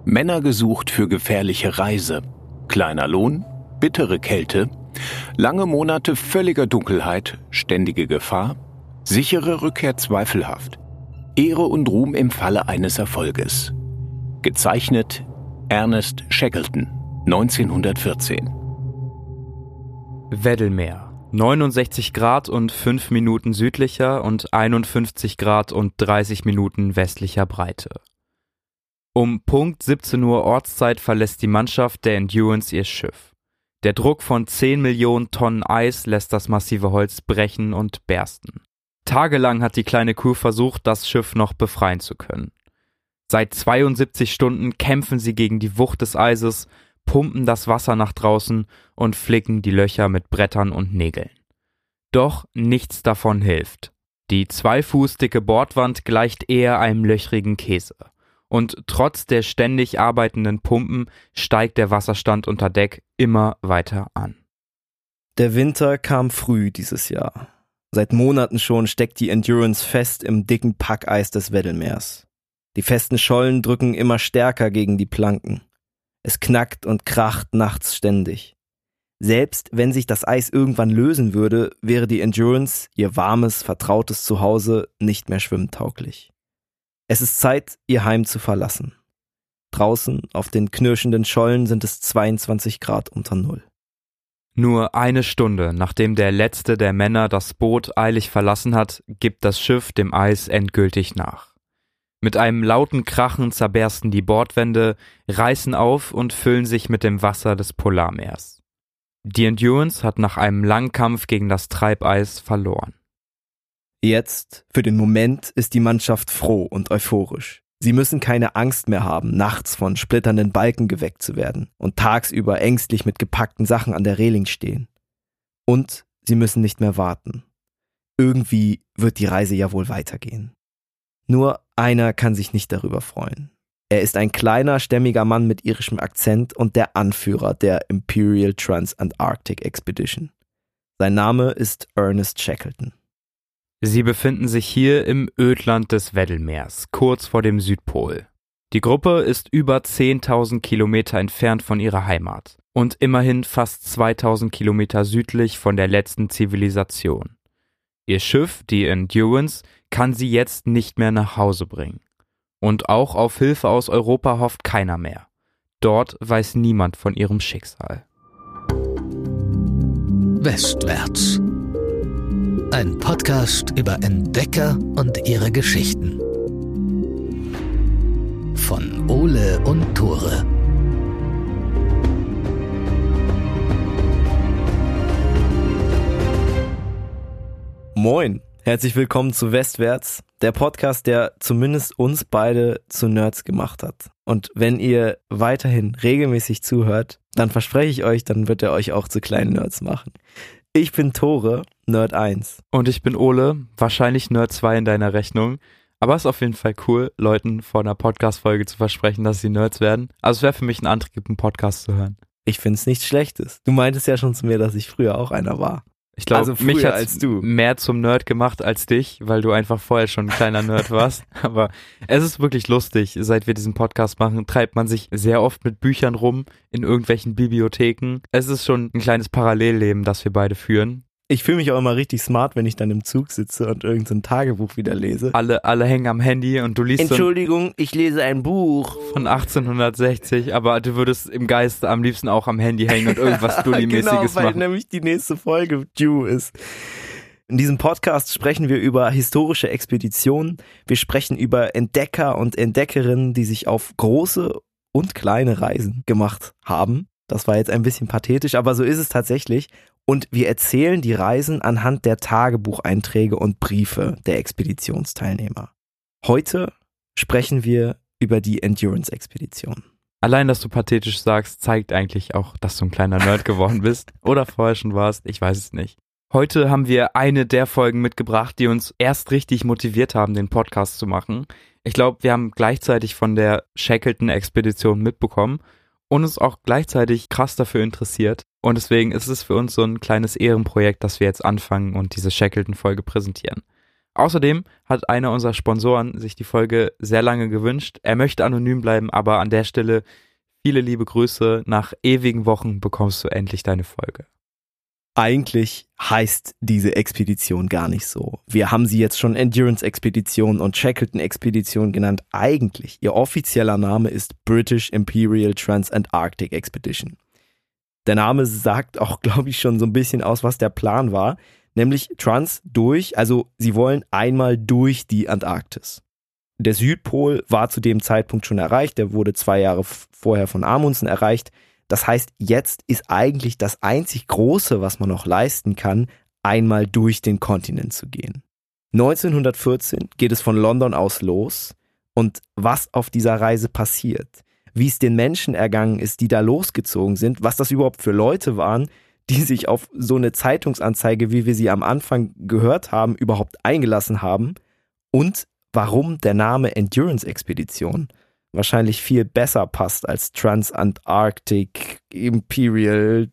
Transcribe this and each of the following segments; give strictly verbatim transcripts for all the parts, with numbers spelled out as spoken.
Männer gesucht für gefährliche Reise. Kleiner Lohn, bittere Kälte, lange Monate völliger Dunkelheit, ständige Gefahr, sichere Rückkehr zweifelhaft. Ehre und Ruhm im Falle eines Erfolges. Gezeichnet Ernest Shackleton, neunzehnhundertvierzehn. Weddellmeer. neunundsechzig Grad und fünf Minuten südlicher und einundfünfzig Grad und dreißig Minuten westlicher Breite. Um Punkt siebzehn Uhr Ortszeit verlässt die Mannschaft der Endurance ihr Schiff. Der Druck von zehn Millionen Tonnen Eis lässt das massive Holz brechen und bersten. Tagelang hat die kleine Crew versucht, das Schiff noch befreien zu können. Seit zweiundsiebzig Stunden kämpfen sie gegen die Wucht des Eises, pumpen das Wasser nach draußen und flicken die Löcher mit Brettern und Nägeln. Doch nichts davon hilft. Die zwei Fuß dicke Bordwand gleicht eher einem löchrigen Käse. Und trotz der ständig arbeitenden Pumpen steigt der Wasserstand unter Deck immer weiter an. Der Winter kam früh dieses Jahr. Seit Monaten schon steckt die Endurance fest im dicken Packeis des Weddellmeers. Die festen Schollen drücken immer stärker gegen die Planken. Es knackt und kracht nachts ständig. Selbst wenn sich das Eis irgendwann lösen würde, wäre die Endurance, ihr warmes, vertrautes Zuhause, nicht mehr schwimmtauglich. Es ist Zeit, ihr Heim zu verlassen. Draußen, auf den knirschenden Schollen, sind es zweiundzwanzig Grad unter Null. Nur eine Stunde, nachdem der letzte der Männer das Boot eilig verlassen hat, gibt das Schiff dem Eis endgültig nach. Mit einem lauten Krachen zerbersten die Bordwände, reißen auf und füllen sich mit dem Wasser des Polarmeers. Die Endurance hat nach einem langen Kampf gegen das Treibeis verloren. Jetzt, für den Moment, ist die Mannschaft froh und euphorisch. Sie müssen keine Angst mehr haben, nachts von splitternden Balken geweckt zu werden und tagsüber ängstlich mit gepackten Sachen an der Reling stehen. Und sie müssen nicht mehr warten. Irgendwie wird die Reise ja wohl weitergehen. Nur einer kann sich nicht darüber freuen. Er ist ein kleiner, stämmiger Mann mit irischem Akzent und der Anführer der Imperial Trans-Antarctic Expedition. Sein Name ist Ernest Shackleton. Sie befinden sich hier im Ödland des Weddellmeers, kurz vor dem Südpol. Die Gruppe ist über zehntausend Kilometer entfernt von ihrer Heimat und immerhin fast zweitausend Kilometer südlich von der letzten Zivilisation. Ihr Schiff, die Endurance, kann sie jetzt nicht mehr nach Hause bringen. Und auch auf Hilfe aus Europa hofft keiner mehr. Dort weiß niemand von ihrem Schicksal. Westwärts. Ein Podcast über Entdecker und ihre Geschichten. Von Ole und Tore. Moin, herzlich willkommen zu Westwärts, der Podcast, der zumindest uns beide zu Nerds gemacht hat. Und wenn ihr weiterhin regelmäßig zuhört, dann verspreche ich euch, dann wird er euch auch zu kleinen Nerds machen. Ich bin Tore, Nerd eins. Und ich bin Ole, wahrscheinlich Nerd zwei in deiner Rechnung. Aber es ist auf jeden Fall cool, Leuten vor einer Podcast-Folge zu versprechen, dass sie Nerds werden. Also es wäre für mich ein Antrieb, einen Podcast zu hören. Ich finde es nichts Schlechtes. Du meintest ja schon zu mir, dass ich früher auch einer war. Ich glaube, also mich hat als du mehr zum Nerd gemacht als dich, weil du einfach vorher schon ein kleiner Nerd warst. Aber es ist wirklich lustig. Seit wir diesen Podcast machen, treibt man sich sehr oft mit Büchern rum in irgendwelchen Bibliotheken. Es ist schon ein kleines Parallelleben, das wir beide führen. Ich fühle mich auch immer richtig smart, wenn ich dann im Zug sitze und irgendein Tagebuch wieder lese. Alle, alle hängen am Handy und du liest Entschuldigung, ich lese ein Buch von achtzehnhundertsechzig, aber du würdest im Geiste am liebsten auch am Handy hängen und irgendwas Dulli-mäßiges genau, weil machen. Nämlich die nächste Folge due ist. In diesem Podcast sprechen wir über historische Expeditionen. Wir sprechen über Entdecker und Entdeckerinnen, die sich auf große und kleine Reisen gemacht haben. Das war jetzt ein bisschen pathetisch, aber so ist es tatsächlich. Und wir erzählen die Reisen anhand der Tagebucheinträge und Briefe der Expeditionsteilnehmer. Heute sprechen wir über die Endurance-Expedition. Allein, dass du pathetisch sagst, zeigt eigentlich auch, dass du ein kleiner Nerd geworden bist. Oder vorher schon warst, ich weiß es nicht. Heute haben wir eine der Folgen mitgebracht, die uns erst richtig motiviert haben, den Podcast zu machen. Ich glaube, wir haben gleichzeitig von der Shackleton-Expedition mitbekommen und uns auch gleichzeitig krass dafür interessiert. Und deswegen ist es für uns so ein kleines Ehrenprojekt, dass wir jetzt anfangen und diese Shackleton-Folge präsentieren. Außerdem hat einer unserer Sponsoren sich die Folge sehr lange gewünscht. Er möchte anonym bleiben, aber an der Stelle viele liebe Grüße. Nach ewigen Wochen bekommst du endlich deine Folge. Eigentlich heißt diese Expedition gar nicht so. Wir haben sie jetzt schon Endurance-Expedition und Shackleton-Expedition genannt. Eigentlich, ihr offizieller Name ist British Imperial Transantarctic Expedition. Der Name sagt auch, glaube ich, schon so ein bisschen aus, was der Plan war. Nämlich Trans durch, also sie wollen einmal durch die Antarktis. Der Südpol war zu dem Zeitpunkt schon erreicht, der wurde zwei Jahre vorher von Amundsen erreicht. Das heißt, jetzt ist eigentlich das einzig Große, was man noch leisten kann, einmal durch den Kontinent zu gehen. neunzehnhundertvierzehn geht es von London aus los und was auf dieser Reise passiert, wie es den Menschen ergangen ist, die da losgezogen sind, was das überhaupt für Leute waren, die sich auf so eine Zeitungsanzeige, wie wir sie am Anfang gehört haben, überhaupt eingelassen haben und warum der Name Endurance-Expedition wahrscheinlich viel besser passt als Transantarctic Imperial.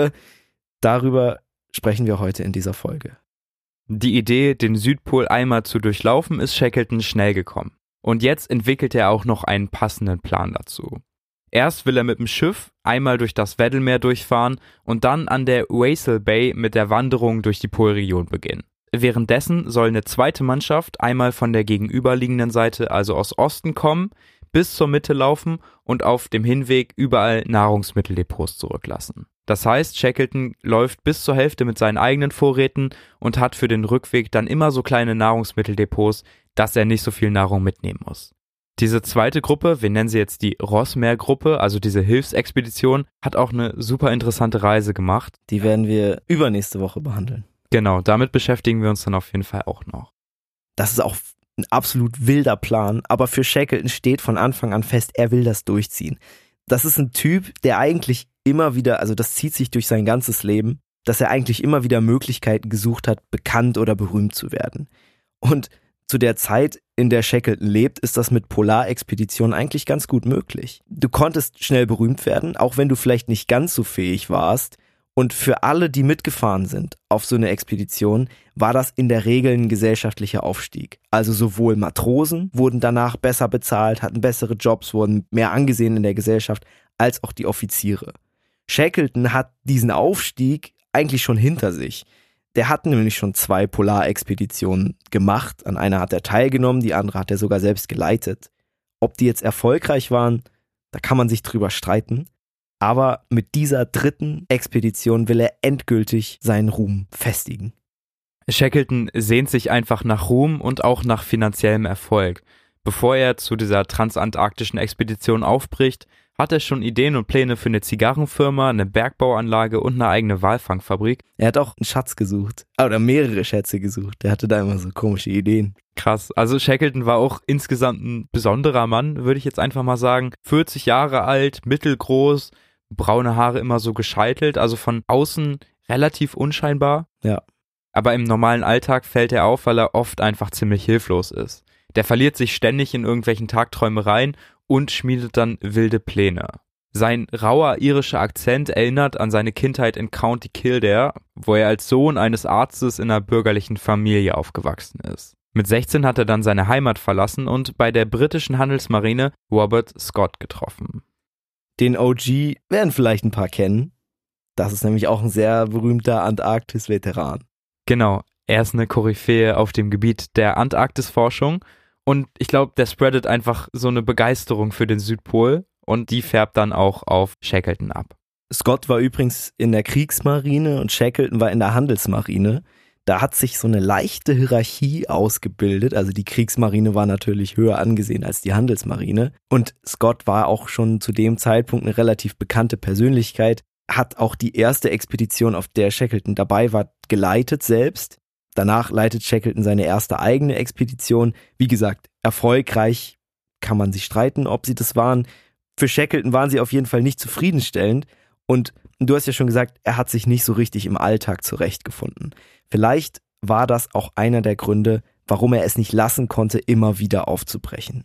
Darüber sprechen wir heute in dieser Folge. Die Idee, den Südpol einmal zu durchlaufen, ist Shackleton schnell gekommen. Und jetzt entwickelt er auch noch einen passenden Plan dazu. Erst will er mit dem Schiff einmal durch das Weddell-Meer durchfahren und dann an der Wesel Bay mit der Wanderung durch die Polregion beginnen. Währenddessen soll eine zweite Mannschaft einmal von der gegenüberliegenden Seite, also aus Osten kommen, bis zur Mitte laufen und auf dem Hinweg überall Nahrungsmitteldepots zurücklassen. Das heißt, Shackleton läuft bis zur Hälfte mit seinen eigenen Vorräten und hat für den Rückweg dann immer so kleine Nahrungsmitteldepots, dass er nicht so viel Nahrung mitnehmen muss. Diese zweite Gruppe, wir nennen sie jetzt die Rossmeer-Gruppe, also diese Hilfsexpedition, hat auch eine super interessante Reise gemacht. Die werden wir übernächste Woche behandeln. Genau, damit beschäftigen wir uns dann auf jeden Fall auch noch. Das ist auch ein absolut wilder Plan, aber für Shackleton steht von Anfang an fest, er will das durchziehen. Das ist ein Typ, der eigentlich immer wieder, also das zieht sich durch sein ganzes Leben, dass er eigentlich immer wieder Möglichkeiten gesucht hat, bekannt oder berühmt zu werden. Und zu der Zeit, in der Shackleton lebt, ist das mit Polarexpeditionen eigentlich ganz gut möglich. Du konntest schnell berühmt werden, auch wenn du vielleicht nicht ganz so fähig warst. Und für alle, die mitgefahren sind auf so eine Expedition, war das in der Regel ein gesellschaftlicher Aufstieg. Also sowohl Matrosen wurden danach besser bezahlt, hatten bessere Jobs, wurden mehr angesehen in der Gesellschaft, als auch die Offiziere. Shackleton hat diesen Aufstieg eigentlich schon hinter sich. Der hat nämlich schon zwei Polarexpeditionen gemacht. An einer hat er teilgenommen, die andere hat er sogar selbst geleitet. Ob die jetzt erfolgreich waren, da kann man sich drüber streiten. Aber mit dieser dritten Expedition will er endgültig seinen Ruhm festigen. Shackleton sehnt sich einfach nach Ruhm und auch nach finanziellem Erfolg. Bevor er zu dieser transantarktischen Expedition aufbricht, hat er schon Ideen und Pläne für eine Zigarrenfirma, eine Bergbauanlage und eine eigene Walfangfabrik. Er hat auch einen Schatz gesucht, oder mehrere Schätze gesucht. Er hatte da immer so komische Ideen. Krass, also Shackleton war auch insgesamt ein besonderer Mann, würde ich jetzt einfach mal sagen. vierzig Jahre alt, mittelgroß, braune Haare immer so gescheitelt, also von außen relativ unscheinbar. Ja. Aber im normalen Alltag fällt er auf, weil er oft einfach ziemlich hilflos ist. Der verliert sich ständig in irgendwelchen Tagträumereien und schmiedet dann wilde Pläne. Sein rauer irischer Akzent erinnert an seine Kindheit in County Kildare, wo er als Sohn eines Arztes in einer bürgerlichen Familie aufgewachsen ist. Mit sechzehn hat er dann seine Heimat verlassen und bei der britischen Handelsmarine Robert Scott getroffen. Den O G werden vielleicht ein paar kennen. Das ist nämlich auch ein sehr berühmter Antarktis-Veteran. Genau, er ist eine Koryphäe auf dem Gebiet der Antarktisforschung und ich glaube, der spreadet einfach so eine Begeisterung für den Südpol und die färbt dann auch auf Shackleton ab. Scott war übrigens in der Kriegsmarine und Shackleton war in der Handelsmarine. Da hat sich so eine leichte Hierarchie ausgebildet. Also die Kriegsmarine war natürlich höher angesehen als die Handelsmarine. Und Scott war auch schon zu dem Zeitpunkt eine relativ bekannte Persönlichkeit, hat auch die erste Expedition, auf der Shackleton dabei war, geleitet selbst. Danach leitet Shackleton seine erste eigene Expedition. Wie gesagt, erfolgreich kann man sich streiten, ob sie das waren. Für Shackleton waren sie auf jeden Fall nicht zufriedenstellend. Und du hast ja schon gesagt, er hat sich nicht so richtig im Alltag zurechtgefunden. Vielleicht war das auch einer der Gründe, warum er es nicht lassen konnte, immer wieder aufzubrechen.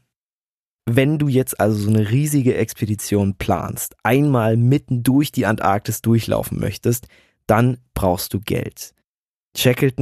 Wenn du jetzt also so eine riesige Expedition planst, einmal mitten durch die Antarktis durchlaufen möchtest, dann brauchst du Geld. Shackleton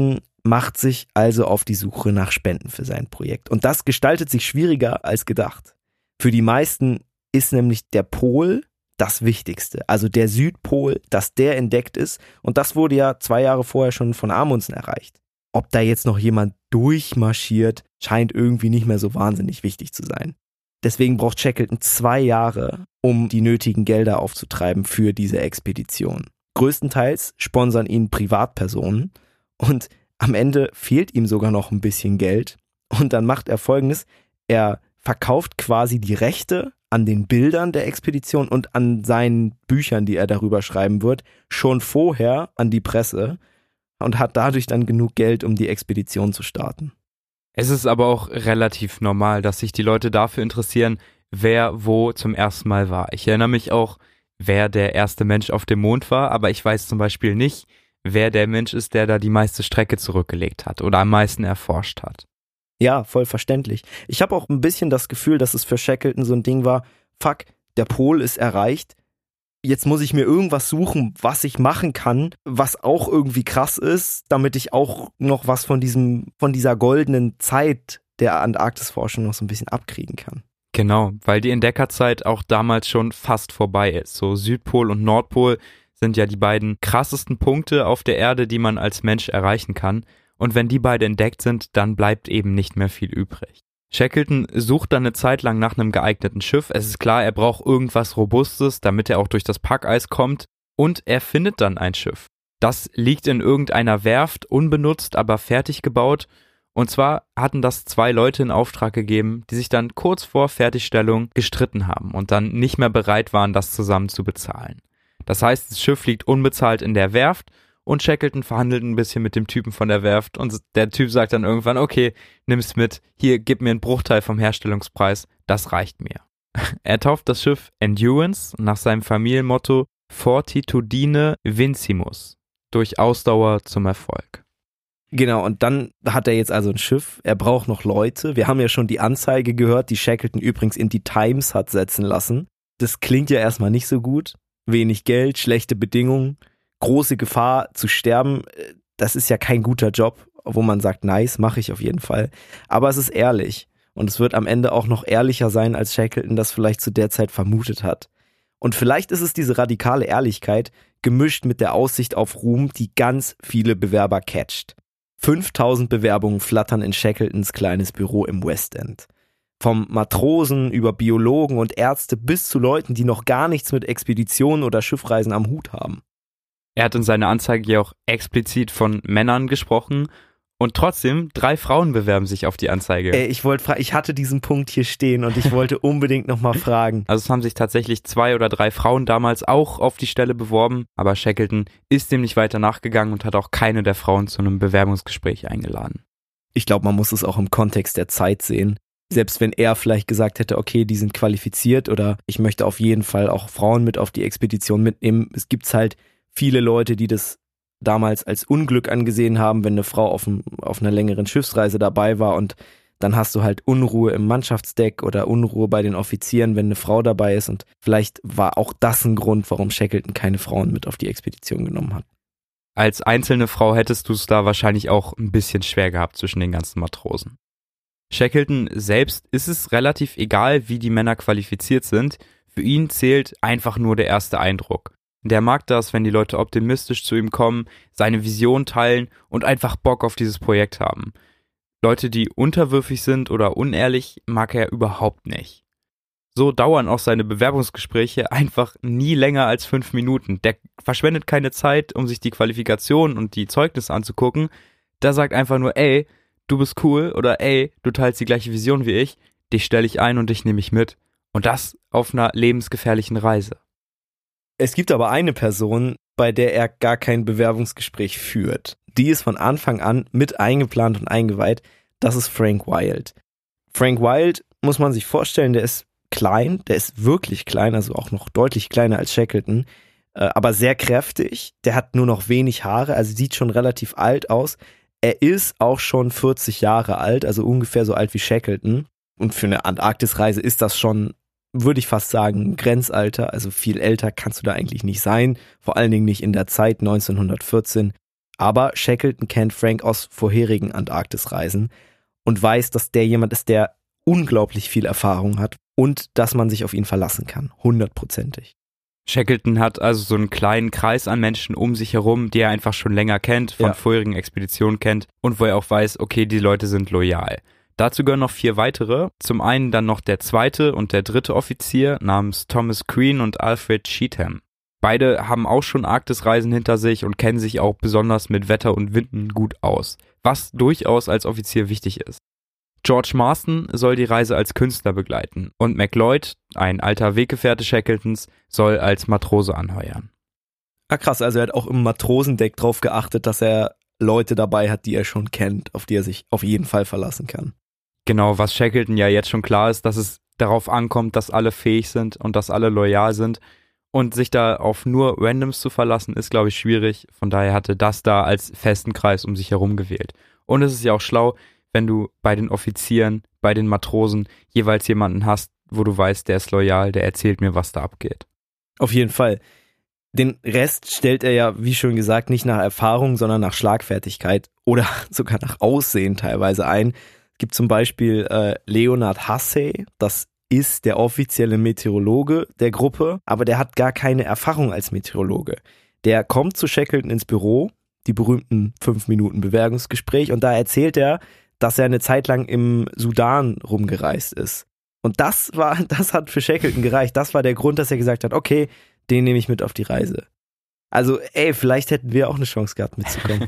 macht sich also auf die Suche nach Spenden für sein Projekt. Und das gestaltet sich schwieriger als gedacht. Für die meisten ist nämlich der Pol das Wichtigste, also der Südpol, dass der entdeckt ist. Und das wurde ja zwei Jahre vorher schon von Amundsen erreicht. Ob da jetzt noch jemand durchmarschiert, scheint irgendwie nicht mehr so wahnsinnig wichtig zu sein. Deswegen braucht Shackleton zwei Jahre, um die nötigen Gelder aufzutreiben für diese Expedition. Größtenteils sponsern ihn Privatpersonen und am Ende fehlt ihm sogar noch ein bisschen Geld. Und dann macht er Folgendes: Er verkauft quasi die Rechte an den Bildern der Expedition und an seinen Büchern, die er darüber schreiben wird, schon vorher an die Presse und hat dadurch dann genug Geld, um die Expedition zu starten. Es ist aber auch relativ normal, dass sich die Leute dafür interessieren, wer wo zum ersten Mal war. Ich erinnere mich auch, wer der erste Mensch auf dem Mond war, aber ich weiß zum Beispiel nicht, wer der Mensch ist, der da die meiste Strecke zurückgelegt hat oder am meisten erforscht hat. Ja, voll verständlich. Ich habe auch ein bisschen das Gefühl, dass es für Shackleton so ein Ding war, fuck, der Pol ist erreicht, jetzt muss ich mir irgendwas suchen, was ich machen kann, was auch irgendwie krass ist, damit ich auch noch was von diesem, von dieser goldenen Zeit der Antarktisforschung noch so ein bisschen abkriegen kann. Genau, weil die Entdeckerzeit auch damals schon fast vorbei ist. So Südpol und Nordpol sind ja die beiden krassesten Punkte auf der Erde, die man als Mensch erreichen kann. Und wenn die beide entdeckt sind, dann bleibt eben nicht mehr viel übrig. Shackleton sucht dann eine Zeit lang nach einem geeigneten Schiff. Es ist klar, er braucht irgendwas Robustes, damit er auch durch das Packeis kommt. Und er findet dann ein Schiff. Das liegt in irgendeiner Werft, unbenutzt, aber fertig gebaut. Und zwar hatten das zwei Leute in Auftrag gegeben, die sich dann kurz vor Fertigstellung gestritten haben und dann nicht mehr bereit waren, das zusammen zu bezahlen. Das heißt, das Schiff liegt unbezahlt in der Werft und Shackleton verhandelt ein bisschen mit dem Typen von der Werft und der Typ sagt dann irgendwann, okay, nimm's mit, hier, gib mir einen Bruchteil vom Herstellungspreis, das reicht mir. Er tauft das Schiff Endurance nach seinem Familienmotto Fortitudine Vincimus, durch Ausdauer zum Erfolg. Genau, und dann hat er jetzt also ein Schiff, er braucht noch Leute. Wir haben ja schon die Anzeige gehört, die Shackleton übrigens in die Times hat setzen lassen. Das klingt ja erstmal nicht so gut. Wenig Geld, schlechte Bedingungen, große Gefahr zu sterben. Das ist ja kein guter Job, wo man sagt, nice, mache ich auf jeden Fall. Aber es ist ehrlich und es wird am Ende auch noch ehrlicher sein, als Shackleton das vielleicht zu der Zeit vermutet hat. Und vielleicht ist es diese radikale Ehrlichkeit, gemischt mit der Aussicht auf Ruhm, die ganz viele Bewerber catcht. fünftausend Bewerbungen flattern in Shackletons kleines Büro im West End. Vom Matrosen über Biologen und Ärzte bis zu Leuten, die noch gar nichts mit Expeditionen oder Schiffreisen am Hut haben. Er hat in seiner Anzeige ja auch explizit von Männern gesprochen und trotzdem, drei Frauen bewerben sich auf die Anzeige. Ey, ich wollte fra- ich hatte diesen Punkt hier stehen und ich wollte unbedingt nochmal fragen. Also es haben sich tatsächlich zwei oder drei Frauen damals auch auf die Stelle beworben, aber Shackleton ist dem nicht weiter nachgegangen und hat auch keine der Frauen zu einem Bewerbungsgespräch eingeladen. Ich glaube, man muss es auch im Kontext der Zeit sehen. Selbst wenn er vielleicht gesagt hätte, okay, die sind qualifiziert oder ich möchte auf jeden Fall auch Frauen mit auf die Expedition mitnehmen. Es gibt halt viele Leute, die das damals als Unglück angesehen haben, wenn eine Frau auf, einem, auf einer längeren Schiffsreise dabei war und dann hast du halt Unruhe im Mannschaftsdeck oder Unruhe bei den Offizieren, wenn eine Frau dabei ist und vielleicht war auch das ein Grund, warum Shackleton keine Frauen mit auf die Expedition genommen hat. Als einzelne Frau hättest du es da wahrscheinlich auch ein bisschen schwer gehabt zwischen den ganzen Matrosen. Shackleton selbst ist es relativ egal, wie die Männer qualifiziert sind. Für ihn zählt einfach nur der erste Eindruck. Der mag das, wenn die Leute optimistisch zu ihm kommen, seine Vision teilen und einfach Bock auf dieses Projekt haben. Leute, die unterwürfig sind oder unehrlich, mag er überhaupt nicht. So dauern auch seine Bewerbungsgespräche einfach nie länger als fünf Minuten. Der verschwendet keine Zeit, um sich die Qualifikation und die Zeugnisse anzugucken. Der sagt einfach nur, ey, du bist cool oder ey, du teilst die gleiche Vision wie ich, dich stelle ich ein und dich nehme ich mit. Und das auf einer lebensgefährlichen Reise. Es gibt aber eine Person, bei der er gar kein Bewerbungsgespräch führt. Die ist von Anfang an mit eingeplant und eingeweiht. Das ist Frank Wild. Frank Wild, muss man sich vorstellen, der ist klein, der ist wirklich klein, also auch noch deutlich kleiner als Shackleton, aber sehr kräftig. Der hat nur noch wenig Haare, also sieht schon relativ alt aus. Er ist auch schon vierzig Jahre alt, also ungefähr so alt wie Shackleton. Und für eine Antarktisreise ist das schon, würde ich fast sagen, Grenzalter. Also viel älter kannst du da eigentlich nicht sein. Vor allen Dingen nicht in der Zeit neunzehnhundertvierzehn. Aber Shackleton kennt Frank aus vorherigen Antarktisreisen und weiß, dass der jemand ist, der unglaublich viel Erfahrung hat und dass man sich auf ihn verlassen kann, hundertprozentig. Shackleton hat also so einen kleinen Kreis an Menschen um sich herum, die er einfach schon länger kennt, von Ja. vorherigen Expeditionen kennt und wo er auch weiß, okay, die Leute sind loyal. Dazu gehören noch vier weitere. Zum einen dann noch der zweite und der dritte Offizier namens Thomas Crean und Alfred Cheatham. Beide haben auch schon Arktisreisen hinter sich und kennen sich auch besonders mit Wetter und Winden gut aus, was durchaus als Offizier wichtig ist. George Marston soll die Reise als Künstler begleiten und McLeod, ein alter Weggefährte Shackletons, soll als Matrose anheuern. Ah krass, also er hat auch im Matrosendeck drauf geachtet, dass er Leute dabei hat, die er schon kennt, auf die er sich auf jeden Fall verlassen kann. Genau, was Shackleton ja jetzt schon klar ist, dass es darauf ankommt, dass alle fähig sind und dass alle loyal sind. Und sich da auf nur Randoms zu verlassen, ist, glaube ich, schwierig. Von daher hatte das da als festen Kreis um sich herum gewählt. Und es ist ja auch schlau, wenn du bei den Offizieren, bei den Matrosen jeweils jemanden hast, wo du weißt, der ist loyal, der erzählt mir, was da abgeht. Auf jeden Fall. Den Rest stellt er ja, wie schon gesagt, nicht nach Erfahrung, sondern nach Schlagfertigkeit oder sogar nach Aussehen teilweise ein. Es gibt zum Beispiel äh, Leonard Hussey, das ist der offizielle Meteorologe der Gruppe, aber der hat gar keine Erfahrung als Meteorologe. Der kommt zu Shackleton ins Büro, die berühmten fünf Minuten Bewerbungsgespräch, und da erzählt er, dass er eine Zeit lang im Sudan rumgereist ist. Und das war, das hat für Shackleton gereicht. Das war der Grund, dass er gesagt hat, okay, den nehme ich mit auf die Reise. Also, ey, vielleicht hätten wir auch eine Chance gehabt, mitzukommen.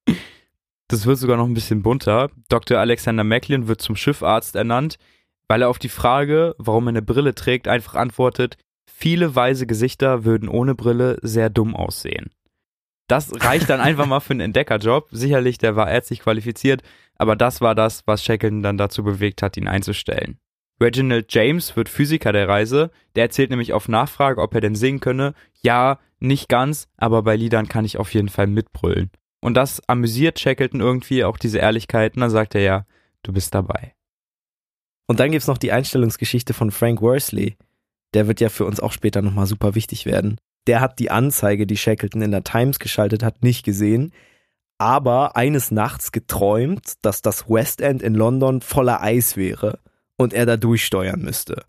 Das wird sogar noch ein bisschen bunter. Doktor Alexander Macklin wird zum Schiffarzt ernannt, weil er auf die Frage, warum er eine Brille trägt, einfach antwortet, viele weise Gesichter würden ohne Brille sehr dumm aussehen. Das reicht dann einfach mal für einen Entdeckerjob. Sicherlich, der war ärztlich qualifiziert, aber das war das, was Shackleton dann dazu bewegt hat, ihn einzustellen. Reginald James wird Physiker der Reise. Der erzählt nämlich auf Nachfrage, ob er denn singen könne. Ja, nicht ganz, aber bei Liedern kann ich auf jeden Fall mitbrüllen. Und das amüsiert Shackleton irgendwie, auch diese Ehrlichkeit. Und dann sagt er ja, du bist dabei. Und dann gibt's noch die Einstellungsgeschichte von Frank Worsley. Der wird ja für uns auch später nochmal super wichtig werden. Der hat die Anzeige, die Shackleton in der Times geschaltet hat, nicht gesehen, aber eines Nachts geträumt, dass das West End in London voller Eis wäre und er da durchsteuern müsste.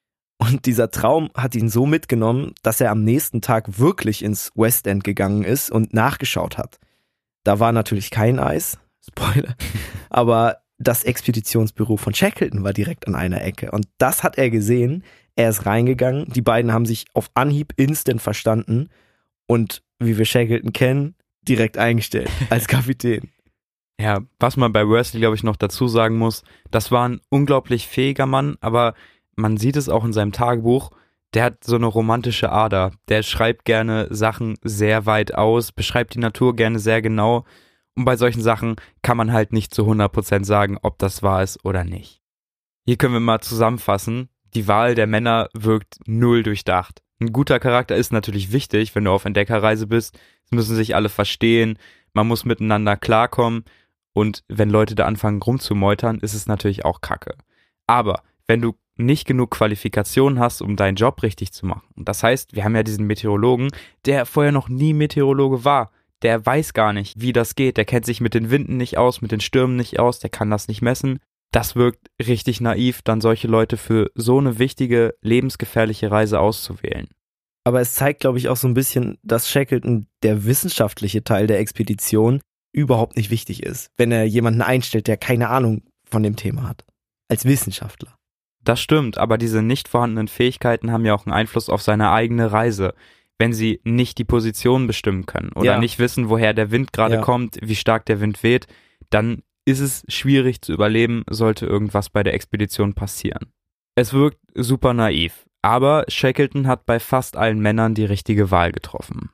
Und dieser Traum hat ihn so mitgenommen, dass er am nächsten Tag wirklich ins West End gegangen ist und nachgeschaut hat. Da war natürlich kein Eis, Spoiler, aber das Expeditionsbüro von Shackleton war direkt an einer Ecke und das hat er gesehen. Er ist reingegangen, die beiden haben sich auf Anhieb instant verstanden und wie wir Shackleton kennen, direkt eingestellt als Kapitän. Ja, was man bei Worsley, glaube ich, noch dazu sagen muss, das war ein unglaublich fähiger Mann, aber man sieht es auch in seinem Tagebuch, der hat so eine romantische Ader. Der schreibt gerne Sachen sehr weit aus, beschreibt die Natur gerne sehr genau. Und bei solchen Sachen kann man halt nicht zu hundert Prozent sagen, ob das wahr ist oder nicht. Hier können wir mal zusammenfassen. Die Wahl der Männer wirkt null durchdacht. Ein guter Charakter ist natürlich wichtig, wenn du auf Entdeckerreise bist. Es müssen sich alle verstehen, man muss miteinander klarkommen. Und wenn Leute da anfangen rumzumeutern, ist es natürlich auch kacke. Aber wenn du nicht genug Qualifikationen hast, um deinen Job richtig zu machen. Und das heißt, wir haben ja diesen Meteorologen, der vorher noch nie Meteorologe war. Der weiß gar nicht, wie das geht. Der kennt sich mit den Winden nicht aus, mit den Stürmen nicht aus, der kann das nicht messen. Das wirkt richtig naiv, dann solche Leute für so eine wichtige, lebensgefährliche Reise auszuwählen. Aber es zeigt, glaube ich, auch so ein bisschen, dass Shackleton, der wissenschaftliche Teil der Expedition, überhaupt nicht wichtig ist, wenn er jemanden einstellt, der keine Ahnung von dem Thema hat. Als Wissenschaftler. Das stimmt, aber diese nicht vorhandenen Fähigkeiten haben ja auch einen Einfluss auf seine eigene Reise. Wenn sie nicht die Position bestimmen können oder ja. nicht wissen, woher der Wind gerade ja. kommt, wie stark der Wind weht, dann ist es schwierig zu überleben, sollte irgendwas bei der Expedition passieren. Es wirkt super naiv, aber Shackleton hat bei fast allen Männern die richtige Wahl getroffen.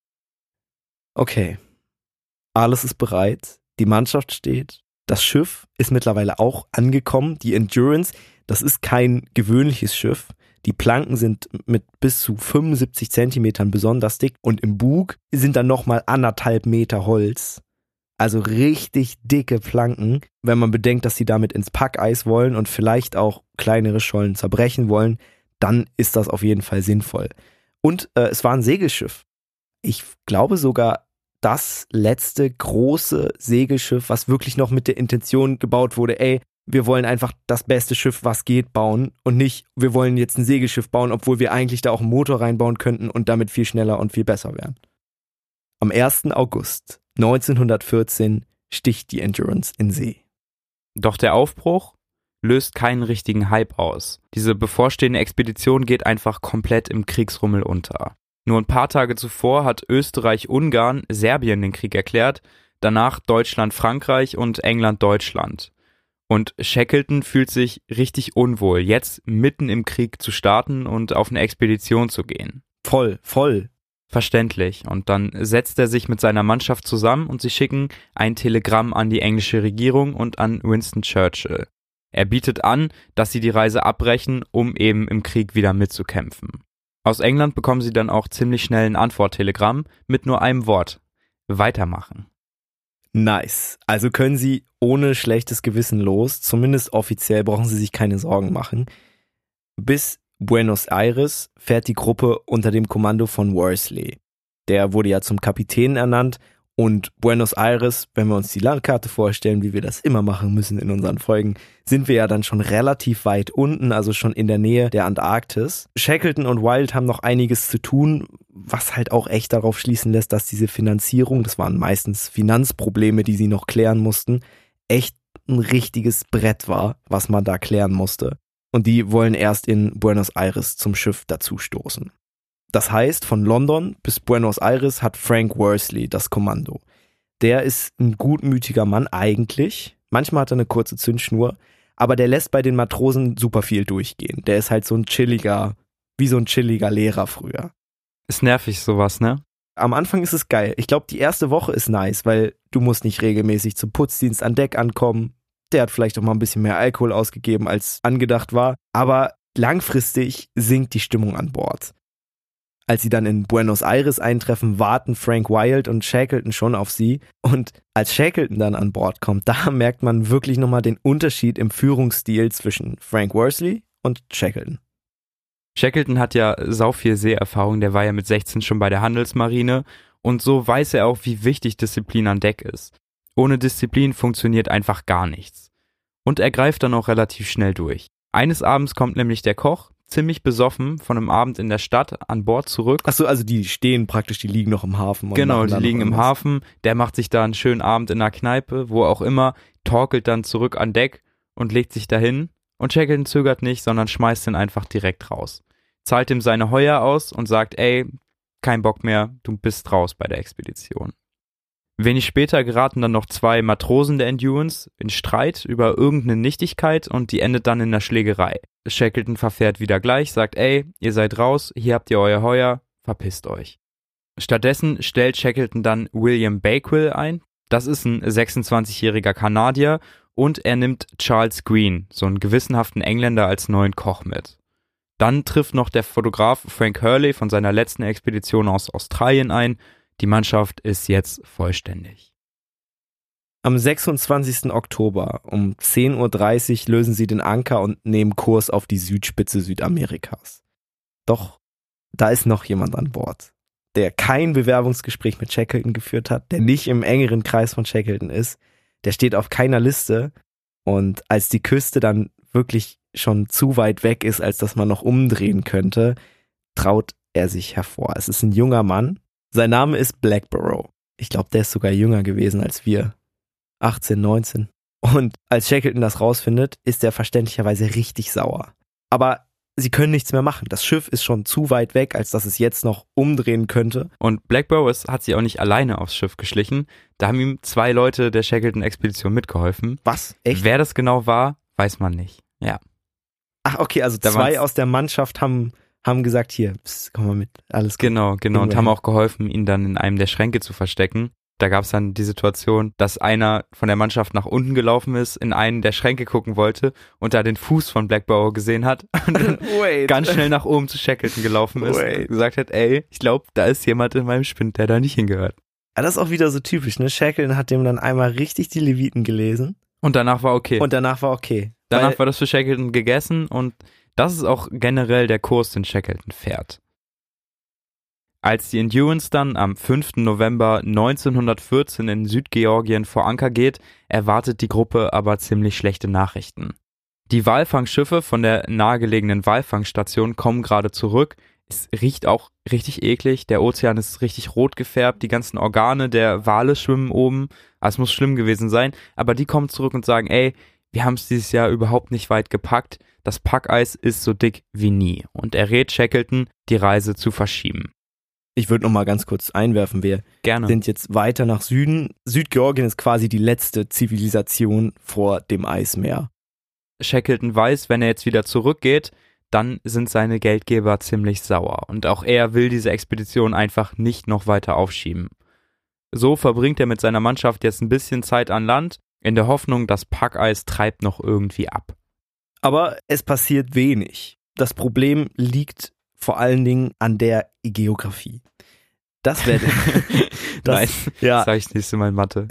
Okay, alles ist bereit, die Mannschaft steht, das Schiff ist mittlerweile auch angekommen, die Endurance, das ist kein gewöhnliches Schiff. Die Planken sind mit bis zu fünfundsiebzig Zentimetern besonders dick und im Bug sind dann nochmal anderthalb Meter Holz. Also richtig dicke Planken, wenn man bedenkt, dass sie damit ins Packeis wollen und vielleicht auch kleinere Schollen zerbrechen wollen, dann ist das auf jeden Fall sinnvoll. Und äh, es war ein Segelschiff. Ich glaube sogar das letzte große Segelschiff, was wirklich noch mit der Intention gebaut wurde, ey, wir wollen einfach das beste Schiff, was geht, bauen und nicht, wir wollen jetzt ein Segelschiff bauen, obwohl wir eigentlich da auch einen Motor reinbauen könnten und damit viel schneller und viel besser wären. Am ersten August neunzehnhundertvierzehn sticht die Endurance in See. Doch der Aufbruch löst keinen richtigen Hype aus. Diese bevorstehende Expedition geht einfach komplett im Kriegsrummel unter. Nur ein paar Tage zuvor hat Österreich-Ungarn Serbien den Krieg erklärt, danach Deutschland-Frankreich und England-Deutschland. Und Shackleton fühlt sich richtig unwohl, jetzt mitten im Krieg zu starten und auf eine Expedition zu gehen. Voll, voll. Verständlich. Und dann setzt er sich mit seiner Mannschaft zusammen und sie schicken ein Telegramm an die englische Regierung und an Winston Churchill. Er bietet an, dass sie die Reise abbrechen, um eben im Krieg wieder mitzukämpfen. Aus England bekommen sie dann auch ziemlich schnell ein Antworttelegramm mit nur einem Wort: Weitermachen. Nice. Also können sie ohne schlechtes Gewissen los, zumindest offiziell brauchen sie sich keine Sorgen machen. Bis Buenos Aires fährt die Gruppe unter dem Kommando von Worsley. Der wurde ja zum Kapitän ernannt und Buenos Aires, wenn wir uns die Landkarte vorstellen, wie wir das immer machen müssen in unseren Folgen, sind wir ja dann schon relativ weit unten, also schon in der Nähe der Antarktis. Shackleton und Wild haben noch einiges zu tun, was halt auch echt darauf schließen lässt, dass diese Finanzierung, das waren meistens Finanzprobleme, die sie noch klären mussten, echt ein richtiges Brett war, was man da klären musste. Und die wollen erst in Buenos Aires zum Schiff dazustoßen. Das heißt, von London bis Buenos Aires hat Frank Worsley das Kommando. Der ist ein gutmütiger Mann eigentlich. Manchmal hat er eine kurze Zündschnur, aber der lässt bei den Matrosen super viel durchgehen. Der ist halt so ein chilliger, wie so ein chilliger Lehrer früher. Ist nervig sowas, ne? Am Anfang ist es geil. Ich glaube, die erste Woche ist nice, weil du musst nicht regelmäßig zum Putzdienst an Deck ankommen. Der hat vielleicht auch mal ein bisschen mehr Alkohol ausgegeben, als angedacht war. Aber langfristig sinkt die Stimmung an Bord. Als sie dann in Buenos Aires eintreffen, warten Frank Wild und Shackleton schon auf sie. Und als Shackleton dann an Bord kommt, da merkt man wirklich nochmal den Unterschied im Führungsstil zwischen Frank Worsley und Shackleton. Shackleton hat ja sau viel Seeerfahrung, der war ja mit sechzehn schon bei der Handelsmarine und so weiß er auch, wie wichtig Disziplin an Deck ist. Ohne Disziplin funktioniert einfach gar nichts. Und er greift dann auch relativ schnell durch. Eines Abends kommt nämlich der Koch, ziemlich besoffen, von einem Abend in der Stadt an Bord zurück. Achso, also die stehen praktisch, die liegen noch im Hafen. Und genau, die liegen im Hafen. Der macht sich da einen schönen Abend in der Kneipe, wo auch immer, torkelt dann zurück an Deck und legt sich dahin. Und Shackleton zögert nicht, sondern schmeißt ihn einfach direkt raus. Zahlt ihm seine Heuer aus und sagt, ey, kein Bock mehr, du bist raus bei der Expedition. Wenig später geraten dann noch zwei Matrosen der Endurance in Streit über irgendeine Nichtigkeit und die endet dann in einer Schlägerei. Shackleton verfährt wieder gleich, sagt, ey, ihr seid raus, hier habt ihr euer Heuer, verpisst euch. Stattdessen stellt Shackleton dann William Bakewell ein. Das ist ein sechsundzwanzigjähriger Kanadier und er nimmt Charles Green, so einen gewissenhaften Engländer, als neuen Koch mit. Dann trifft noch der Fotograf Frank Hurley von seiner letzten Expedition aus Australien ein. Die Mannschaft ist jetzt vollständig. Am sechsundzwanzigsten Oktober um zehn Uhr dreißig lösen sie den Anker und nehmen Kurs auf die Südspitze Südamerikas. Doch da ist noch jemand an Bord, der kein Bewerbungsgespräch mit Shackleton geführt hat, der nicht im engeren Kreis von Shackleton ist, der steht auf keiner Liste und als die Küste dann wirklich schon zu weit weg ist, als dass man noch umdrehen könnte, traut er sich hervor. Es ist ein junger Mann. Sein Name ist Blackborough. Ich glaube, der ist sogar jünger gewesen als wir. achtzehn, neunzehn. Und als Shackleton das rausfindet, ist er verständlicherweise richtig sauer. Aber sie können nichts mehr machen. Das Schiff ist schon zu weit weg, als dass es jetzt noch umdrehen könnte. Und Blackborough hat sich auch nicht alleine aufs Schiff geschlichen. Da haben ihm zwei Leute der Shackleton-Expedition mitgeholfen. Was? Echt? Wer das genau war, weiß man nicht. Ja. Ach, okay, also da zwei aus der Mannschaft haben, haben gesagt, hier, pss, komm mal mit, alles gut. Genau, genau, und haben auch geholfen, ihn dann in einem der Schränke zu verstecken. Da gab es dann die Situation, dass einer von der Mannschaft nach unten gelaufen ist, in einen der Schränke gucken wollte und da den Fuß von Blackborough gesehen hat und dann ganz schnell nach oben zu Shackleton gelaufen ist Wait. und gesagt hat, ey, ich glaube, da ist jemand in meinem Spind, der da nicht hingehört. Ja, das ist auch wieder so typisch, ne? Shackleton hat dem dann einmal richtig die Leviten gelesen. Und danach war okay. Und danach war okay. Danach war das für Shackleton gegessen und das ist auch generell der Kurs, den Shackleton fährt. Als die Endurance dann am fünften November neunzehnhundertvierzehn in Südgeorgien vor Anker geht, erwartet die Gruppe aber ziemlich schlechte Nachrichten. Die Walfangschiffe von der nahegelegenen Walfangstation kommen gerade zurück. Es riecht auch richtig eklig, der Ozean ist richtig rot gefärbt, die ganzen Organe der Wale schwimmen oben. Es muss schlimm gewesen sein, aber die kommen zurück und sagen, ey, wir haben es dieses Jahr überhaupt nicht weit gepackt, das Packeis ist so dick wie nie. Und er rät Shackleton, die Reise zu verschieben. Ich würde noch mal ganz kurz einwerfen, wir Gerne. sind jetzt weiter nach Süden. Südgeorgien ist quasi die letzte Zivilisation vor dem Eismeer. Shackleton weiß, wenn er jetzt wieder zurückgeht, dann sind seine Geldgeber ziemlich sauer. Und auch er will diese Expedition einfach nicht noch weiter aufschieben. So verbringt er mit seiner Mannschaft jetzt ein bisschen Zeit an Land, in der Hoffnung, das Packeis treibt noch irgendwie ab. Aber es passiert wenig. Das Problem liegt vor allen Dingen an der Geografie. Das wäre das, Nein, ja. das sage ich das nächste Mal in Mathe.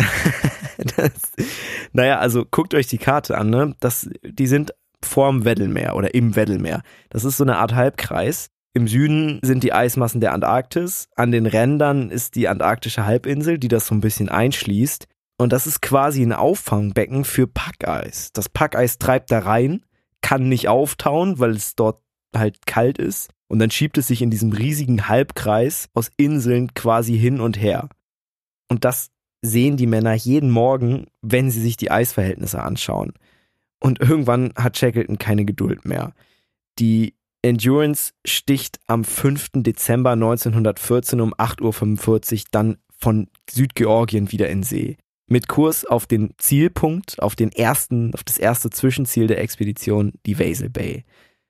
das, naja, also guckt euch die Karte an, ne? Das, die sind vorm Weddellmeer oder im Weddellmeer. Das ist so eine Art Halbkreis. Im Süden sind die Eismassen der Antarktis. An den Rändern ist die antarktische Halbinsel, die das so ein bisschen einschließt. Und das ist quasi ein Auffangbecken für Packeis. Das Packeis treibt da rein, kann nicht auftauen, weil es dort halt kalt ist. Und dann schiebt es sich in diesem riesigen Halbkreis aus Inseln quasi hin und her. Und das sehen die Männer jeden Morgen, wenn sie sich die Eisverhältnisse anschauen. Und irgendwann hat Shackleton keine Geduld mehr. Die Endurance sticht am fünften Dezember neunzehnhundertvierzehn um acht Uhr fünfundvierzig dann von Südgeorgien wieder in See. Mit Kurs auf den Zielpunkt, auf den ersten, auf das erste Zwischenziel der Expedition, die Wesel Bay.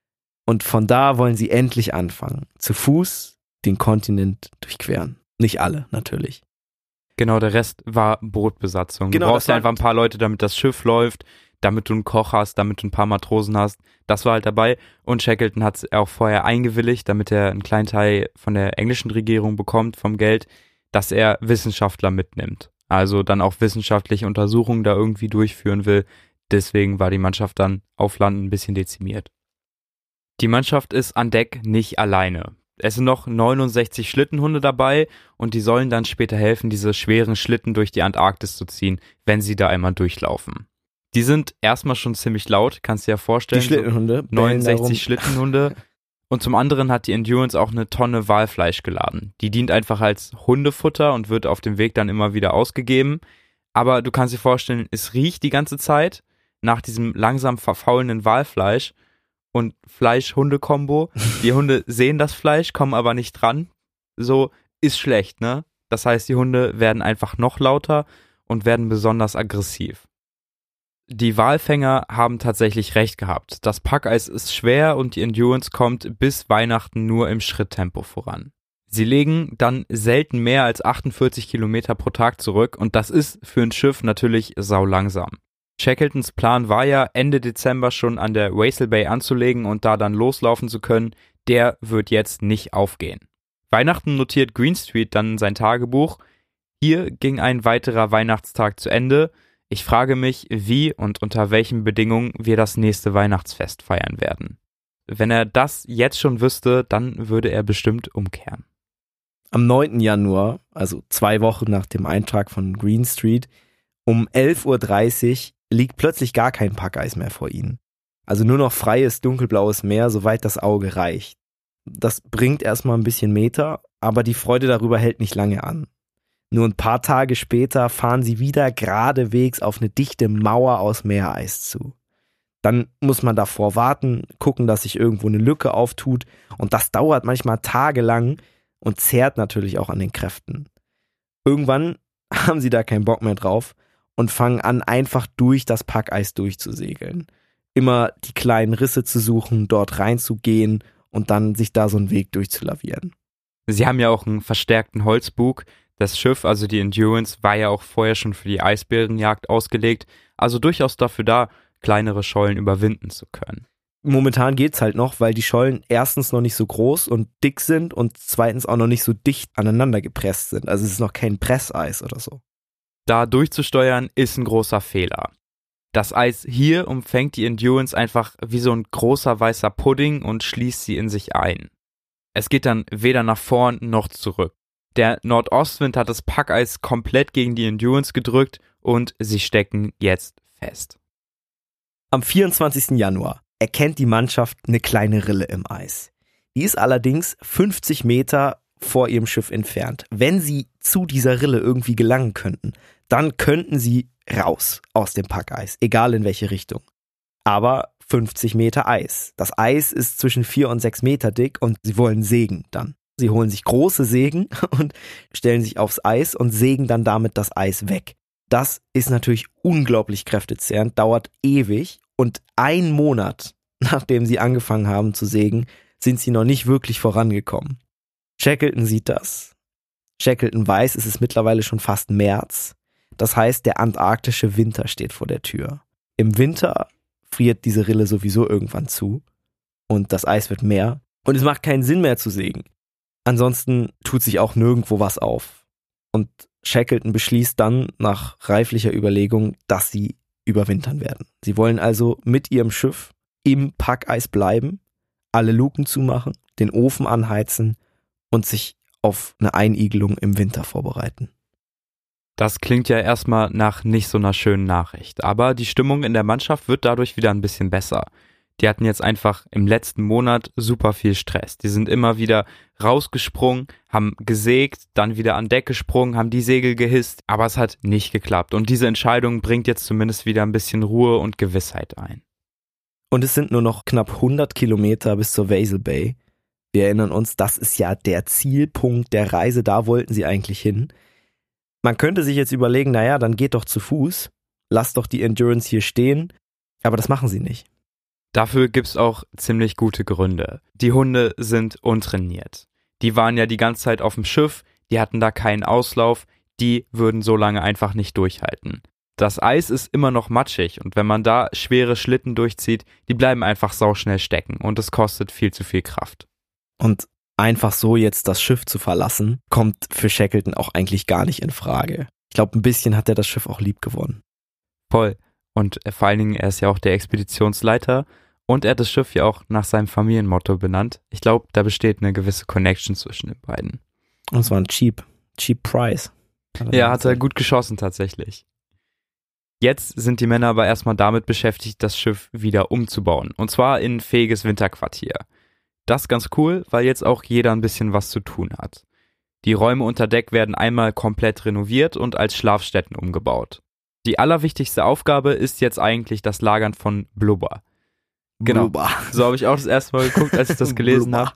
Und von da wollen sie endlich anfangen, zu Fuß den Kontinent durchqueren. Nicht alle, natürlich. Genau, der Rest war Bootbesatzung. Genau, du brauchst das ja war- einfach ein paar Leute, damit das Schiff läuft, damit du einen Koch hast, damit du ein paar Matrosen hast. Das war halt dabei. Und Shackleton hat es auch vorher eingewilligt, damit er einen kleinen Teil von der englischen Regierung bekommt, vom Geld, dass er Wissenschaftler mitnimmt. Also dann auch wissenschaftliche Untersuchungen da irgendwie durchführen will. Deswegen war die Mannschaft dann auf Land ein bisschen dezimiert. Die Mannschaft ist an Deck nicht alleine. Es sind noch neunundsechzig Schlittenhunde dabei und die sollen dann später helfen, diese schweren Schlitten durch die Antarktis zu ziehen, wenn sie da einmal durchlaufen. Die sind erstmal schon ziemlich laut, kannst du dir ja vorstellen. Die Schlittenhunde. So neunundsechzig bellen Schlittenhunde. Und zum anderen hat die Endurance auch eine Tonne Walfleisch geladen. Die dient einfach als Hundefutter und wird auf dem Weg dann immer wieder ausgegeben. Aber du kannst dir vorstellen, es riecht die ganze Zeit nach diesem langsam verfaulenden Walfleisch und Fleisch-Hunde-Kombo. Die Hunde sehen das Fleisch, kommen aber nicht dran. So ist schlecht, ne? Das heißt, die Hunde werden einfach noch lauter und werden besonders aggressiv. Die Walfänger haben tatsächlich recht gehabt. Das Packeis ist schwer und die Endurance kommt bis Weihnachten nur im Schritttempo voran. Sie legen dann selten mehr als achtundvierzig Kilometer pro Tag zurück und das ist für ein Schiff natürlich saulangsam. Shackletons Plan war ja, Ende Dezember schon an der Wesel Bay anzulegen und da dann loslaufen zu können. Der wird jetzt nicht aufgehen. Weihnachten notiert Greenstreet dann in sein Tagebuch. Hier ging ein weiterer Weihnachtstag zu Ende. Ich frage mich, wie und unter welchen Bedingungen wir das nächste Weihnachtsfest feiern werden. Wenn er das jetzt schon wüsste, dann würde er bestimmt umkehren. Am neunten Januar, also zwei Wochen nach dem Eintrag von Greenstreet, um elf Uhr dreißig liegt plötzlich gar kein Packeis mehr vor ihnen. Also nur noch freies, dunkelblaues Meer, soweit das Auge reicht. Das bringt erstmal ein bisschen Meter, aber die Freude darüber hält nicht lange an. Nur ein paar Tage später fahren sie wieder geradewegs auf eine dichte Mauer aus Meereis zu. Dann muss man davor warten, gucken, dass sich irgendwo eine Lücke auftut und das dauert manchmal tagelang und zehrt natürlich auch an den Kräften. Irgendwann haben sie da keinen Bock mehr drauf und fangen an, einfach durch das Packeis durchzusegeln. Immer die kleinen Risse zu suchen, dort reinzugehen und dann sich da so einen Weg durchzulavieren. Sie haben ja auch einen verstärkten Holzbug. Das Schiff, also die Endurance, war ja auch vorher schon für die Eisbärenjagd ausgelegt, also durchaus dafür da, kleinere Schollen überwinden zu können. Momentan geht's halt noch, weil die Schollen erstens noch nicht so groß und dick sind und zweitens auch noch nicht so dicht aneinander gepresst sind. Also es ist noch kein Presseis oder so. Da durchzusteuern ist ein großer Fehler. Das Eis hier umfängt die Endurance einfach wie so ein großer weißer Pudding und schließt sie in sich ein. Es geht dann weder nach vorn noch zurück. Der Nordostwind hat das Packeis komplett gegen die Endurance gedrückt und sie stecken jetzt fest. Am vierundzwanzigsten Januar erkennt die Mannschaft eine kleine Rille im Eis. Die ist allerdings fünfzig Meter vor ihrem Schiff entfernt. Wenn sie zu dieser Rille irgendwie gelangen könnten, dann könnten sie raus aus dem Packeis, egal in welche Richtung. Aber fünfzig Meter Eis. Das Eis ist zwischen vier und sechs Meter dick und sie wollen sägen dann. Sie holen sich große Sägen und stellen sich aufs Eis und sägen dann damit das Eis weg. Das ist natürlich unglaublich kräftezehrend, dauert ewig und ein Monat, nachdem sie angefangen haben zu sägen, sind sie noch nicht wirklich vorangekommen. Shackleton sieht das. Shackleton weiß, es ist mittlerweile schon fast März. Das heißt, der antarktische Winter steht vor der Tür. Im Winter friert diese Rille sowieso irgendwann zu und das Eis wird mehr und es macht keinen Sinn mehr zu sägen. Ansonsten tut sich auch nirgendwo was auf. Und Shackleton beschließt dann nach reiflicher Überlegung, dass sie überwintern werden. Sie wollen also mit ihrem Schiff im Packeis bleiben, alle Luken zumachen, den Ofen anheizen und sich auf eine Einigelung im Winter vorbereiten. Das klingt ja erstmal nach nicht so einer schönen Nachricht, aber die Stimmung in der Mannschaft wird dadurch wieder ein bisschen besser. Die hatten jetzt einfach im letzten Monat super viel Stress. Die sind immer wieder rausgesprungen, haben gesägt, dann wieder an Deck gesprungen, haben die Segel gehisst, aber es hat nicht geklappt. Und diese Entscheidung bringt jetzt zumindest wieder ein bisschen Ruhe und Gewissheit ein. Und es sind nur noch knapp hundert Kilometer bis zur Whale Bay. Wir erinnern uns, das ist ja der Zielpunkt der Reise, da wollten sie eigentlich hin. Man könnte sich jetzt überlegen, naja, dann geht doch zu Fuß, lasst doch die Endurance hier stehen, aber das machen sie nicht. Dafür gibt's auch ziemlich gute Gründe. Die Hunde sind untrainiert. Die waren ja die ganze Zeit auf dem Schiff, die hatten da keinen Auslauf, die würden so lange einfach nicht durchhalten. Das Eis ist immer noch matschig und wenn man da schwere Schlitten durchzieht, die bleiben einfach sauschnell stecken und es kostet viel zu viel Kraft. Und einfach so jetzt das Schiff zu verlassen, kommt für Shackleton auch eigentlich gar nicht in Frage. Ich glaube, ein bisschen hat er das Schiff auch lieb gewonnen. Voll. Und vor allen Dingen, er ist ja auch der Expeditionsleiter und er hat das Schiff ja auch nach seinem Familienmotto benannt. Ich glaube, da besteht eine gewisse Connection zwischen den beiden. Und es war ein cheap, cheap price. Hat ja, hat er gut geschossen tatsächlich. Jetzt sind die Männer aber erstmal damit beschäftigt, das Schiff wieder umzubauen. Und zwar in ein fähiges Winterquartier. Das ist ganz cool, weil jetzt auch jeder ein bisschen was zu tun hat. Die Räume unter Deck werden einmal komplett renoviert und als Schlafstätten umgebaut. Die allerwichtigste Aufgabe ist jetzt eigentlich das Lagern von Blubber. Genau, Blubber. So habe ich auch das erste Mal geguckt, als ich das gelesen habe.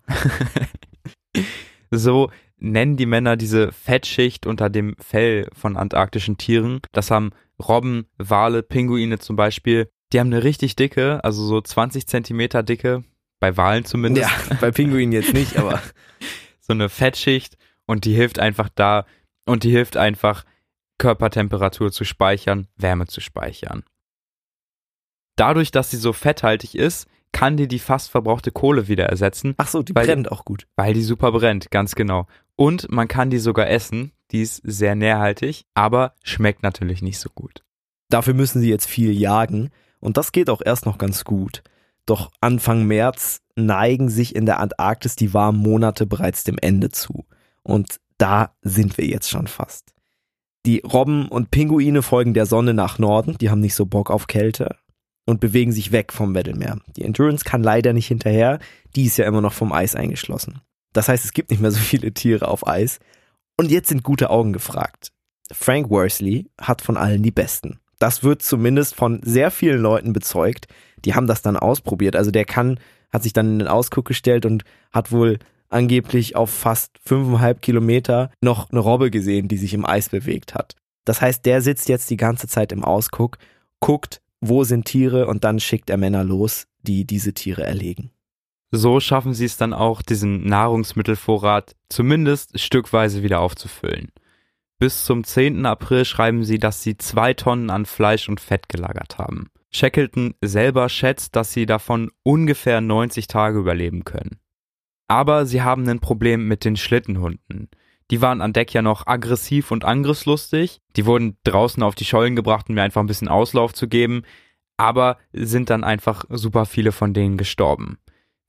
So nennen die Männer diese Fettschicht unter dem Fell von antarktischen Tieren. Das haben Robben, Wale, Pinguine zum Beispiel. Die haben eine richtig dicke, also so zwanzig Zentimeter dicke, bei Walen zumindest. Ja, bei Pinguinen jetzt nicht, aber so eine Fettschicht und die hilft einfach da und die hilft einfach, Körpertemperatur zu speichern, Wärme zu speichern. Dadurch, dass sie so fetthaltig ist, kann die die fast verbrauchte Kohle wieder ersetzen. Ach so, die weil, brennt auch gut. Weil die super brennt, ganz genau. Und man kann die sogar essen, die ist sehr nährhaltig, aber schmeckt natürlich nicht so gut. Dafür müssen sie jetzt viel jagen und das geht auch erst noch ganz gut. Doch Anfang März neigen sich in der Antarktis die warmen Monate bereits dem Ende zu. Und da sind wir jetzt schon fast. Die Robben und Pinguine folgen der Sonne nach Norden, die haben nicht so Bock auf Kälte und bewegen sich weg vom Weddellmeer. Die Endurance kann leider nicht hinterher, die ist ja immer noch vom Eis eingeschlossen. Das heißt, es gibt nicht mehr so viele Tiere auf Eis. Und jetzt sind gute Augen gefragt. Frank Worsley hat von allen die besten. Das wird zumindest von sehr vielen Leuten bezeugt. Die haben das dann ausprobiert. Also der kann, hat sich dann in den Ausguck gestellt und hat wohl angeblich auf fast fünfeinhalb Kilometer noch eine Robbe gesehen, die sich im Eis bewegt hat. Das heißt, der sitzt jetzt die ganze Zeit im Ausguck, guckt, wo sind Tiere und dann schickt er Männer los, die diese Tiere erlegen. So schaffen sie es dann auch, diesen Nahrungsmittelvorrat zumindest stückweise wieder aufzufüllen. Bis zum zehnten April schreiben sie, dass sie zwei Tonnen an Fleisch und Fett gelagert haben. Shackleton selber schätzt, dass sie davon ungefähr neunzig Tage überleben können. Aber sie haben ein Problem mit den Schlittenhunden. Die waren an Deck ja noch aggressiv und angriffslustig. Die wurden draußen auf die Schollen gebracht, um mir einfach ein bisschen Auslauf zu geben. Aber sind dann einfach super viele von denen gestorben.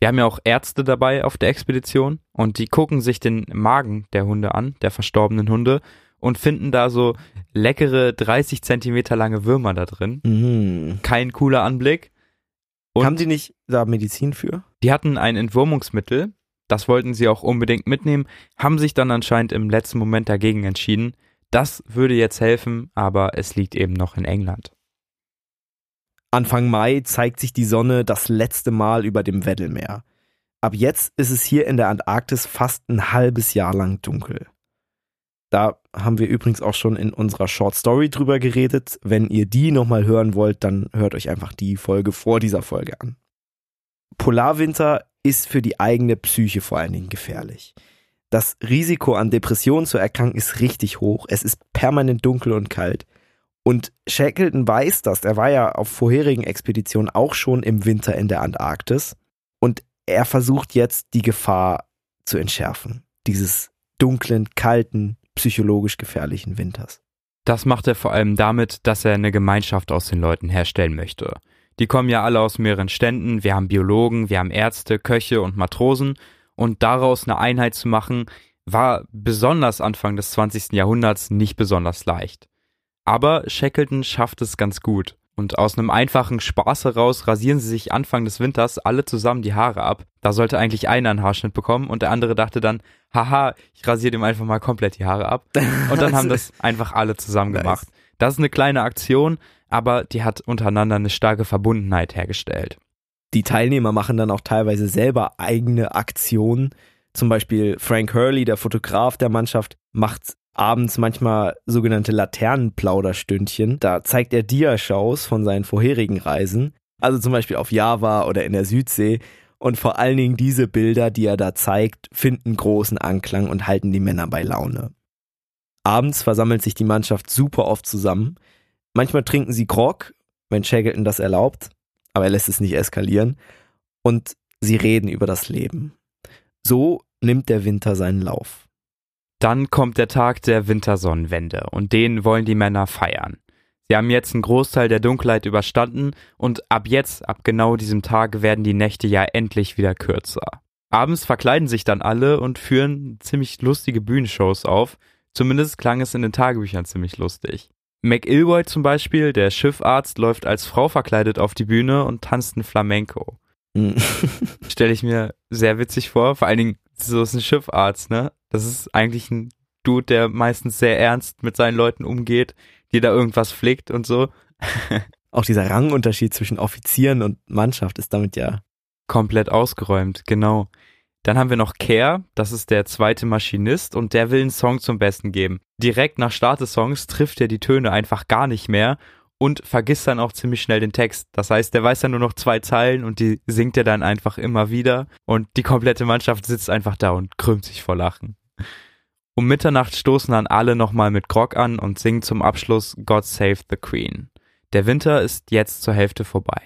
Wir haben ja auch Ärzte dabei auf der Expedition und die gucken sich den Magen der Hunde an, der verstorbenen Hunde, und finden da so leckere dreißig Zentimeter lange Würmer da drin. Mhm. Kein cooler Anblick. Und haben die nicht da Medizin für? Die hatten ein Entwurmungsmittel, das wollten sie auch unbedingt mitnehmen, haben sich dann anscheinend im letzten Moment dagegen entschieden. Das würde jetzt helfen, aber es liegt eben noch in England. Anfang Mai zeigt sich die Sonne das letzte Mal über dem Weddell-Meer. Ab jetzt ist es hier in der Antarktis fast ein halbes Jahr lang dunkel. Da haben wir übrigens auch schon in unserer Short Story drüber geredet. Wenn ihr die nochmal hören wollt, dann hört euch einfach die Folge vor dieser Folge an. Polarwinter ist für die eigene Psyche vor allen Dingen gefährlich. Das Risiko an Depressionen zu erkranken ist richtig hoch. Es ist permanent dunkel und kalt. Und Shackleton weiß das. Er war ja auf vorherigen Expeditionen auch schon im Winter in der Antarktis. Und er versucht jetzt, die Gefahr zu entschärfen. Dieses dunklen, kalten, psychologisch gefährlichen Winters. Das macht er vor allem damit, dass er eine Gemeinschaft aus den Leuten herstellen möchte. Die kommen ja alle aus mehreren Ständen. Wir haben Biologen, wir haben Ärzte, Köche und Matrosen. Und daraus eine Einheit zu machen, war besonders Anfang des zwanzigsten Jahrhunderts nicht besonders leicht. Aber Shackleton schafft es ganz gut. Und aus einem einfachen Spaß heraus rasieren sie sich Anfang des Winters alle zusammen die Haare ab. Da sollte eigentlich einer einen Haarschnitt bekommen und der andere dachte dann, haha, ich rasiere dem einfach mal komplett die Haare ab. Und dann haben das einfach alle zusammen gemacht. Nice. Das ist eine kleine Aktion, aber die hat untereinander eine starke Verbundenheit hergestellt. Die Teilnehmer machen dann auch teilweise selber eigene Aktionen. Zum Beispiel Frank Hurley, der Fotograf der Mannschaft, macht abends manchmal sogenannte Laternenplauderstündchen. Da zeigt er Diashows von seinen vorherigen Reisen, also zum Beispiel auf Java oder in der Südsee. Und vor allen Dingen diese Bilder, die er da zeigt, finden großen Anklang und halten die Männer bei Laune. Abends versammelt sich die Mannschaft super oft zusammen. Manchmal trinken sie Grog, wenn Shackleton das erlaubt, aber er lässt es nicht eskalieren. Und sie reden über das Leben. So nimmt der Winter seinen Lauf. Dann kommt der Tag der Wintersonnenwende und den wollen die Männer feiern. Sie haben jetzt einen Großteil der Dunkelheit überstanden und ab jetzt, ab genau diesem Tag, werden die Nächte ja endlich wieder kürzer. Abends verkleiden sich dann alle und führen ziemlich lustige Bühnenshows auf. Zumindest klang es in den Tagebüchern ziemlich lustig. McIlroy zum Beispiel, der Schiffarzt, läuft als Frau verkleidet auf die Bühne und tanzt ein Flamenco. Stelle ich mir sehr witzig vor, vor allen Dingen so ist ein Schiffarzt, ne? Das ist eigentlich ein Dude, der meistens sehr ernst mit seinen Leuten umgeht, die da irgendwas flickt und so. Auch dieser Rangunterschied zwischen Offizieren und Mannschaft ist damit ja komplett ausgeräumt, genau. Dann haben wir noch Care, das ist der zweite Maschinist und der will einen Song zum Besten geben. Direkt nach Start des Songs trifft er die Töne einfach gar nicht mehr und vergisst dann auch ziemlich schnell den Text. Das heißt, der weiß dann nur noch zwei Zeilen und die singt er dann einfach immer wieder und die komplette Mannschaft sitzt einfach da und krümmt sich vor Lachen. Um Mitternacht stoßen dann alle nochmal mit Grog an und singen zum Abschluss God Save the Queen. Der Winter ist jetzt zur Hälfte vorbei.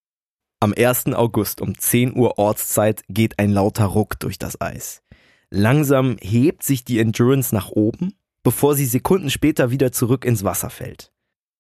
Am ersten August um zehn Uhr Ortszeit geht ein lauter Ruck durch das Eis. Langsam hebt sich die Endurance nach oben, bevor sie Sekunden später wieder zurück ins Wasser fällt.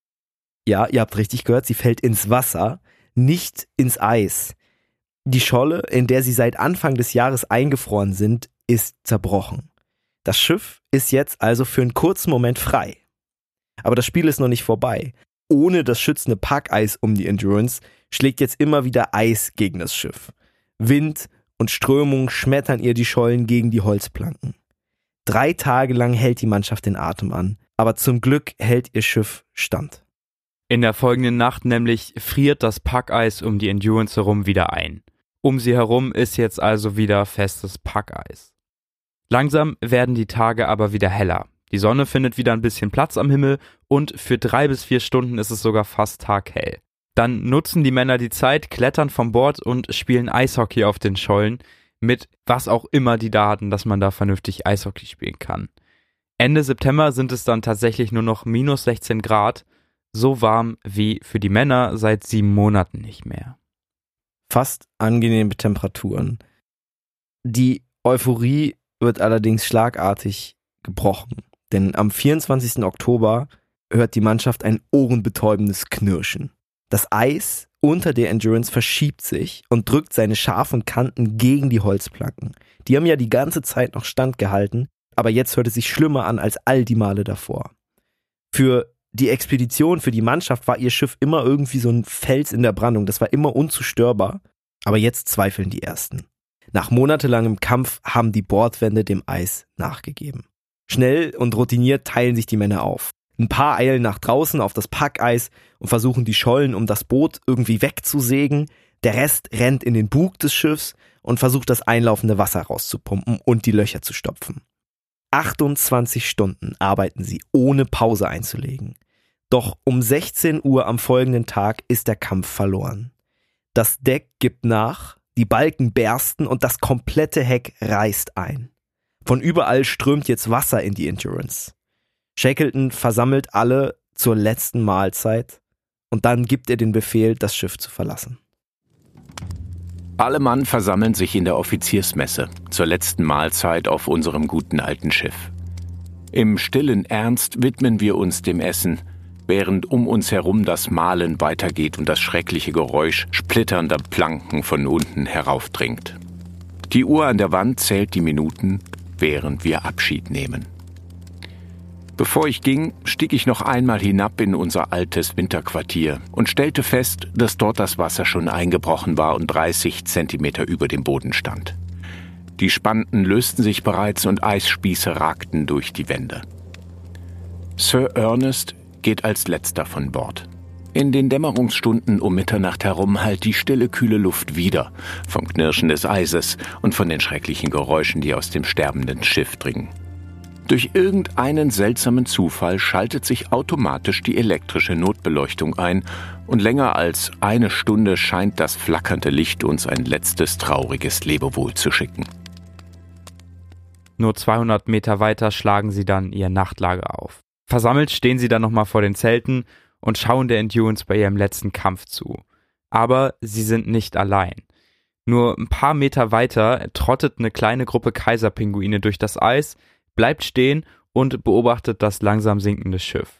Ja, ihr habt richtig gehört, sie fällt ins Wasser, nicht ins Eis. Die Scholle, in der sie seit Anfang des Jahres eingefroren sind, ist zerbrochen. Das Schiff ist jetzt also für einen kurzen Moment frei. Aber das Spiel ist noch nicht vorbei. Ohne das schützende Packeis um die Endurance schlägt jetzt immer wieder Eis gegen das Schiff. Wind und Strömung schmettern ihr die Schollen gegen die Holzplanken. Drei Tage lang hält die Mannschaft den Atem an, aber zum Glück hält ihr Schiff stand. In der folgenden Nacht nämlich friert das Packeis um die Endurance herum wieder ein. Um sie herum ist jetzt also wieder festes Packeis. Langsam werden die Tage aber wieder heller. Die Sonne findet wieder ein bisschen Platz am Himmel und für drei bis vier Stunden ist es sogar fast taghell. Dann nutzen die Männer die Zeit, klettern vom Bord und spielen Eishockey auf den Schollen mit was auch immer die da hatten, dass man da vernünftig Eishockey spielen kann. Ende September sind es dann tatsächlich nur noch minus sechzehn Grad, so warm wie für die Männer seit sieben Monaten nicht mehr. Fast angenehme Temperaturen. Die Euphorie wird allerdings schlagartig gebrochen, denn am vierundzwanzigsten Oktober hört die Mannschaft ein ohrenbetäubendes Knirschen. Das Eis unter der Endurance verschiebt sich und drückt seine scharfen Kanten gegen die Holzplanken. Die haben ja die ganze Zeit noch standgehalten, aber jetzt hört es sich schlimmer an als all die Male davor. Für die Expedition, für die Mannschaft war ihr Schiff immer irgendwie so ein Fels in der Brandung. Das war immer unzerstörbar, aber jetzt zweifeln die Ersten. Nach monatelangem Kampf haben die Bordwände dem Eis nachgegeben. Schnell und routiniert teilen sich die Männer auf. Ein paar eilen nach draußen auf das Packeis und versuchen die Schollen um das Boot irgendwie wegzusägen. Der Rest rennt in den Bug des Schiffs und versucht das einlaufende Wasser rauszupumpen und die Löcher zu stopfen. achtundzwanzig Stunden arbeiten sie, ohne Pause einzulegen. Doch um sechzehn Uhr am folgenden Tag ist der Kampf verloren. Das Deck gibt nach, die Balken bersten und das komplette Heck reißt ein. Von überall strömt jetzt Wasser in die Endurance. Shackleton versammelt alle zur letzten Mahlzeit und dann gibt er den Befehl, das Schiff zu verlassen. Alle Mann versammeln sich in der Offiziersmesse zur letzten Mahlzeit auf unserem guten alten Schiff. Im stillen Ernst widmen wir uns dem Essen, während um uns herum das Mahlen weitergeht und das schreckliche Geräusch splitternder Planken von unten heraufdringt. Die Uhr an der Wand zählt die Minuten, während wir Abschied nehmen. Bevor ich ging, stieg ich noch einmal hinab in unser altes Winterquartier und stellte fest, dass dort das Wasser schon eingebrochen war und dreißig Zentimeter über dem Boden stand. Die Spanten lösten sich bereits und Eisspieße ragten durch die Wände. Sir Ernest geht als letzter von Bord. In den Dämmerungsstunden um Mitternacht herum hallt die stille, kühle Luft wieder vom Knirschen des Eises und von den schrecklichen Geräuschen, die aus dem sterbenden Schiff dringen. Durch irgendeinen seltsamen Zufall schaltet sich automatisch die elektrische Notbeleuchtung ein und länger als eine Stunde scheint das flackernde Licht uns ein letztes trauriges Lebewohl zu schicken. Nur zweihundert Meter weiter schlagen sie dann ihr Nachtlager auf. Versammelt stehen sie dann nochmal vor den Zelten und schauen der Endurance bei ihrem letzten Kampf zu. Aber sie sind nicht allein. Nur ein paar Meter weiter trottet eine kleine Gruppe Kaiserpinguine durch das Eis, bleibt stehen und beobachtet das langsam sinkende Schiff.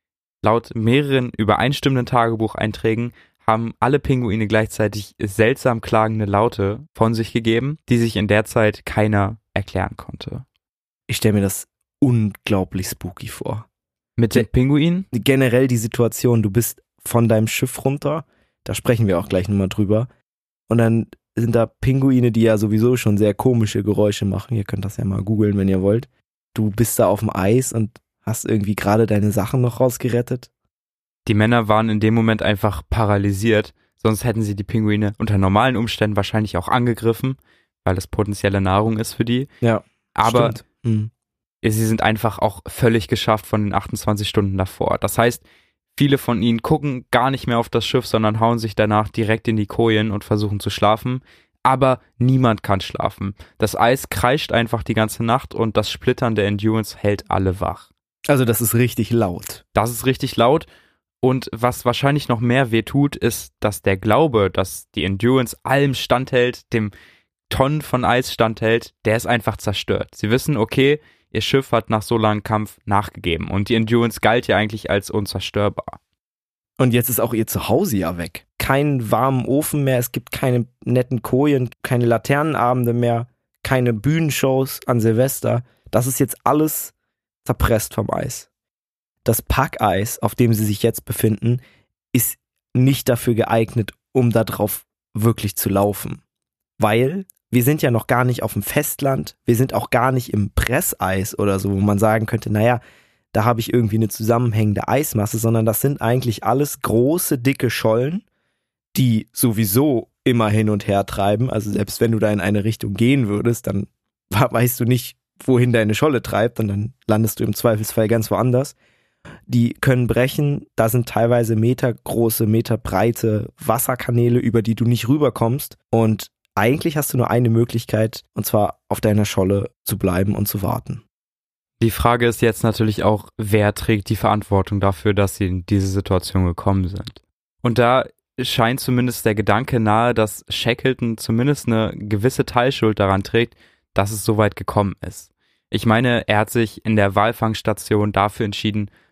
Laut mehreren übereinstimmenden Tagebucheinträgen haben alle Pinguine gleichzeitig seltsam klagende Laute von sich gegeben, die sich in der Zeit keiner erklären konnte. Ich stelle mir das unglaublich spooky vor. Mit den Pinguinen? Generell die Situation, du bist von deinem Schiff runter, da sprechen wir auch gleich nochmal drüber, und dann sind da Pinguine, die ja sowieso schon sehr komische Geräusche machen. Ihr könnt das ja mal googeln, wenn ihr wollt. Du bist da auf dem Eis und hast irgendwie gerade deine Sachen noch rausgerettet. Die Männer waren in dem Moment einfach paralysiert, sonst hätten sie die Pinguine unter normalen Umständen wahrscheinlich auch angegriffen, weil es potenzielle Nahrung ist für die. Ja, aber stimmt. Mhm. Sie sind einfach auch völlig geschafft von den achtundzwanzig Stunden davor. Das heißt, viele von ihnen gucken gar nicht mehr auf das Schiff, sondern hauen sich danach direkt in die Kojen und versuchen zu schlafen. Aber niemand kann schlafen. Das Eis kreischt einfach die ganze Nacht und das Splittern der Endurance hält alle wach. Also das ist richtig laut. Das ist richtig laut. Und was wahrscheinlich noch mehr wehtut, ist, dass der Glaube, dass die Endurance allem standhält, dem Tonnen von Eis standhält, der ist einfach zerstört. Sie wissen, okay, ihr Schiff hat nach so langem Kampf nachgegeben und die Endurance galt ja eigentlich als unzerstörbar. Und jetzt ist auch ihr Zuhause ja weg. Keinen warmen Ofen mehr, es gibt keine netten Kojen, keine Laternenabende mehr, keine Bühnenshows an Silvester. Das ist jetzt alles zerpresst vom Eis. Das Packeis, auf dem sie sich jetzt befinden, ist nicht dafür geeignet, um da drauf wirklich zu laufen. Weil wir sind ja noch gar nicht auf dem Festland, wir sind auch gar nicht im Presseis oder so, wo man sagen könnte, naja, da habe ich irgendwie eine zusammenhängende Eismasse, sondern das sind eigentlich alles große, dicke Schollen, die sowieso immer hin und her treiben. Also selbst wenn du da in eine Richtung gehen würdest, dann weißt du nicht, wohin deine Scholle treibt und dann landest du im Zweifelsfall ganz woanders. Die können brechen, da sind teilweise metergroße, meterbreite Wasserkanäle, über die du nicht rüberkommst, und eigentlich hast du nur eine Möglichkeit, und zwar auf deiner Scholle zu bleiben und zu warten. Die Frage ist jetzt natürlich auch, wer trägt die Verantwortung dafür, dass sie in diese Situation gekommen sind. Und da scheint zumindest der Gedanke nahe, dass Shackleton zumindest eine gewisse Teilschuld daran trägt, dass es so weit gekommen ist. Ich meine, er hat sich in der Walfangstation dafür entschieden,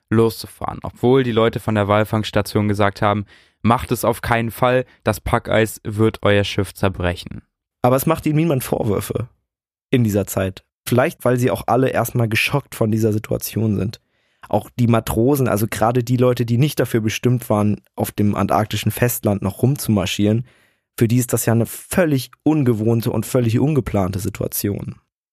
loszufahren, obwohl die Leute von der Walfangstation gesagt haben, macht es auf keinen Fall, das Packeis wird euer Schiff zerbrechen. Aber es macht ihnen niemand Vorwürfe in dieser Zeit. Vielleicht, weil sie auch alle erstmal geschockt von dieser Situation sind. Auch die Matrosen, also gerade die Leute, die nicht dafür bestimmt waren, auf dem antarktischen Festland noch rumzumarschieren, für die ist das ja eine völlig ungewohnte und völlig ungeplante Situation.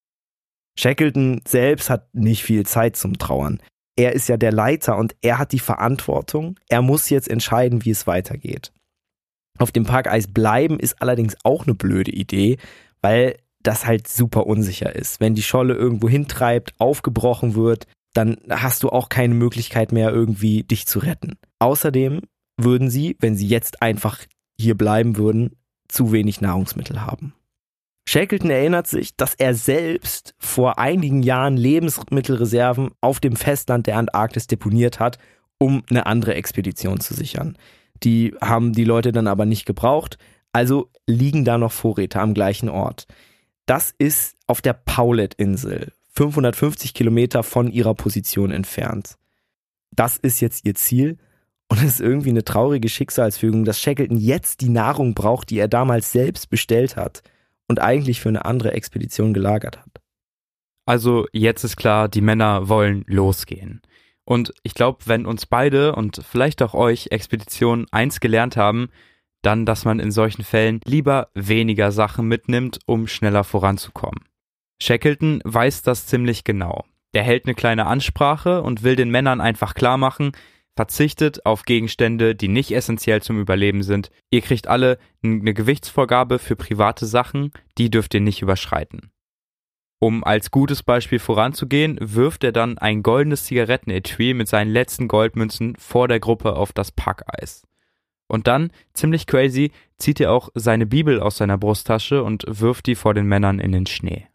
Shackleton selbst hat nicht viel Zeit zum Trauern. Er ist ja der Leiter und er hat die Verantwortung. Er muss jetzt entscheiden, wie es weitergeht. Auf dem Packeis bleiben ist allerdings auch eine blöde Idee, weil das halt super unsicher ist. Wenn die Scholle irgendwo hintreibt, aufgebrochen wird, dann hast du auch keine Möglichkeit mehr, irgendwie dich zu retten. Außerdem würden sie, wenn sie jetzt einfach hier bleiben würden, zu wenig Nahrungsmittel haben. Shackleton erinnert sich, dass er selbst vor einigen Jahren Lebensmittelreserven auf dem Festland der Antarktis deponiert hat, um eine andere Expedition zu sichern. Die haben die Leute dann aber nicht gebraucht, also liegen da noch Vorräte am gleichen Ort. Das ist auf der Paulet-Insel, fünfhundertfünfzig Kilometer von ihrer Position entfernt. Das ist jetzt ihr Ziel und es ist irgendwie eine traurige Schicksalsfügung, dass Shackleton jetzt die Nahrung braucht, die er damals selbst bestellt hat und eigentlich für eine andere Expedition gelagert hat. Also jetzt ist klar, die Männer wollen losgehen. Und ich glaube, wenn uns beide und vielleicht auch euch Expeditionen eins gelernt haben, dann, dass man in solchen Fällen lieber weniger Sachen mitnimmt, um schneller voranzukommen. Shackleton weiß das ziemlich genau. Der hält eine kleine Ansprache und will den Männern einfach klar machen, verzichtet auf Gegenstände, die nicht essentiell zum Überleben sind. Ihr kriegt alle eine Gewichtsvorgabe für private Sachen, die dürft ihr nicht überschreiten. Um als gutes Beispiel voranzugehen, wirft er dann ein goldenes Zigarettenetui mit seinen letzten Goldmünzen vor der Gruppe auf das Packeis. Und dann, ziemlich crazy, zieht er auch seine Bibel aus seiner Brusttasche und wirft die vor den Männern in den Schnee.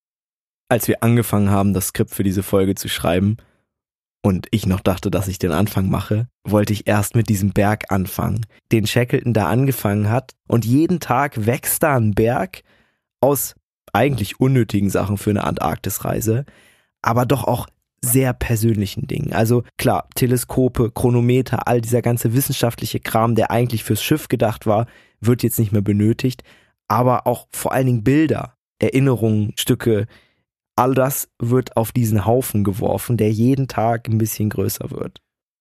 Als wir angefangen haben, das Skript für diese Folge zu schreiben und ich noch dachte, dass ich den Anfang mache, wollte ich erst mit diesem Berg anfangen, den Shackleton da angefangen hat. Und jeden Tag wächst da ein Berg aus eigentlich unnötigen Sachen für eine Antarktisreise, aber doch auch sehr persönlichen Dingen. Also klar, Teleskope, Chronometer, all dieser ganze wissenschaftliche Kram, der eigentlich fürs Schiff gedacht war, wird jetzt nicht mehr benötigt, aber auch vor allen Dingen Bilder, Erinnerungen, Stücke, all das wird auf diesen Haufen geworfen, der jeden Tag ein bisschen größer wird.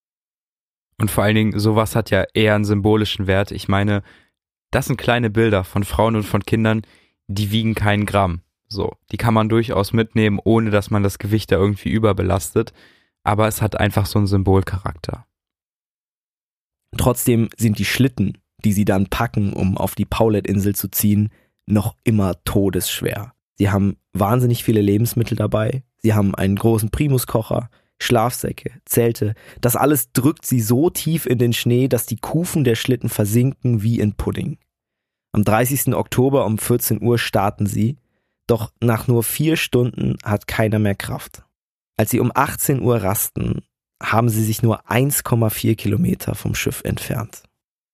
Und vor allen Dingen, sowas hat ja eher einen symbolischen Wert. Ich meine, das sind kleine Bilder von Frauen und von Kindern, die wiegen keinen Gramm. So, die kann man durchaus mitnehmen, ohne dass man das Gewicht da irgendwie überbelastet. Aber es hat einfach so einen Symbolcharakter. Trotzdem sind die Schlitten, die sie dann packen, um auf die Paulet-Insel zu ziehen, noch immer todesschwer. Sie haben wahnsinnig viele Lebensmittel dabei. Sie haben einen großen Primuskocher, Schlafsäcke, Zelte. Das alles drückt sie so tief in den Schnee, dass die Kufen der Schlitten versinken wie in Pudding. Am dreißigsten Oktober um vierzehn Uhr starten sie, doch nach nur vier Stunden hat keiner mehr Kraft. Als sie um achtzehn Uhr rasten, haben sie sich nur eins Komma vier Kilometer vom Schiff entfernt.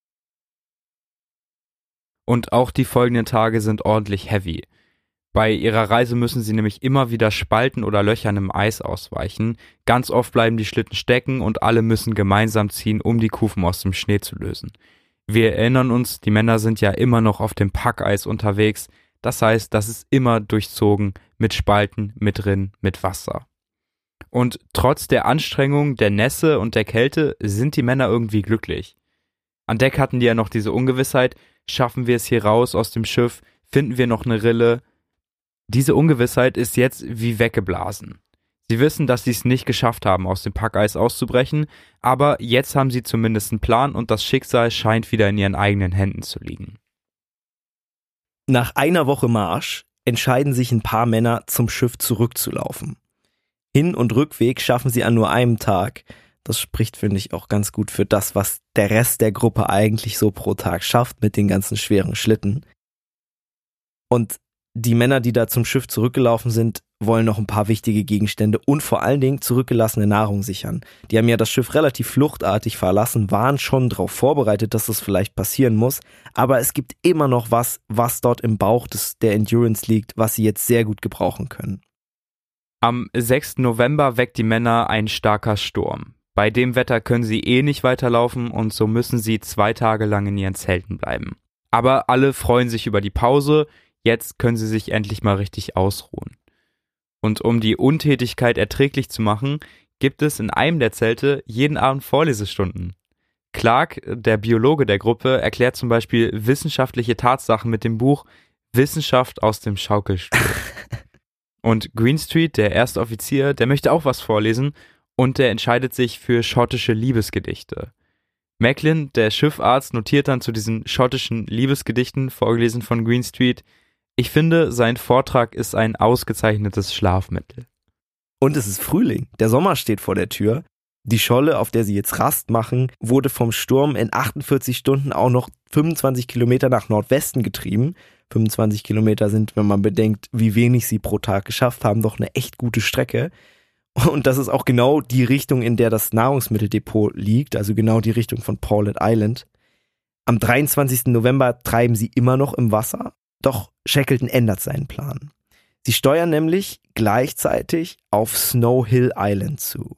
Und auch die folgenden Tage sind ordentlich heavy. Bei ihrer Reise müssen sie nämlich immer wieder Spalten oder Löchern im Eis ausweichen. Ganz oft bleiben die Schlitten stecken und alle müssen gemeinsam ziehen, um die Kufen aus dem Schnee zu lösen. Wir erinnern uns, die Männer sind ja immer noch auf dem Packeis unterwegs. Das heißt, das ist immer durchzogen mit Spalten, mit Rinnen, mit Wasser. Und trotz der Anstrengung, der Nässe und der Kälte sind die Männer irgendwie glücklich. An Deck hatten die ja noch diese Ungewissheit, schaffen wir es hier raus aus dem Schiff, finden wir noch eine Rille? Diese Ungewissheit ist jetzt wie weggeblasen. Sie wissen, dass sie es nicht geschafft haben, aus dem Packeis auszubrechen, aber jetzt haben sie zumindest einen Plan und das Schicksal scheint wieder in ihren eigenen Händen zu liegen. Nach einer Woche Marsch entscheiden sich ein paar Männer, zum Schiff zurückzulaufen. Hin- und Rückweg schaffen sie an nur einem Tag. Das spricht, finde ich, auch ganz gut für das, was der Rest der Gruppe eigentlich so pro Tag schafft mit den ganzen schweren Schlitten. Und die Männer, die da zum Schiff zurückgelaufen sind, wollen noch ein paar wichtige Gegenstände und vor allen Dingen zurückgelassene Nahrung sichern. Die haben ja das Schiff relativ fluchtartig verlassen, waren schon darauf vorbereitet, dass das vielleicht passieren muss, aber es gibt immer noch was, was dort im Bauch des, der Endurance liegt, was sie jetzt sehr gut gebrauchen können. Am sechsten November weckt die Männer ein starker Sturm. Bei dem Wetter können sie eh nicht weiterlaufen und so müssen sie zwei Tage lang in ihren Zelten bleiben. Aber alle freuen sich über die Pause, jetzt können sie sich endlich mal richtig ausruhen. Und um die Untätigkeit erträglich zu machen, gibt es in einem der Zelte jeden Abend Vorlesestunden. Clark, der Biologe der Gruppe, erklärt zum Beispiel wissenschaftliche Tatsachen mit dem Buch Wissenschaft aus dem Schaukelstuhl. Und Greenstreet, der erste Offizier, der möchte auch was vorlesen und der entscheidet sich für schottische Liebesgedichte. Macklin, der Schiffarzt, notiert dann zu diesen schottischen Liebesgedichten, vorgelesen von Greenstreet: Ich finde, sein Vortrag ist ein ausgezeichnetes Schlafmittel. Und es ist Frühling, der Sommer steht vor der Tür. Die Scholle, auf der sie jetzt Rast machen, wurde vom Sturm in achtundvierzig Stunden auch noch fünfundzwanzig Kilometer nach Nordwesten getrieben. fünfundzwanzig Kilometer sind, wenn man bedenkt, wie wenig sie pro Tag geschafft haben, doch eine echt gute Strecke. Und das ist auch genau die Richtung, in der das Nahrungsmitteldepot liegt, also genau die Richtung von Paulet Island. Am dreiundzwanzigsten November treiben sie immer noch im Wasser, doch Shackleton ändert seinen Plan. Sie steuern nämlich gleichzeitig auf Snow Hill Island zu.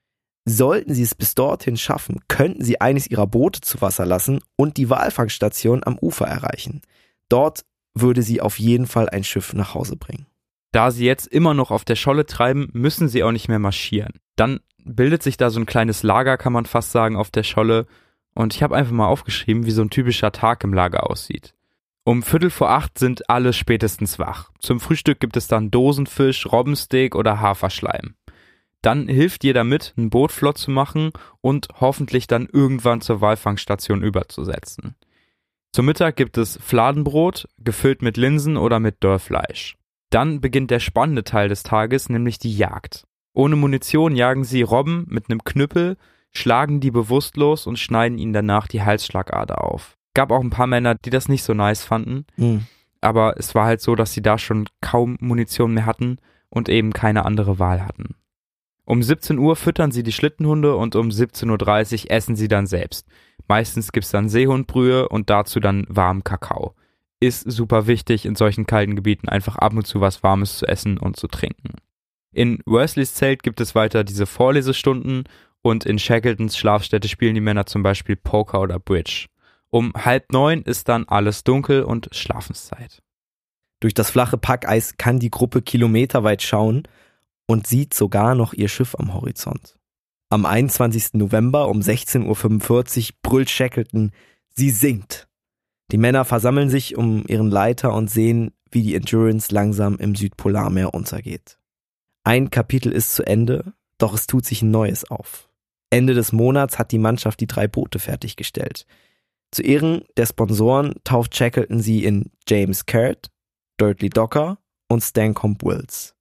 Sollten sie es bis dorthin schaffen, könnten sie eines ihrer Boote zu Wasser lassen und die Walfangstation am Ufer erreichen. Dort würde sie auf jeden Fall ein Schiff nach Hause bringen. Da sie jetzt immer noch auf der Scholle treiben, müssen sie auch nicht mehr marschieren. Dann bildet sich da so ein kleines Lager, kann man fast sagen, auf der Scholle. Und ich habe einfach mal aufgeschrieben, wie so ein typischer Tag im Lager aussieht. Um Viertel vor acht sind alle spätestens wach. Zum Frühstück gibt es dann Dosenfisch, Robbensteak oder Haferschleim. Dann hilft jeder mit, ein Boot flott zu machen und hoffentlich dann irgendwann zur Walfangstation überzusetzen. Zum Mittag gibt es Fladenbrot, gefüllt mit Linsen oder mit Dörrfleisch. Dann beginnt der spannende Teil des Tages, nämlich die Jagd. Ohne Munition jagen sie Robben mit einem Knüppel, schlagen die bewusstlos und schneiden ihnen danach die Halsschlagader auf. Gab auch ein paar Männer, die das nicht so nice fanden, mhm. aber es war halt so, dass sie da schon kaum Munition mehr hatten und eben keine andere Wahl hatten. Um siebzehn Uhr füttern sie die Schlittenhunde und um siebzehn Uhr dreißig essen sie dann selbst. Meistens gibt's dann Seehundbrühe und dazu dann warmen Kakao. Ist super wichtig, in solchen kalten Gebieten einfach ab und zu was Warmes zu essen und zu trinken. In Worsleys Zelt gibt es weiter diese Vorlesestunden und in Shackletons Schlafstätte spielen die Männer zum Beispiel Poker oder Bridge. Um halb neun ist dann alles dunkel und Schlafenszeit. Durch das flache Packeis kann die Gruppe kilometerweit schauen und sieht sogar noch ihr Schiff am Horizont. Am einundzwanzigsten November um sechzehn Uhr fünfundvierzig brüllt Shackleton: Sie sinkt. Die Männer versammeln sich um ihren Leiter und sehen, wie die Endurance langsam im Südpolarmeer untergeht. Ein Kapitel ist zu Ende, doch es tut sich ein neues auf. Ende des Monats hat die Mannschaft die drei Boote fertiggestellt. Zu Ehren der Sponsoren tauft Shackleton sie in James Caird, Dudley Docker und Stancomb Wills.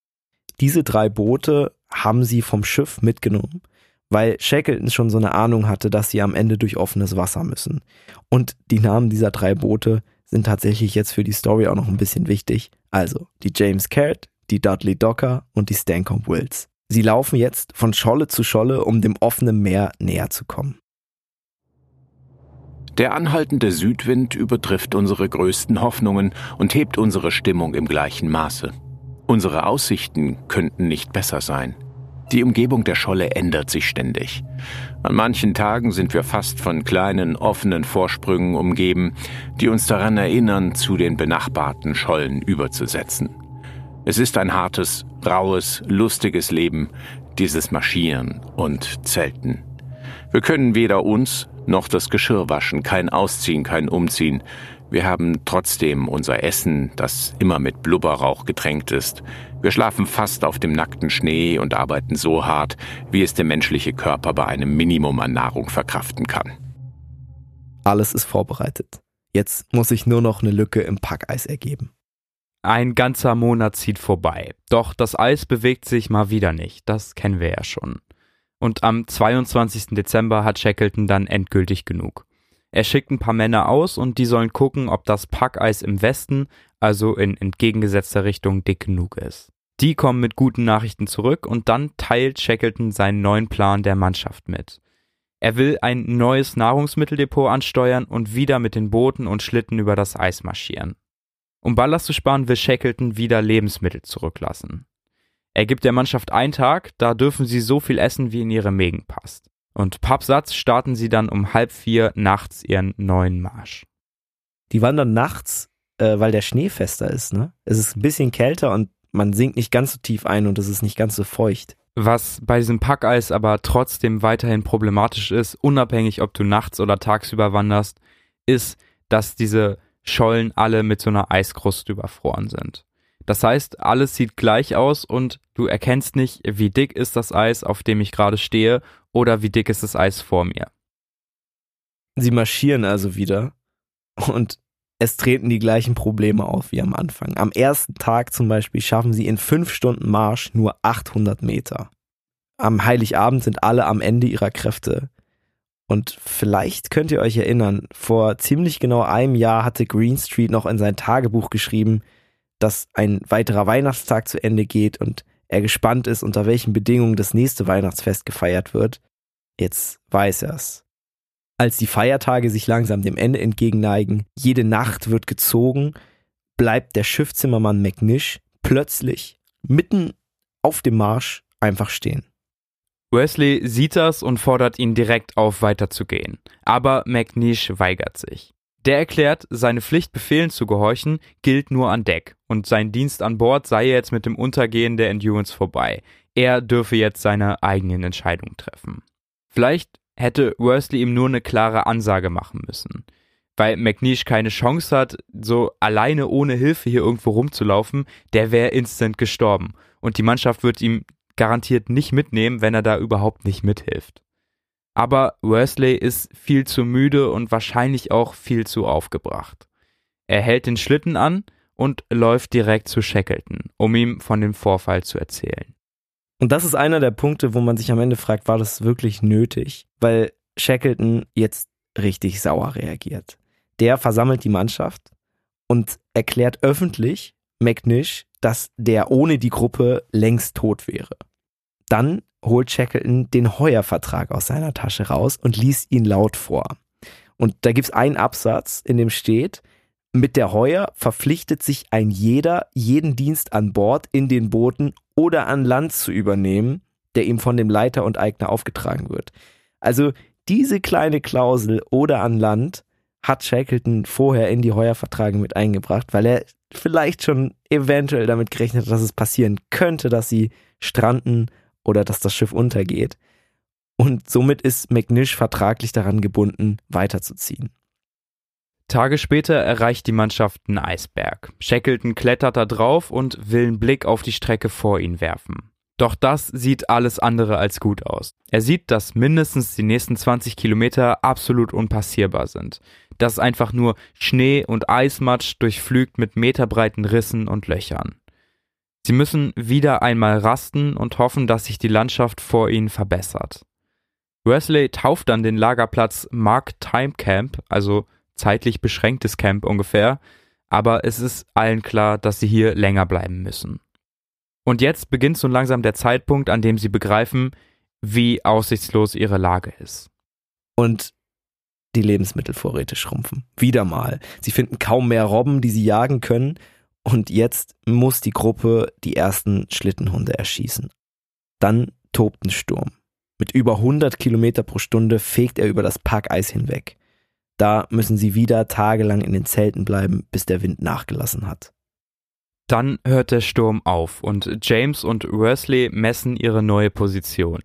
Diese drei Boote haben sie vom Schiff mitgenommen, weil Shackleton schon so eine Ahnung hatte, dass sie am Ende durch offenes Wasser müssen. Und die Namen dieser drei Boote sind tatsächlich jetzt für die Story auch noch ein bisschen wichtig. Also die James Caird, die Dudley Docker und die Stancomb Wills. Sie laufen jetzt von Scholle zu Scholle, um dem offenen Meer näher zu kommen. Der anhaltende Südwind übertrifft unsere größten Hoffnungen und hebt unsere Stimmung im gleichen Maße. Unsere Aussichten könnten nicht besser sein. Die Umgebung der Scholle ändert sich ständig. An manchen Tagen sind wir fast von kleinen, offenen Vorsprüngen umgeben, die uns daran erinnern, zu den benachbarten Schollen überzusetzen. Es ist ein hartes, raues, lustiges Leben, dieses Marschieren und Zelten. Wir können weder uns noch das Geschirr waschen, kein Ausziehen, kein Umziehen. Wir haben trotzdem unser Essen, das immer mit Blubberrauch getränkt ist. Wir schlafen fast auf dem nackten Schnee und arbeiten so hart, wie es der menschliche Körper bei einem Minimum an Nahrung verkraften kann. Alles ist vorbereitet. Jetzt muss sich nur noch eine Lücke im Packeis ergeben. Ein ganzer Monat zieht vorbei. Doch das Eis bewegt sich mal wieder nicht. Das kennen wir ja schon. Und am zweiundzwanzigsten Dezember hat Shackleton dann endgültig genug. Er schickt ein paar Männer aus und die sollen gucken, ob das Packeis im Westen, also in entgegengesetzter Richtung, dick genug ist. Die kommen mit guten Nachrichten zurück und dann teilt Shackleton seinen neuen Plan der Mannschaft mit. Er will ein neues Nahrungsmitteldepot ansteuern und wieder mit den Booten und Schlitten über das Eis marschieren. Um Ballast zu sparen, will Shackleton wieder Lebensmittel zurücklassen. Er gibt der Mannschaft einen Tag, da dürfen sie so viel essen, wie in ihre Mägen passt. Und Pappsatz starten sie dann um halb vier nachts ihren neuen Marsch. Die wandern nachts, äh, weil der Schnee fester ist, ne? Es ist ein bisschen kälter und man sinkt nicht ganz so tief ein und es ist nicht ganz so feucht. Was bei diesem Packeis aber trotzdem weiterhin problematisch ist, unabhängig ob du nachts oder tagsüber wanderst, ist, dass diese Schollen alle mit so einer Eiskruste überfroren sind. Das heißt, alles sieht gleich aus und du erkennst nicht, wie dick ist das Eis, auf dem ich gerade stehe, oder wie dick ist das Eis vor mir. Sie marschieren also wieder und es treten die gleichen Probleme auf wie am Anfang. Am ersten Tag zum Beispiel schaffen sie in fünf Stunden Marsch nur achthundert Meter. Am Heiligabend sind alle am Ende ihrer Kräfte. Und vielleicht könnt ihr euch erinnern, vor ziemlich genau einem Jahr hatte Greenstreet noch in sein Tagebuch geschrieben, dass ein weiterer Weihnachtstag zu Ende geht und er gespannt ist, unter welchen Bedingungen das nächste Weihnachtsfest gefeiert wird. Jetzt weiß er's. Als die Feiertage sich langsam dem Ende entgegenneigen, jede Nacht wird gezogen, bleibt der Schiffszimmermann McNish plötzlich mitten auf dem Marsch einfach stehen. Wesley sieht das und fordert ihn direkt auf, weiterzugehen. Aber McNish weigert sich. Der erklärt, seine Pflicht, Befehlen zu gehorchen, gilt nur an Deck und sein Dienst an Bord sei jetzt mit dem Untergehen der Endurance vorbei. Er dürfe jetzt seine eigenen Entscheidungen treffen. Vielleicht hätte Worsley ihm nur eine klare Ansage machen müssen. Weil McNish keine Chance hat, so alleine ohne Hilfe hier irgendwo rumzulaufen, der wäre instant gestorben. Und die Mannschaft wird ihm garantiert nicht mitnehmen, wenn er da überhaupt nicht mithilft. Aber Worsley ist viel zu müde und wahrscheinlich auch viel zu aufgebracht. Er hält den Schlitten an und läuft direkt zu Shackleton, um ihm von dem Vorfall zu erzählen. Und das ist einer der Punkte, wo man sich am Ende fragt, war das wirklich nötig? Weil Shackleton jetzt richtig sauer reagiert. Der versammelt die Mannschaft und erklärt öffentlich McNish, dass der ohne die Gruppe längst tot wäre. Dann holt Shackleton den Heuervertrag aus seiner Tasche raus und liest ihn laut vor. Und da gibt's einen Absatz, in dem steht: Mit der Heuer verpflichtet sich ein jeder, jeden Dienst an Bord, in den Booten oder an Land zu übernehmen, der ihm von dem Leiter und Eigner aufgetragen wird. Also diese kleine Klausel oder an Land hat Shackleton vorher in die Heuerverträge mit eingebracht, weil er vielleicht schon eventuell damit gerechnet hat, dass es passieren könnte, dass sie stranden oder dass das Schiff untergeht. Und somit ist McNish vertraglich daran gebunden, weiterzuziehen. Tage später erreicht die Mannschaft einen Eisberg. Shackleton klettert da drauf und will einen Blick auf die Strecke vor ihn werfen. Doch das sieht alles andere als gut aus. Er sieht, dass mindestens die nächsten zwanzig Kilometer absolut unpassierbar sind. Das ist einfach nur Schnee und Eismatsch, durchflügt mit meterbreiten Rissen und Löchern. Sie müssen wieder einmal rasten und hoffen, dass sich die Landschaft vor ihnen verbessert. Worsley tauft dann den Lagerplatz Mark Time Camp, also zeitlich beschränktes Camp ungefähr, aber es ist allen klar, dass sie hier länger bleiben müssen. Und jetzt beginnt so langsam der Zeitpunkt, an dem sie begreifen, wie aussichtslos ihre Lage ist. Und die Lebensmittelvorräte schrumpfen. Wieder mal. Sie finden kaum mehr Robben, die sie jagen können. Und jetzt muss die Gruppe die ersten Schlittenhunde erschießen. Dann tobt ein Sturm. Mit über hundert Kilometer pro Stunde fegt er über das Packeis hinweg. Da müssen sie wieder tagelang in den Zelten bleiben, bis der Wind nachgelassen hat. Dann hört der Sturm auf und James und Worsley messen ihre neue Position.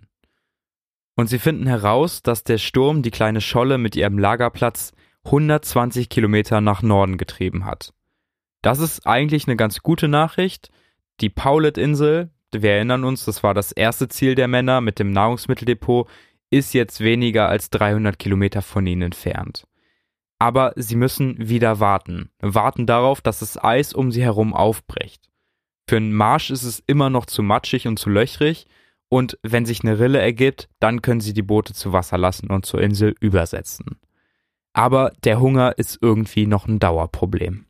Und sie finden heraus, dass der Sturm die kleine Scholle mit ihrem Lagerplatz hundertzwanzig Kilometer nach Norden getrieben hat. Das ist eigentlich eine ganz gute Nachricht. Die Powlett-Insel, wir erinnern uns, das war das erste Ziel der Männer mit dem Nahrungsmitteldepot, ist jetzt weniger als dreihundert Kilometer von ihnen entfernt. Aber sie müssen wieder warten. Warten darauf, dass das Eis um sie herum aufbricht. Für einen Marsch ist es immer noch zu matschig und zu löchrig und wenn sich eine Rille ergibt, dann können sie die Boote zu Wasser lassen und zur Insel übersetzen. Aber der Hunger ist irgendwie noch ein Dauerproblem.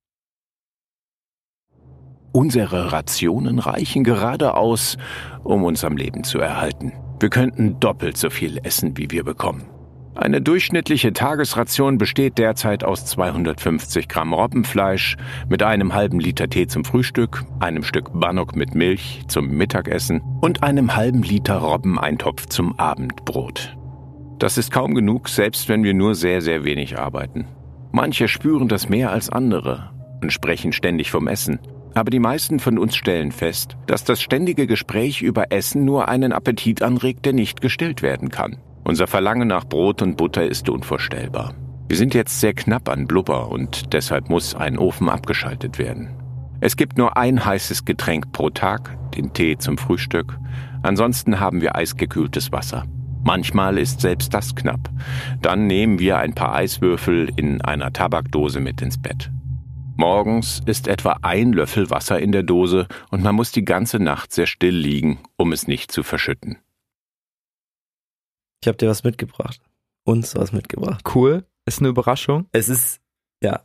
Unsere Rationen reichen gerade aus, um uns am Leben zu erhalten. Wir könnten doppelt so viel essen, wie wir bekommen. Eine durchschnittliche Tagesration besteht derzeit aus zweihundertfünfzig Gramm Robbenfleisch mit einem halben Liter Tee zum Frühstück, einem Stück Bannock mit Milch zum Mittagessen und einem halben Liter Robbeneintopf zum Abendbrot. Das ist kaum genug, selbst wenn wir nur sehr, sehr wenig arbeiten. Manche spüren das mehr als andere und sprechen ständig vom Essen. Aber die meisten von uns stellen fest, dass das ständige Gespräch über Essen nur einen Appetit anregt, der nicht gestillt werden kann. Unser Verlangen nach Brot und Butter ist unvorstellbar. Wir sind jetzt sehr knapp an Blubber und deshalb muss ein Ofen abgeschaltet werden. Es gibt nur ein heißes Getränk pro Tag, den Tee zum Frühstück. Ansonsten haben wir eisgekühltes Wasser. Manchmal ist selbst das knapp. Dann nehmen wir ein paar Eiswürfel in einer Tabakdose mit ins Bett. Morgens ist etwa ein Löffel Wasser in der Dose und man muss die ganze Nacht sehr still liegen, um es nicht zu verschütten. Ich habe dir was mitgebracht. Uns was mitgebracht. Cool. Ist eine Überraschung. Es ist, ja.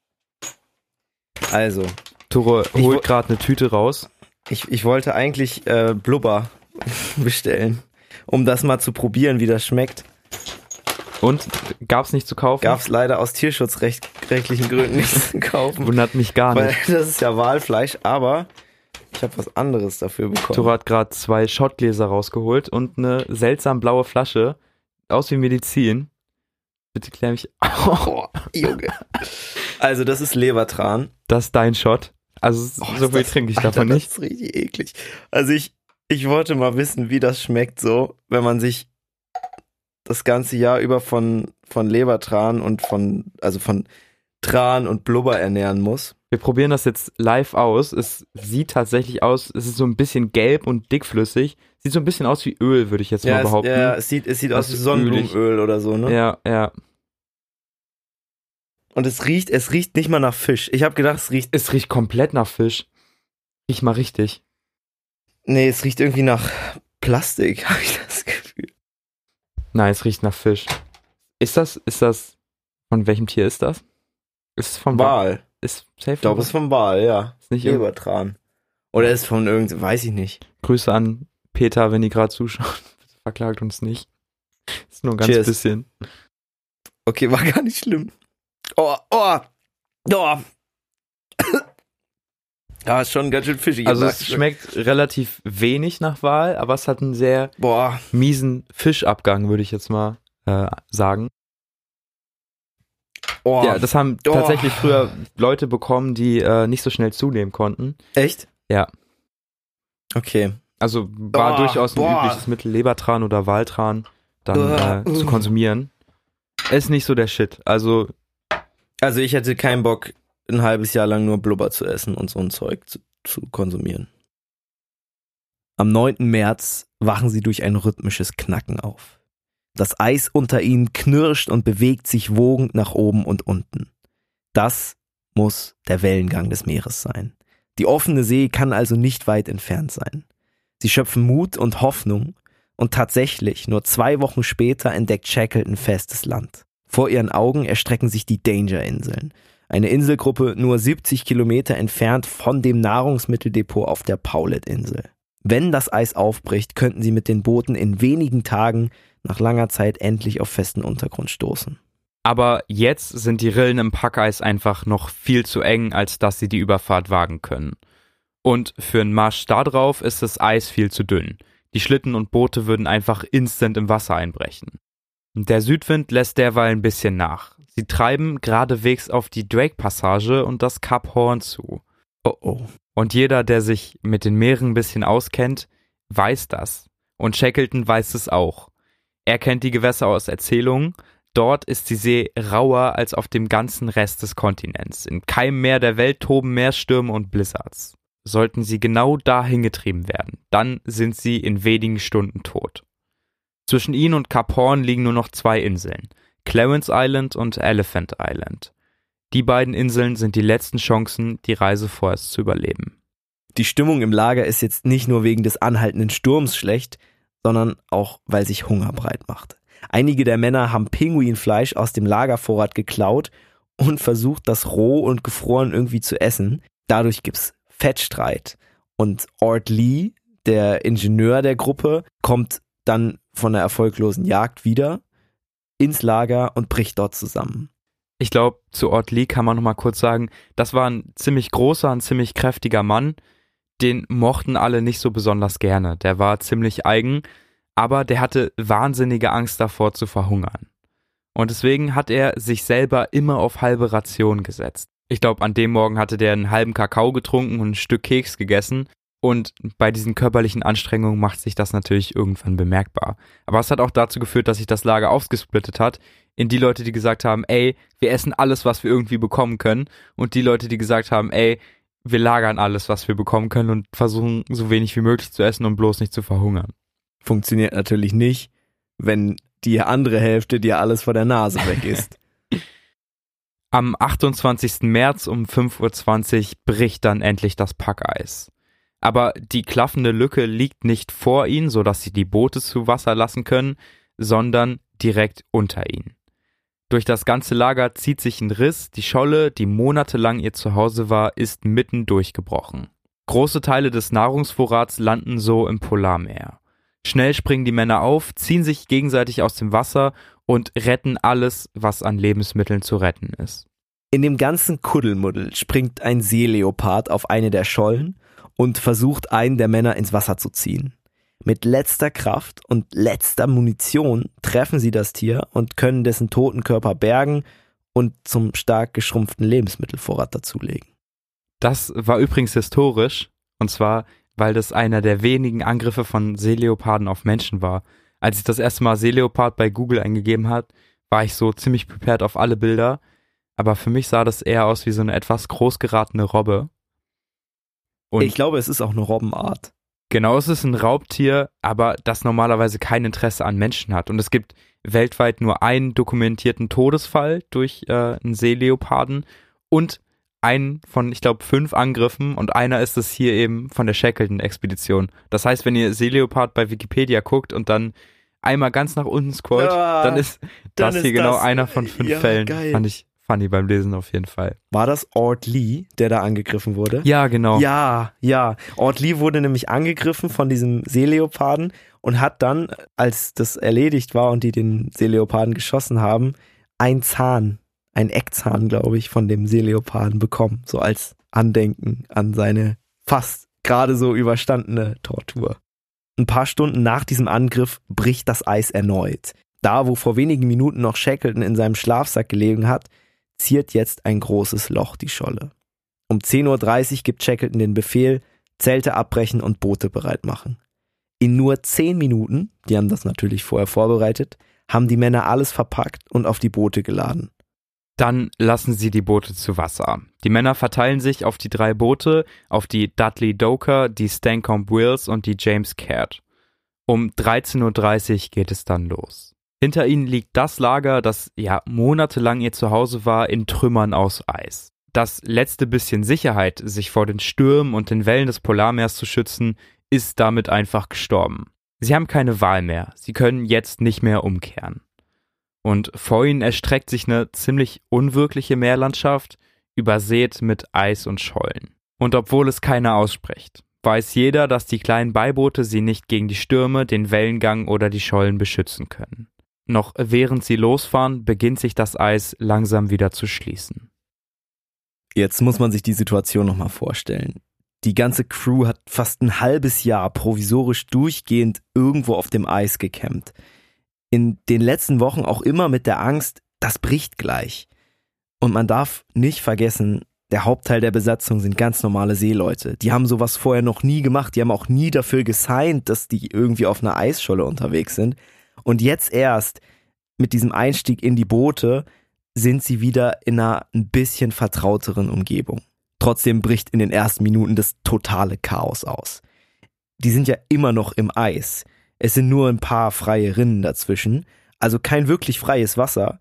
Also. Tore holt gerade eine Tüte raus. Ich, ich wollte eigentlich äh, Blubber bestellen, um das mal zu probieren, wie das schmeckt. Und? Gab's nicht zu kaufen? Gab's leider aus tierschutzrechtlichen Gründen nicht zu kaufen. Wundert mich gar nicht. Weil das ist ja Walfleisch, aber ich habe was anderes dafür bekommen. Tore hat gerade zwei Schottgläser rausgeholt und eine seltsam blaue Flasche. Aus wie Medizin. Bitte klär mich. Oh, Junge. Also das ist Lebertran. Das ist dein Shot. Also Oh, so viel trinke ich Alter, davon nicht. Das ist richtig eklig. Also ich, ich wollte mal wissen, wie das schmeckt so, wenn man sich das ganze Jahr über von, von Lebertran und von, also von Tran und Blubber ernähren muss. Wir probieren das jetzt live aus. Es sieht tatsächlich aus, es ist so ein bisschen gelb und dickflüssig. Sieht so ein bisschen aus wie Öl, würde ich jetzt ja, mal behaupten. Es, ja, es sieht, es sieht Das aus wie ist Sonnenblumenöl oder so, ne? Ja, ja. Und es riecht, es riecht nicht mal nach Fisch. Ich habe gedacht, es riecht... Es riecht komplett nach Fisch. Riech mal richtig. Nee, es riecht irgendwie nach Plastik, habe ich das Gefühl. Nein, es riecht nach Fisch. Ist das, ist das, von welchem Tier ist das? Ist es vom Wal. Ist safe? Ich glaube, es ist vom Wal, ja. Ist nicht Lebertran. Oder ist von irgend, weiß ich nicht. Grüße an Peter, wenn die gerade zuschauen. Verklagt uns nicht. Ist nur ein ganz Cheers. bisschen. Okay, war gar nicht schlimm. Oh, oh, oh. Ja, ist schon ganz schön fischig. Also es schmeckt relativ wenig nach Wal, aber es hat einen sehr Boah. miesen Fischabgang, würde ich jetzt mal äh, sagen. Oh. Ja, das haben Oh. tatsächlich früher Leute bekommen, die äh, nicht so schnell zunehmen konnten. Echt? Ja. Okay. Also war Oh, durchaus ein boah. übliches Mittel, Lebertran oder Waltran dann äh, zu konsumieren. Ist nicht so der Shit. Also Also ich hätte keinen Bock, ein halbes Jahr lang nur Blubber zu essen und so ein Zeug zu, zu konsumieren. Am neunten März wachen sie durch ein rhythmisches Knacken auf. Das Eis unter ihnen knirscht und bewegt sich wogend nach oben und unten. Das muss der Wellengang des Meeres sein. Die offene See kann also nicht weit entfernt sein. Sie schöpfen Mut und Hoffnung und tatsächlich, nur zwei Wochen später entdeckt Shackleton festes Land. Vor ihren Augen erstrecken sich die Danger-Inseln. Eine Inselgruppe nur siebzig Kilometer entfernt von dem Nahrungsmitteldepot auf der Paulet-Insel. Wenn das Eis aufbricht, könnten sie mit den Booten in wenigen Tagen nach langer Zeit endlich auf festen Untergrund stoßen. Aber jetzt sind die Rillen im Packeis einfach noch viel zu eng, als dass sie die Überfahrt wagen können. Und für einen Marsch da drauf ist das Eis viel zu dünn. Die Schlitten und Boote würden einfach instant im Wasser einbrechen. Der Südwind lässt derweil ein bisschen nach. Sie treiben geradewegs auf die Drake-Passage und das Kap Horn zu. Oh oh. Und jeder, der sich mit den Meeren ein bisschen auskennt, weiß das. Und Shackleton weiß es auch. Er kennt die Gewässer aus Erzählungen. Dort ist die See rauer als auf dem ganzen Rest des Kontinents. In keinem Meer der Welt toben mehr Stürme und Blizzards. Sollten sie genau dahin getrieben werden, dann sind sie in wenigen Stunden tot. Zwischen ihnen und Kap Horn liegen nur noch zwei Inseln, Clarence Island und Elephant Island. Die beiden Inseln sind die letzten Chancen, die Reise vorerst zu überleben. Die Stimmung im Lager ist jetzt nicht nur wegen des anhaltenden Sturms schlecht, sondern auch, weil sich Hunger breit macht. Einige der Männer haben Pinguinfleisch aus dem Lagervorrat geklaut und versucht, das roh und gefroren irgendwie zu essen. Dadurch gibt's Fettstreit. Und Ord Lee, der Ingenieur der Gruppe, kommt dann von der erfolglosen Jagd wieder. ins Lager und bricht dort zusammen. Ich glaube, zu Ort Lee kann man noch mal kurz sagen, das war ein ziemlich großer, ein ziemlich kräftiger Mann. Den mochten alle nicht so besonders gerne. Der war ziemlich eigen, aber der hatte wahnsinnige Angst davor zu verhungern. Und deswegen hat er sich selber immer auf halbe Ration gesetzt. Ich glaube, an dem Morgen hatte der einen halben Kakao getrunken und ein Stück Keks gegessen. Und bei diesen körperlichen Anstrengungen macht sich das natürlich irgendwann bemerkbar. Aber es hat auch dazu geführt, dass sich das Lager aufgesplittet hat in die Leute, die gesagt haben, ey, wir essen alles, was wir irgendwie bekommen können. Und die Leute, die gesagt haben, ey, wir lagern alles, was wir bekommen können und versuchen so wenig wie möglich zu essen, um bloß nicht zu verhungern. Funktioniert natürlich nicht, wenn die andere Hälfte dir alles vor der Nase weg ist. Am achtundzwanzigsten März um fünf Uhr zwanzig bricht dann endlich das Packeis. Aber die klaffende Lücke liegt nicht vor ihnen, sodass sie die Boote zu Wasser lassen können, sondern direkt unter ihnen. Durch das ganze Lager zieht sich ein Riss, die Scholle, die monatelang ihr Zuhause war, ist mitten durchgebrochen. Große Teile des Nahrungsvorrats landen so im Polarmeer. Schnell springen die Männer auf, ziehen sich gegenseitig aus dem Wasser und retten alles, was an Lebensmitteln zu retten ist. In dem ganzen Kuddelmuddel springt ein Seeleopard auf eine der Schollen und versucht, einen der Männer ins Wasser zu ziehen. Mit letzter Kraft und letzter Munition treffen sie das Tier und können dessen toten Körper bergen und zum stark geschrumpften Lebensmittelvorrat dazulegen. Das war übrigens historisch, und zwar, weil das einer der wenigen Angriffe von Seeleoparden auf Menschen war. Als ich das erste Mal Seeleopard bei Google eingegeben habe, war ich so ziemlich prepared auf alle Bilder, aber für mich sah das eher aus wie so eine etwas groß geratene Robbe. Und ich glaube, es ist auch eine Robbenart. Genau, es ist ein Raubtier, aber das normalerweise kein Interesse an Menschen hat. Und es gibt weltweit nur einen dokumentierten Todesfall durch äh, einen Seeleoparden und einen von, ich glaube, fünf Angriffen und einer ist es hier eben von der Shackleton-Expedition. Das heißt, wenn ihr Seeleopard bei Wikipedia guckt und dann einmal ganz nach unten scrollt, ja, dann ist dann das ist hier genau das, einer von fünf ja, Fällen. Geil. Fand ich funny beim Lesen auf jeden Fall. War das Ort Lee, der da angegriffen wurde? Ja, genau. Ja, ja. Ort Lee wurde nämlich angegriffen von diesem Seeleoparden und hat dann, als das erledigt war und die den Seeleoparden geschossen haben, ein Zahn, ein Eckzahn, glaube ich, von dem Seeleoparden bekommen. So als Andenken an seine fast gerade so überstandene Tortur. Ein paar Stunden nach diesem Angriff bricht das Eis erneut. Da, wo vor wenigen Minuten noch Shackleton in seinem Schlafsack gelegen hat, ziert jetzt ein großes Loch die Scholle. Um zehn Uhr dreißig gibt Shackleton den Befehl, Zelte abbrechen und Boote bereit machen. In nur zehn Minuten, die haben das natürlich vorher vorbereitet, haben die Männer alles verpackt und auf die Boote geladen. Dann lassen sie die Boote zu Wasser. Die Männer verteilen sich auf die drei Boote, auf die Dudley Doker, die Stancomb Wills und die James Caird. Um dreizehn Uhr dreißig geht es dann los. Hinter ihnen liegt das Lager, das ja monatelang ihr Zuhause war, in Trümmern aus Eis. Das letzte bisschen Sicherheit, sich vor den Stürmen und den Wellen des Polarmeers zu schützen, ist damit einfach gestorben. Sie haben keine Wahl mehr, sie können jetzt nicht mehr umkehren. Und vor ihnen erstreckt sich eine ziemlich unwirkliche Meerlandschaft, übersät mit Eis und Schollen. Und obwohl es keiner ausspricht, weiß jeder, dass die kleinen Beiboote sie nicht gegen die Stürme, den Wellengang oder die Schollen beschützen können. Noch während sie losfahren, beginnt sich das Eis langsam wieder zu schließen. Jetzt muss man sich die Situation nochmal vorstellen. Die ganze Crew hat fast ein halbes Jahr provisorisch durchgehend irgendwo auf dem Eis gecampt. In den letzten Wochen auch immer mit der Angst, das bricht gleich. Und man darf nicht vergessen, der Hauptteil der Besatzung sind ganz normale Seeleute. Die haben sowas vorher noch nie gemacht, die haben auch nie dafür gesigned, dass die irgendwie auf einer Eisscholle unterwegs sind. Und jetzt erst mit diesem Einstieg in die Boote sind sie wieder in einer ein bisschen vertrauteren Umgebung. Trotzdem bricht in den ersten Minuten das totale Chaos aus. Die sind ja immer noch im Eis. Es sind nur ein paar freie Rinnen dazwischen, also kein wirklich freies Wasser.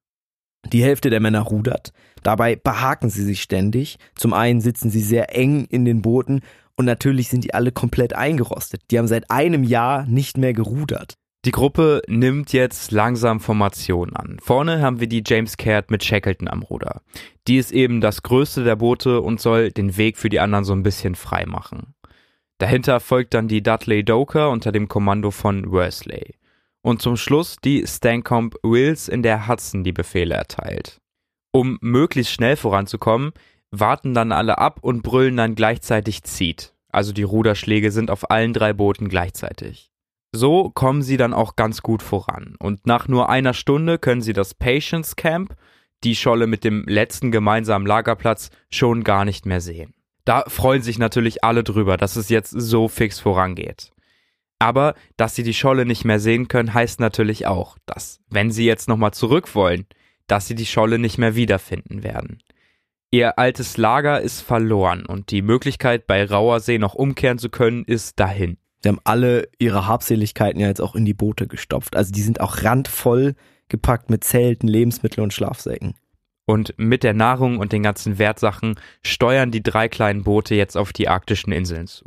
Die Hälfte der Männer rudert, dabei behaken sie sich ständig. Zum einen sitzen sie sehr eng in den Booten und natürlich sind die alle komplett eingerostet. Die haben seit einem Jahr nicht mehr gerudert. Die Gruppe nimmt jetzt langsam Formation an. Vorne haben wir die James Caird mit Shackleton am Ruder. Die ist eben das größte der Boote und soll den Weg für die anderen so ein bisschen frei machen. Dahinter folgt dann die Dudley Doker unter dem Kommando von Worsley. Und zum Schluss die Stancomb Wills, in der Hudson die Befehle erteilt. Um möglichst schnell voranzukommen, warten dann alle ab und brüllen dann gleichzeitig Zieht. Also die Ruderschläge sind auf allen drei Booten gleichzeitig. So kommen sie dann auch ganz gut voran. Und nach nur einer Stunde können sie das Patience Camp, die Scholle mit dem letzten gemeinsamen Lagerplatz, schon gar nicht mehr sehen. Da freuen sich natürlich alle drüber, dass es jetzt so fix vorangeht. Aber, dass sie die Scholle nicht mehr sehen können, heißt natürlich auch, dass, wenn sie jetzt nochmal zurück wollen, dass sie die Scholle nicht mehr wiederfinden werden. Ihr altes Lager ist verloren und die Möglichkeit, bei rauer See noch umkehren zu können, ist dahin. Sie haben alle ihre Habseligkeiten ja jetzt auch in die Boote gestopft. Also die sind auch randvoll gepackt mit Zelten, Lebensmitteln und Schlafsäcken. Und mit der Nahrung und den ganzen Wertsachen steuern die drei kleinen Boote jetzt auf die arktischen Inseln zu.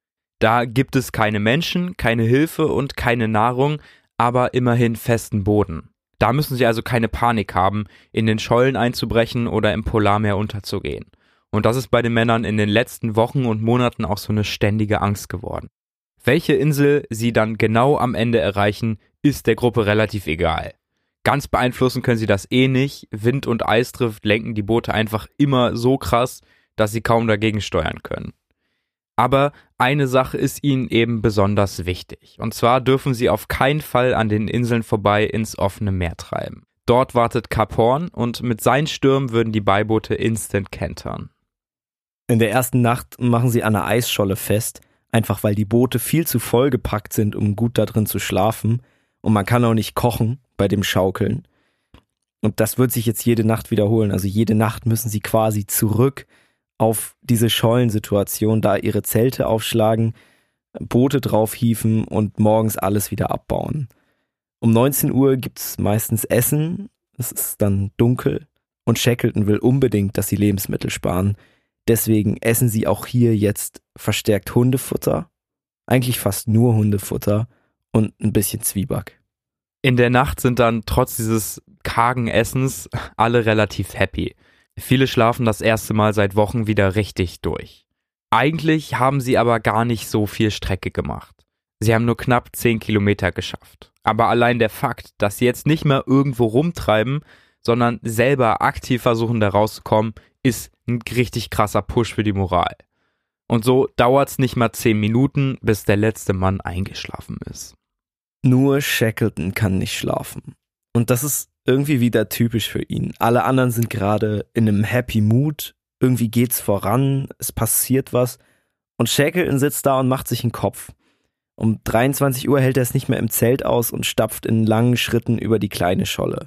Da gibt es keine Menschen, keine Hilfe und keine Nahrung, aber immerhin festen Boden. Da müssen sie also keine Panik haben, in den Schollen einzubrechen oder im Polarmeer unterzugehen. Und das ist bei den Männern in den letzten Wochen und Monaten auch so eine ständige Angst geworden. Welche Insel sie dann genau am Ende erreichen, ist der Gruppe relativ egal. Ganz beeinflussen können sie das eh nicht. Wind und Eisdrift lenken die Boote einfach immer so krass, dass sie kaum dagegen steuern können. Aber eine Sache ist ihnen eben besonders wichtig. Und zwar dürfen sie auf keinen Fall an den Inseln vorbei ins offene Meer treiben. Dort wartet Kap Hoorn und mit seinen Stürmen würden die Beiboote instant kentern. In der ersten Nacht machen sie an einer Eisscholle fest, einfach weil die Boote viel zu voll gepackt sind, um gut da drin zu schlafen. Und man kann auch nicht kochen bei dem Schaukeln. Und das wird sich jetzt jede Nacht wiederholen. Also jede Nacht müssen sie quasi zurück auf diese Schollensituation, da ihre Zelte aufschlagen, Boote draufhieven und morgens alles wieder abbauen. Um neunzehn Uhr gibt's meistens Essen, es ist dann dunkel und Shackleton will unbedingt, dass sie Lebensmittel sparen. Deswegen essen sie auch hier jetzt verstärkt Hundefutter, eigentlich fast nur Hundefutter und ein bisschen Zwieback. In der Nacht sind dann trotz dieses kargen Essens alle relativ happy. Viele schlafen das erste Mal seit Wochen wieder richtig durch. Eigentlich haben sie aber gar nicht so viel Strecke gemacht. Sie haben nur knapp zehn Kilometer geschafft. Aber allein der Fakt, dass sie jetzt nicht mehr irgendwo rumtreiben, sondern selber aktiv versuchen da rauszukommen, ist ein richtig krasser Push für die Moral. Und so dauert's nicht mal zehn Minuten, bis der letzte Mann eingeschlafen ist. Nur Shackleton kann nicht schlafen. Und das ist irgendwie wieder typisch für ihn. Alle anderen sind gerade in einem Happy Mood, irgendwie geht's voran, es passiert was und Shackleton sitzt da und macht sich einen Kopf. Um dreiundzwanzig Uhr hält er es nicht mehr im Zelt aus und stapft in langen Schritten über die kleine Scholle.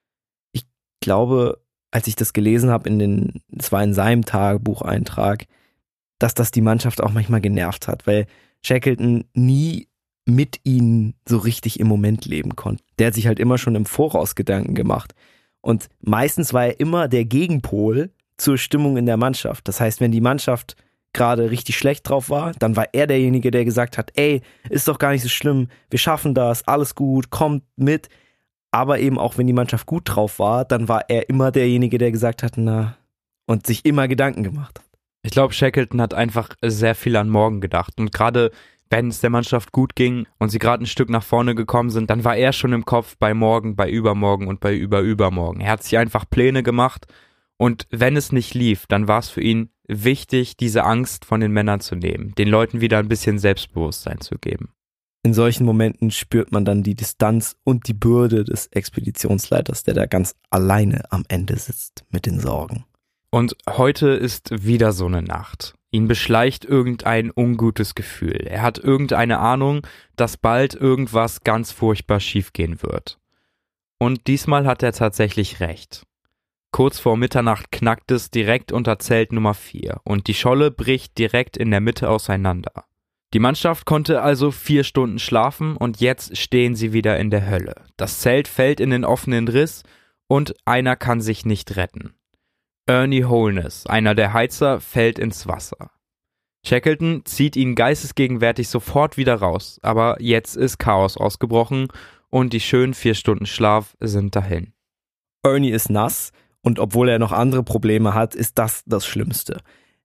Ich glaube, als ich das gelesen habe, in den, es war in seinem Tagebucheintrag, dass das die Mannschaft auch manchmal genervt hat, weil Shackleton nie mit ihnen so richtig im Moment leben konnte. Der hat sich halt immer schon im Voraus Gedanken gemacht. Und meistens war er immer der Gegenpol zur Stimmung in der Mannschaft. Das heißt, wenn die Mannschaft gerade richtig schlecht drauf war, dann war er derjenige, der gesagt hat, ey, ist doch gar nicht so schlimm, wir schaffen das, alles gut, kommt mit. Aber eben auch, wenn die Mannschaft gut drauf war, dann war er immer derjenige, der gesagt hat, na, und sich immer Gedanken gemacht hat. Ich glaube, Shackleton hat einfach sehr viel an morgen gedacht. Und gerade wenn es der Mannschaft gut ging und sie gerade ein Stück nach vorne gekommen sind, dann war er schon im Kopf bei morgen, bei übermorgen und bei überübermorgen. Er hat sich einfach Pläne gemacht und wenn es nicht lief, dann war es für ihn wichtig, diese Angst von den Männern zu nehmen, den Leuten wieder ein bisschen Selbstbewusstsein zu geben. In solchen Momenten spürt man dann die Distanz und die Bürde des Expeditionsleiters, der da ganz alleine am Ende sitzt mit den Sorgen. Und heute ist wieder so eine Nacht. Ihn beschleicht irgendein ungutes Gefühl. Er hat irgendeine Ahnung, dass bald irgendwas ganz furchtbar schiefgehen wird. Und diesmal hat er tatsächlich recht. Kurz vor Mitternacht knackt es direkt unter Zelt Nummer vier und die Scholle bricht direkt in der Mitte auseinander. Die Mannschaft konnte also vier Stunden schlafen und jetzt stehen sie wieder in der Hölle. Das Zelt fällt in den offenen Riss und einer kann sich nicht retten. Ernie Holness, einer der Heizer, fällt ins Wasser. Shackleton zieht ihn geistesgegenwärtig sofort wieder raus, aber jetzt ist Chaos ausgebrochen und die schönen vier Stunden Schlaf sind dahin. Ernie ist nass und obwohl er noch andere Probleme hat, ist das das Schlimmste.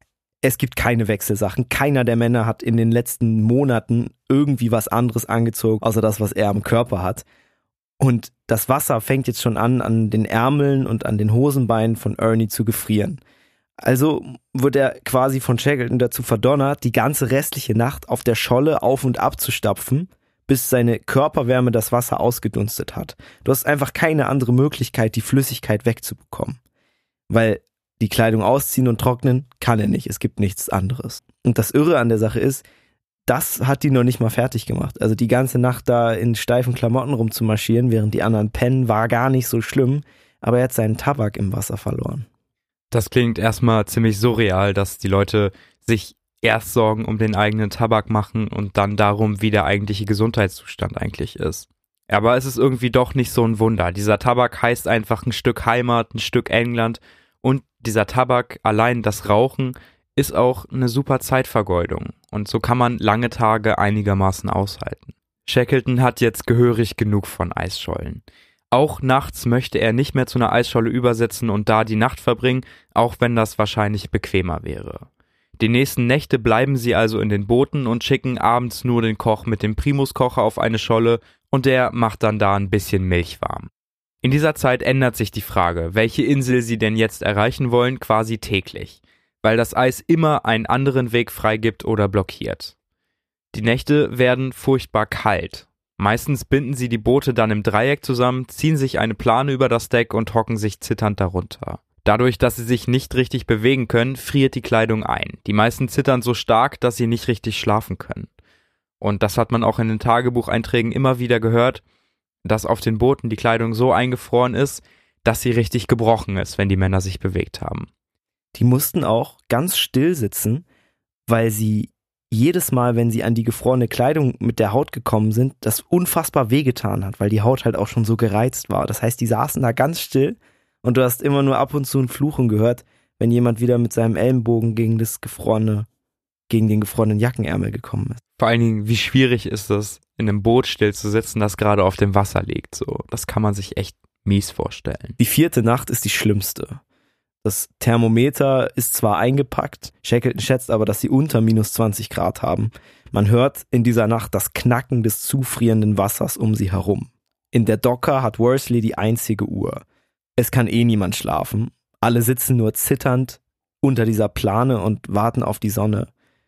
Es gibt keine Wechselsachen. Keiner der Männer hat in den letzten Monaten irgendwie was anderes angezogen, außer das, was er am Körper hat. Und das Wasser fängt jetzt schon an, an den Ärmeln und an den Hosenbeinen von Ernie zu gefrieren. Also wird er quasi von Shackleton dazu verdonnert, die ganze restliche Nacht auf der Scholle auf und ab zu stapfen, bis seine Körperwärme das Wasser ausgedunstet hat. Du hast einfach keine andere Möglichkeit, die Flüssigkeit wegzubekommen. Weil die Kleidung ausziehen und trocknen kann er nicht. Es gibt nichts anderes. Und das Irre an der Sache ist, das hat die noch nicht mal fertig gemacht. Also die ganze Nacht da in steifen Klamotten rumzumarschieren, während die anderen pennen, war gar nicht so schlimm. Aber er hat seinen Tabak im Wasser verloren. Das klingt erstmal ziemlich surreal, dass die Leute sich erst Sorgen um den eigenen Tabak machen und dann darum, wie der eigentliche Gesundheitszustand eigentlich ist. Aber es ist irgendwie doch nicht so ein Wunder. Dieser Tabak heißt einfach ein Stück Heimat, ein Stück England und dieser Tabak, allein das Rauchen, ist auch eine super Zeitvergeudung und so kann man lange Tage einigermaßen aushalten. Shackleton hat jetzt gehörig genug von Eisschollen. Auch nachts möchte er nicht mehr zu einer Eisscholle übersetzen und da die Nacht verbringen, auch wenn das wahrscheinlich bequemer wäre. Die nächsten Nächte bleiben sie also in den Booten und schicken abends nur den Koch mit dem Primuskocher auf eine Scholle und der macht dann da ein bisschen Milch warm. In dieser Zeit ändert sich die Frage, welche Insel sie denn jetzt erreichen wollen, quasi täglich, weil das Eis immer einen anderen Weg freigibt oder blockiert. Die Nächte werden furchtbar kalt. Meistens binden sie die Boote dann im Dreieck zusammen, ziehen sich eine Plane über das Deck und hocken sich zitternd darunter. Dadurch, dass sie sich nicht richtig bewegen können, friert die Kleidung ein. Die meisten zittern so stark, dass sie nicht richtig schlafen können. Und das hat man auch in den Tagebucheinträgen immer wieder gehört, dass auf den Booten die Kleidung so eingefroren ist, dass sie richtig gebrochen ist, wenn die Männer sich bewegt haben. Die mussten auch ganz still sitzen, weil sie jedes Mal, wenn sie an die gefrorene Kleidung mit der Haut gekommen sind, das unfassbar wehgetan hat, weil die Haut halt auch schon so gereizt war. Das heißt, die saßen da ganz still und du hast immer nur ab und zu ein Fluchen gehört, wenn jemand wieder mit seinem Ellenbogen gegen das gefrorene, gegen den gefrorenen Jackenärmel gekommen ist. Vor allen Dingen, wie schwierig ist es, in einem Boot still zu sitzen, das gerade auf dem Wasser liegt. So, das kann man sich echt mies vorstellen. Die vierte Nacht ist die schlimmste. Das Thermometer ist zwar eingepackt, Shackleton schätzt aber, dass sie unter minus zwanzig Grad haben. Man hört in dieser Nacht das Knacken des zufrierenden Wassers um sie herum. In der Docker hat Worsley die einzige Uhr. Es kann eh niemand schlafen. Alle sitzen nur zitternd unter dieser Plane und warten auf die Sonne.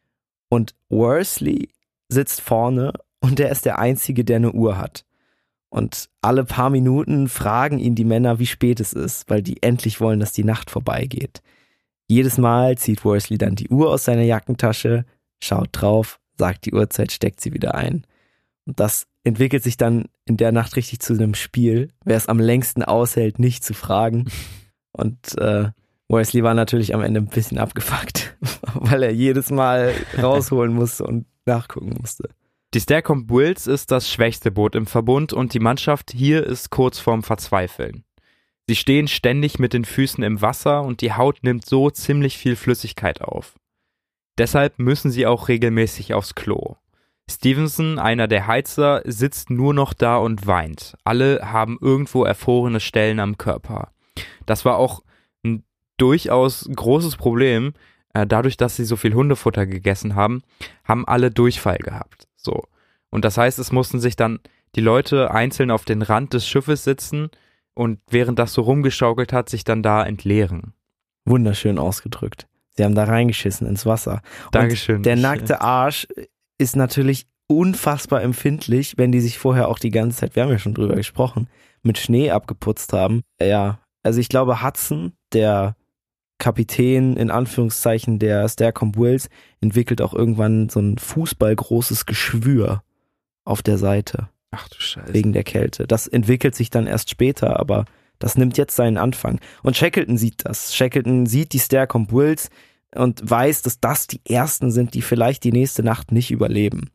Und Worsley sitzt vorne und der ist der Einzige, der eine Uhr hat. Und alle paar Minuten fragen ihn die Männer, wie spät es ist, weil die endlich wollen, dass die Nacht vorbeigeht. Jedes Mal zieht Worsley dann die Uhr aus seiner Jackentasche, schaut drauf, sagt die Uhrzeit, steckt sie wieder ein. Und das entwickelt sich dann in der Nacht richtig zu einem Spiel, wer es am längsten aushält, nicht zu fragen. Und äh, Worsley war natürlich am Ende ein bisschen abgefuckt, weil er jedes Mal rausholen musste und nachgucken musste. Die Staircombe Wills ist das schwächste Boot im Verbund und die Mannschaft hier ist kurz vorm Verzweifeln. Sie stehen ständig mit den Füßen im Wasser und die Haut nimmt so ziemlich viel Flüssigkeit auf. Deshalb müssen sie auch regelmäßig aufs Klo. Stevenson, einer der Heizer, sitzt nur noch da und weint. Alle haben irgendwo erfrorene Stellen am Körper. Das war auch ein durchaus großes Problem. Dadurch, dass sie so viel Hundefutter gegessen haben, haben alle Durchfall gehabt. So. Und das heißt, es mussten sich dann die Leute einzeln auf den Rand des Schiffes sitzen und während das so rumgeschaukelt hat, sich dann da entleeren. Wunderschön ausgedrückt. Sie haben da reingeschissen ins Wasser. Dankeschön. Und der nackte Arsch ist natürlich unfassbar empfindlich, wenn die sich vorher auch die ganze Zeit, wir haben ja schon drüber gesprochen, mit Schnee abgeputzt haben. Ja, also ich glaube Hudson, der Kapitän in Anführungszeichen der Staircombe Wills, entwickelt auch irgendwann so ein fußballgroßes Geschwür auf der Seite. Ach du Scheiße. Wegen der Kälte. Das entwickelt sich dann erst später, aber das nimmt jetzt seinen Anfang. Und Shackleton sieht das. Shackleton sieht die Staircombe Wills und weiß, dass das die ersten sind, die vielleicht die nächste Nacht nicht überleben.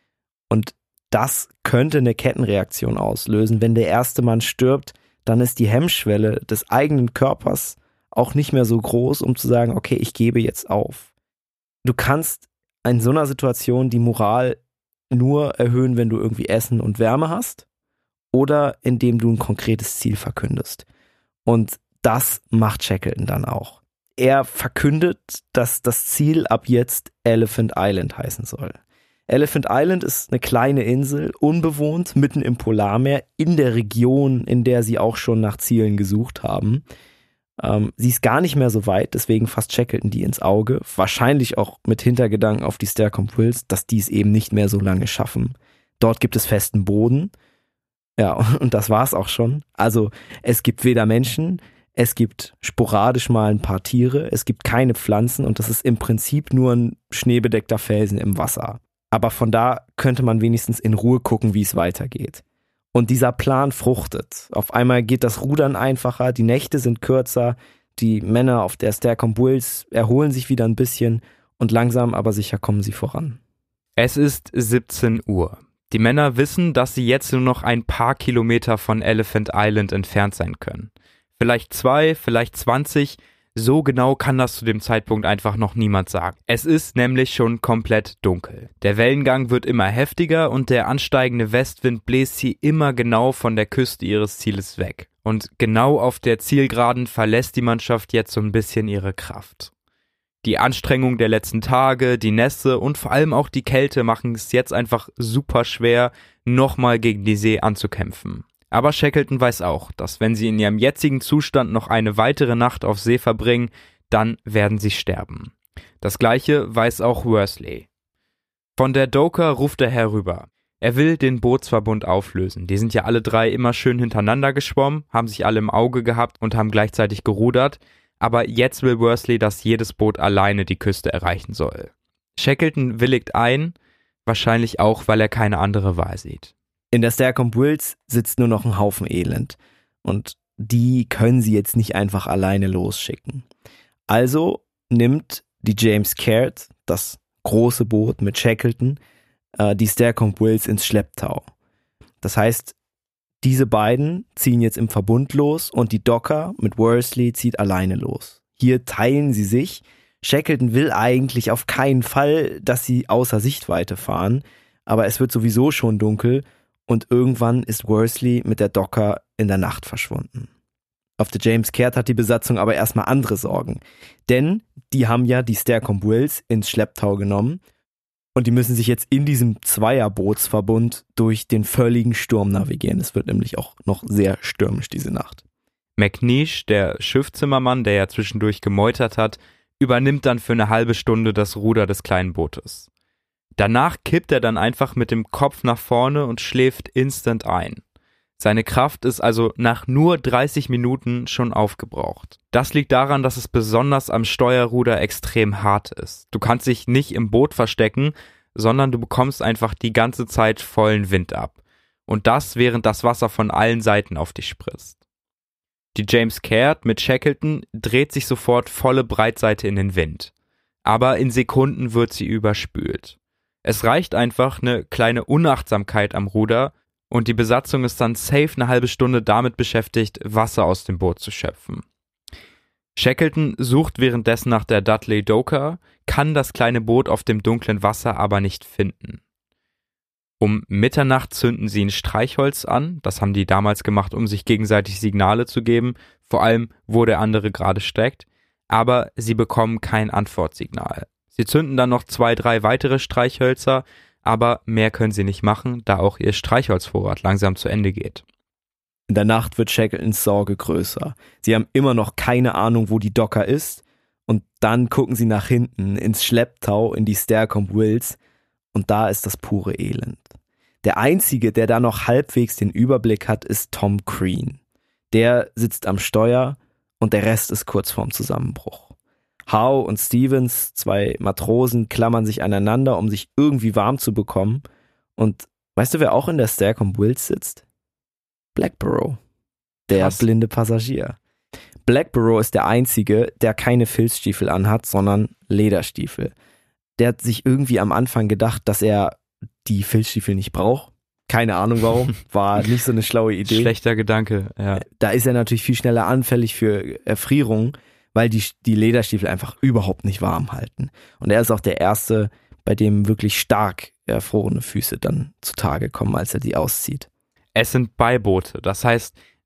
Und das könnte eine Kettenreaktion auslösen. Wenn der erste Mann stirbt, dann ist die Hemmschwelle des eigenen Körpers auch nicht mehr so groß, um zu sagen, okay, ich gebe jetzt auf. Du kannst in so einer Situation die Moral nur erhöhen, wenn du irgendwie Essen und Wärme hast oder indem du ein konkretes Ziel verkündest. Und das macht Shackleton dann auch. er verkündet, dass das Ziel ab jetzt Elephant Island heißen soll. Elephant Island ist eine kleine Insel, unbewohnt, mitten im Polarmeer, in der Region, in der sie auch schon nach Zielen gesucht haben. Ähm, sie ist gar nicht mehr so weit, deswegen fasst Shackleton die ins Auge. Wahrscheinlich auch mit Hintergedanken auf die Staircomb-Wills, dass die es eben nicht mehr so lange schaffen. Dort gibt es festen Boden. Ja, und das war's auch schon. Also es gibt weder Menschen, es gibt sporadisch mal ein paar Tiere, es gibt keine Pflanzen und das ist im Prinzip nur ein schneebedeckter Felsen im Wasser. Aber von da könnte man wenigstens in Ruhe gucken, wie es weitergeht. Und dieser Plan fruchtet. Auf einmal geht das Rudern einfacher, die Nächte sind kürzer, die Männer auf der Staircomb-Wills erholen sich wieder ein bisschen und langsam aber sicher kommen sie voran. Es ist siebzehn Uhr. Die Männer wissen, dass sie jetzt nur noch ein paar Kilometer von Elephant Island entfernt sein können. Vielleicht zwei, vielleicht zwanzig, so genau kann das zu dem Zeitpunkt einfach noch niemand sagen. Es ist nämlich schon komplett dunkel. Der Wellengang wird immer heftiger und der ansteigende Westwind bläst sie immer genau von der Küste ihres Zieles weg. Und genau auf der Zielgeraden verlässt die Mannschaft jetzt so ein bisschen ihre Kraft. Die Anstrengung der letzten Tage, die Nässe und vor allem auch die Kälte machen es jetzt einfach super schwer, nochmal gegen die See anzukämpfen. Aber Shackleton weiß auch, dass wenn sie in ihrem jetzigen Zustand noch eine weitere Nacht auf See verbringen, dann werden sie sterben. Das gleiche weiß auch Worsley. Von der Doka ruft er herüber. Er will den Bootsverbund auflösen. Die sind ja alle drei immer schön hintereinander geschwommen, haben sich alle im Auge gehabt und haben gleichzeitig gerudert. Aber jetzt will Worsley, dass jedes Boot alleine die Küste erreichen soll. Shackleton willigt ein, wahrscheinlich auch, weil er keine andere Wahl sieht. In der Staircomb-Wills sitzt nur noch ein Haufen Elend und die können sie jetzt nicht einfach alleine losschicken. Also nimmt die James Caird, das große Boot mit Shackleton, äh, die Staircomb-Wills ins Schlepptau. Das heißt, diese beiden ziehen jetzt im Verbund los und die Docker mit Worsley zieht alleine los. Hier teilen sie sich. Shackleton will eigentlich auf keinen Fall, dass sie außer Sichtweite fahren, aber es wird sowieso schon dunkel. Und irgendwann ist Worsley mit der Docker in der Nacht verschwunden. Auf der James Caird hat die Besatzung aber erstmal andere Sorgen. Denn die haben ja die Staircomb-Wills ins Schlepptau genommen und die müssen sich jetzt in diesem Zweierbootsverbund durch den völligen Sturm navigieren. Es wird nämlich auch noch sehr stürmisch diese Nacht. McNeish, der Schiffszimmermann, der ja zwischendurch gemeutert hat, übernimmt dann für eine halbe Stunde das Ruder des kleinen Bootes. Danach kippt er dann einfach mit dem Kopf nach vorne und schläft instant ein. Seine Kraft ist also nach nur dreißig Minuten schon aufgebraucht. Das liegt daran, dass es besonders am Steuerruder extrem hart ist. Du kannst dich nicht im Boot verstecken, sondern du bekommst einfach die ganze Zeit vollen Wind ab. Und das, während das Wasser von allen Seiten auf dich spritzt. Die James Caird mit Shackleton dreht sich sofort volle Breitseite in den Wind. Aber in Sekunden wird sie überspült. Es reicht einfach eine kleine Unachtsamkeit am Ruder und die Besatzung ist dann safe eine halbe Stunde damit beschäftigt, Wasser aus dem Boot zu schöpfen. Shackleton sucht währenddessen nach der Dudley Docker, kann das kleine Boot auf dem dunklen Wasser aber nicht finden. Um Mitternacht zünden sie ein Streichholz an, das haben die damals gemacht, um sich gegenseitig Signale zu geben, vor allem wo der andere gerade steckt, aber sie bekommen kein Antwortsignal. Sie zünden dann noch zwei, drei weitere Streichhölzer, aber mehr können sie nicht machen, da auch ihr Streichholzvorrat langsam zu Ende geht. In der Nacht wird Shackletons Sorge größer. Sie haben immer noch keine Ahnung, wo die Docker ist und dann gucken sie nach hinten ins Schlepptau in die Staircomb-Wills und da ist das pure Elend. Der Einzige, der da noch halbwegs den Überblick hat, ist Tom Crean. Der sitzt am Steuer und der Rest ist kurz vorm Zusammenbruch. Howe und Stevens, zwei Matrosen, klammern sich aneinander, um sich irgendwie warm zu bekommen. Und weißt du, wer auch in der Staircomb-Wills sitzt? Blackborough, der Krass. blinde Passagier. Blackborough ist der Einzige, der keine Filzstiefel anhat, sondern Lederstiefel. Der hat sich irgendwie am Anfang gedacht, dass er die Filzstiefel nicht braucht. Keine Ahnung warum, war nicht so eine schlaue Idee. Schlechter Gedanke, ja. Da ist er natürlich viel schneller anfällig für Erfrierungen, weil die, die Lederstiefel einfach überhaupt nicht warm halten. Und er ist auch der Erste, bei dem wirklich stark erfrorene Füße dann zutage kommen, als er die auszieht. Es sind Beiboote, das heißt,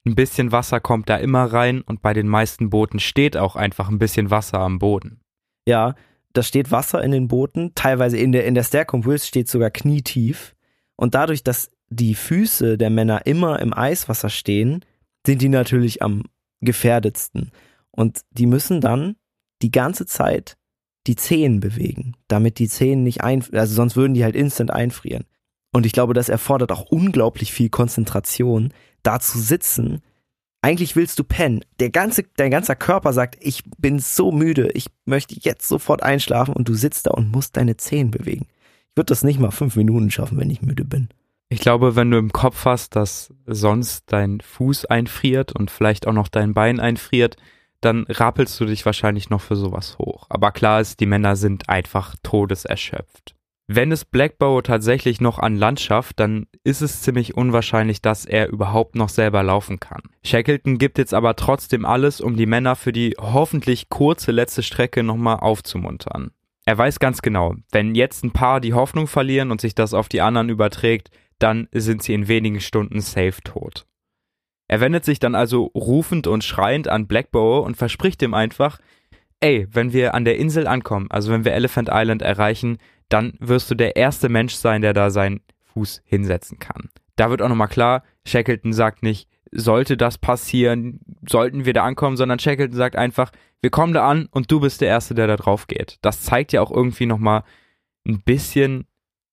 Ein bisschen Wasser kommt da immer rein und bei den meisten Booten steht auch einfach ein bisschen Wasser am Boden. Ja, da steht Wasser in den Booten, teilweise in der, in der Staircombe Wills steht sogar knietief. Und dadurch, dass die Füße der Männer immer im Eiswasser stehen, sind die natürlich am gefährdetsten. Und die müssen dann die ganze Zeit die Zehen bewegen, damit die Zehen nicht einfrieren, also sonst würden die halt instant einfrieren. Und ich glaube, das erfordert auch unglaublich viel Konzentration, da zu sitzen. Eigentlich willst du pennen. Der ganze, dein ganzer Körper sagt, ich bin so müde, ich möchte jetzt sofort einschlafen und du sitzt da und musst deine Zehen bewegen. Ich würde das nicht mal fünf Minuten schaffen, wenn ich müde bin. Ich glaube, wenn du im Kopf hast, dass sonst dein Fuß einfriert und vielleicht auch noch dein Bein einfriert, dann rappelst du dich wahrscheinlich noch für sowas hoch. Aber klar ist, die Männer sind einfach todeserschöpft. Wenn es Blackbow tatsächlich noch an Land schafft, dann ist es ziemlich unwahrscheinlich, dass er überhaupt noch selber laufen kann. Shackleton gibt jetzt aber trotzdem alles, um die Männer für die hoffentlich kurze letzte Strecke nochmal aufzumuntern. Er weiß ganz genau, wenn jetzt ein paar die Hoffnung verlieren und sich das auf die anderen überträgt, dann sind sie in wenigen Stunden safe tot. Er wendet sich dann also rufend und schreiend an Blackbow und verspricht ihm einfach, ey, wenn wir an der Insel ankommen, also wenn wir Elephant Island erreichen, dann wirst du der erste Mensch sein, der da seinen Fuß hinsetzen kann. Da wird auch nochmal klar, Shackleton sagt nicht, sollte das passieren, sollten wir da ankommen, sondern Shackleton sagt einfach, wir kommen da an und du bist der Erste, der da drauf geht. Das zeigt ja auch irgendwie nochmal ein bisschen,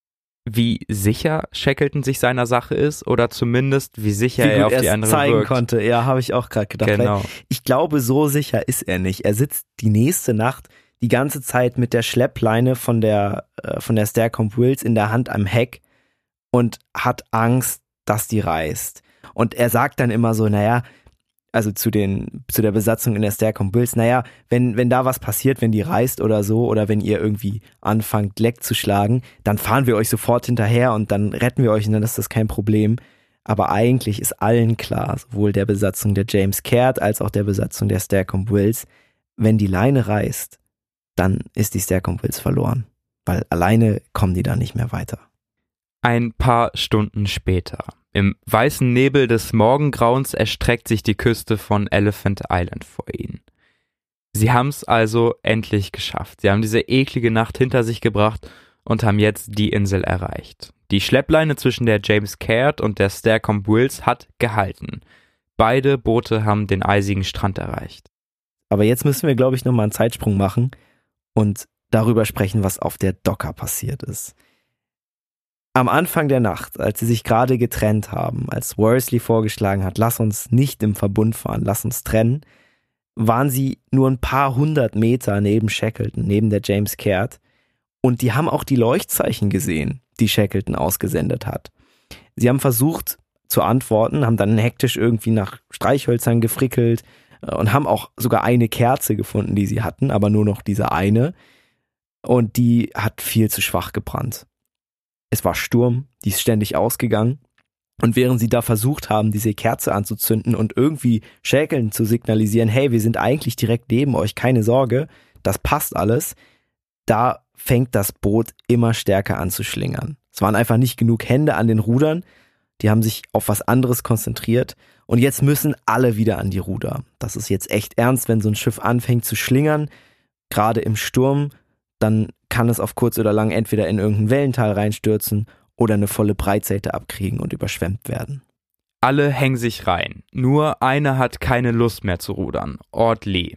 wie sicher Shackleton sich seiner Sache ist oder zumindest wie sicher wie er auf die andere zeigen wirkt. konnte. Ja, habe ich auch gerade gedacht. Genau. Ich glaube, so sicher ist er nicht. Er sitzt die nächste Nacht die ganze Zeit mit der Schleppleine von der, äh, von der Staircombe Wills in der Hand am Heck und hat Angst, dass die reißt. Und er sagt dann immer so, naja, also zu den, zu der Besatzung in der Staircombe Wills, naja, wenn, wenn da was passiert, wenn die reißt oder so, oder wenn ihr irgendwie anfangt, Leck zu schlagen, dann fahren wir euch sofort hinterher und dann retten wir euch und dann ist das kein Problem. Aber eigentlich ist allen klar, sowohl der Besatzung der James Caird als auch der Besatzung der Staircombe Wills, wenn die Leine reißt, dann ist die Staircombe Wills verloren, weil alleine kommen die da nicht mehr weiter. Ein paar Stunden später. Im weißen Nebel des Morgengrauens erstreckt sich die Küste von Elephant Island vor ihnen. Sie haben es also endlich geschafft. Sie haben diese eklige Nacht hinter sich gebracht und haben jetzt die Insel erreicht. Die Schleppleine zwischen der James Caird und der Staircombe Wills hat gehalten. Beide Boote haben den eisigen Strand erreicht. Aber jetzt müssen wir, glaube ich, nochmal einen Zeitsprung machen und darüber sprechen, was auf der Docker passiert ist. Am Anfang der Nacht, als sie sich gerade getrennt haben, als Worsley vorgeschlagen hat, lass uns nicht im Verbund fahren, lass uns trennen, waren sie nur ein paar hundert Meter neben Shackleton, neben der James Caird, und die haben auch die Leuchtzeichen gesehen, die Shackleton ausgesendet hat. Sie haben versucht zu antworten, haben dann hektisch irgendwie nach Streichhölzern gefrickelt und haben auch sogar eine Kerze gefunden, die sie hatten, aber nur noch diese eine, und die hat viel zu schwach gebrannt. Es war Sturm, die ist ständig ausgegangen, und während sie da versucht haben, diese Kerze anzuzünden und irgendwie Shackleton zu signalisieren, hey, wir sind eigentlich direkt neben euch, keine Sorge, das passt alles, da fängt das Boot immer stärker an zu schlingern. Es waren einfach nicht genug Hände an den Rudern, die haben sich auf was anderes konzentriert und jetzt müssen alle wieder an die Ruder. Das ist jetzt echt ernst, wenn so ein Schiff anfängt zu schlingern, gerade im Sturm, dann kann es auf kurz oder lang entweder in irgendein Wellental reinstürzen oder eine volle Breitseite abkriegen und überschwemmt werden. Alle hängen sich rein. Nur einer hat keine Lust mehr zu rudern. Ord Lee.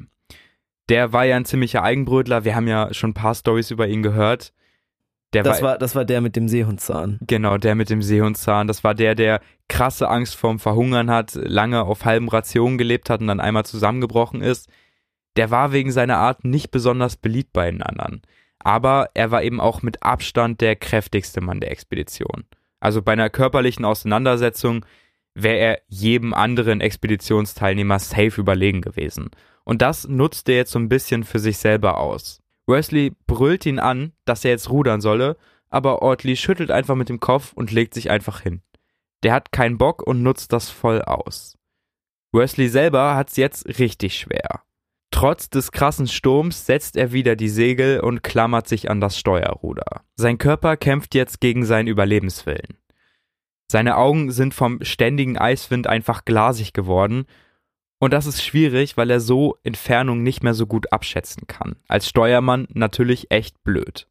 Der war ja ein ziemlicher Eigenbrötler. Wir haben ja schon ein paar Storys über ihn gehört. Der das, war, war, das war der mit dem Seehundzahn. Genau, der mit dem Seehundzahn. Das war der, der krasse Angst vorm Verhungern hat, lange auf halben Rationen gelebt hat und dann einmal zusammengebrochen ist. Der war wegen seiner Art nicht besonders beliebt bei den anderen. Aber er war eben auch mit Abstand der kräftigste Mann der Expedition. Also bei einer körperlichen Auseinandersetzung wäre er jedem anderen Expeditionsteilnehmer safe überlegen gewesen. Und das nutzt er jetzt so ein bisschen für sich selber aus. Worsley brüllt ihn an, dass er jetzt rudern solle, aber Ord Lee schüttelt einfach mit dem Kopf und legt sich einfach hin. Der hat keinen Bock und nutzt das voll aus. Worsley selber hat's jetzt richtig schwer. Trotz des krassen Sturms setzt er wieder die Segel und klammert sich an das Steuerruder. Sein Körper kämpft jetzt gegen seinen Überlebenswillen. Seine Augen sind vom ständigen Eiswind einfach glasig geworden. Und das ist schwierig, weil er so Entfernung nicht mehr so gut abschätzen kann. Als Steuermann natürlich echt blöd.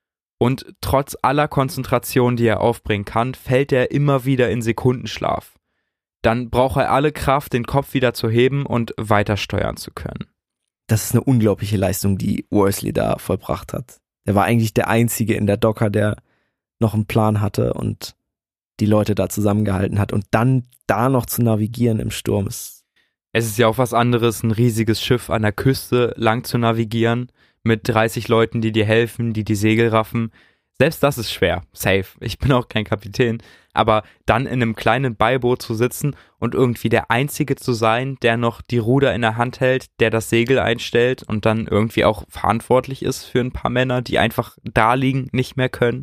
Und trotz aller Konzentration, die er aufbringen kann, fällt er immer wieder in Sekundenschlaf. Dann braucht er alle Kraft, den Kopf wieder zu heben und weiter steuern zu können. Das ist eine unglaubliche Leistung, die Worsley da vollbracht hat. Er war eigentlich der Einzige in der Docker, der noch einen Plan hatte und die Leute da zusammengehalten hat. Und dann da noch zu navigieren im Sturm ist... Es ist ja auch was anderes, ein riesiges Schiff an der Küste lang zu navigieren, mit dreißig Leuten, die dir helfen, die die Segel raffen. Selbst das ist schwer, safe. Ich bin auch kein Kapitän. Aber dann in einem kleinen Beiboot zu sitzen und irgendwie der Einzige zu sein, der noch die Ruder in der Hand hält, der das Segel einstellt und dann irgendwie auch verantwortlich ist für ein paar Männer, die einfach da liegen, nicht mehr können.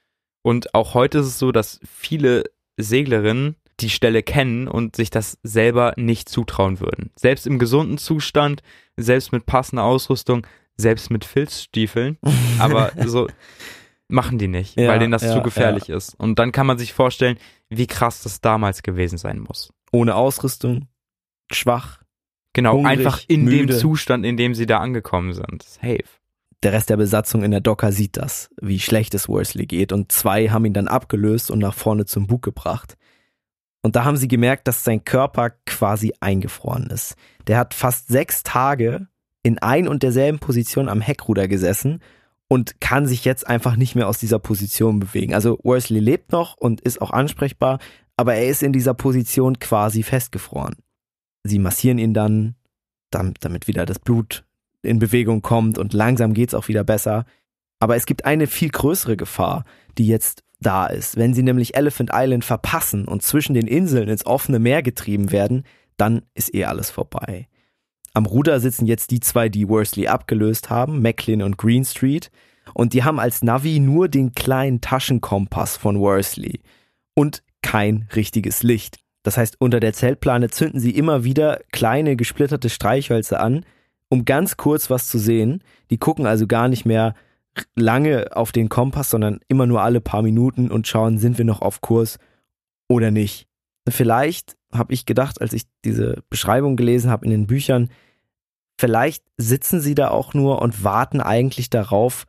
Und auch heute ist es so, dass viele Seglerinnen die Stelle kennen und sich das selber nicht zutrauen würden. Selbst im gesunden Zustand, selbst mit passender Ausrüstung, selbst mit Filzstiefeln, aber so machen die nicht, ja, weil denen das ja, zu gefährlich ja. ist. Und dann kann man sich vorstellen, wie krass das damals gewesen sein muss. Ohne Ausrüstung, schwach, genau, hungrig, einfach in müde. dem Zustand, in dem sie da angekommen sind. Safe. Der Rest der Besatzung in der Docker sieht das, wie schlecht es Worsley geht, und zwei haben ihn dann abgelöst und nach vorne zum Bug gebracht. Und da haben sie gemerkt, dass sein Körper quasi eingefroren ist. Der hat fast sechs Tage in ein und derselben Position am Heckruder gesessen und kann sich jetzt einfach nicht mehr aus dieser Position bewegen. Also Worsley lebt noch und ist auch ansprechbar, aber er ist in dieser Position quasi festgefroren. Sie massieren ihn dann, damit wieder das Blut in Bewegung kommt und langsam geht's auch wieder besser. Aber es gibt eine viel größere Gefahr, die jetzt da ist. Wenn sie nämlich Elephant Island verpassen und zwischen den Inseln ins offene Meer getrieben werden, dann ist eh alles vorbei. Am Ruder sitzen jetzt die zwei, die Worsley abgelöst haben, Macklin und Greenstreet, und die haben als Navi nur den kleinen Taschenkompass von Worsley und kein richtiges Licht. Das heißt, unter der Zeltplane zünden sie immer wieder kleine gesplitterte Streichhölzer an, um ganz kurz was zu sehen. Die gucken also gar nicht mehr lange auf den Kompass, sondern immer nur alle paar Minuten und schauen, sind wir noch auf Kurs oder nicht. Vielleicht habe ich gedacht, als ich diese Beschreibung gelesen habe in den Büchern, vielleicht sitzen sie da auch nur und warten eigentlich darauf,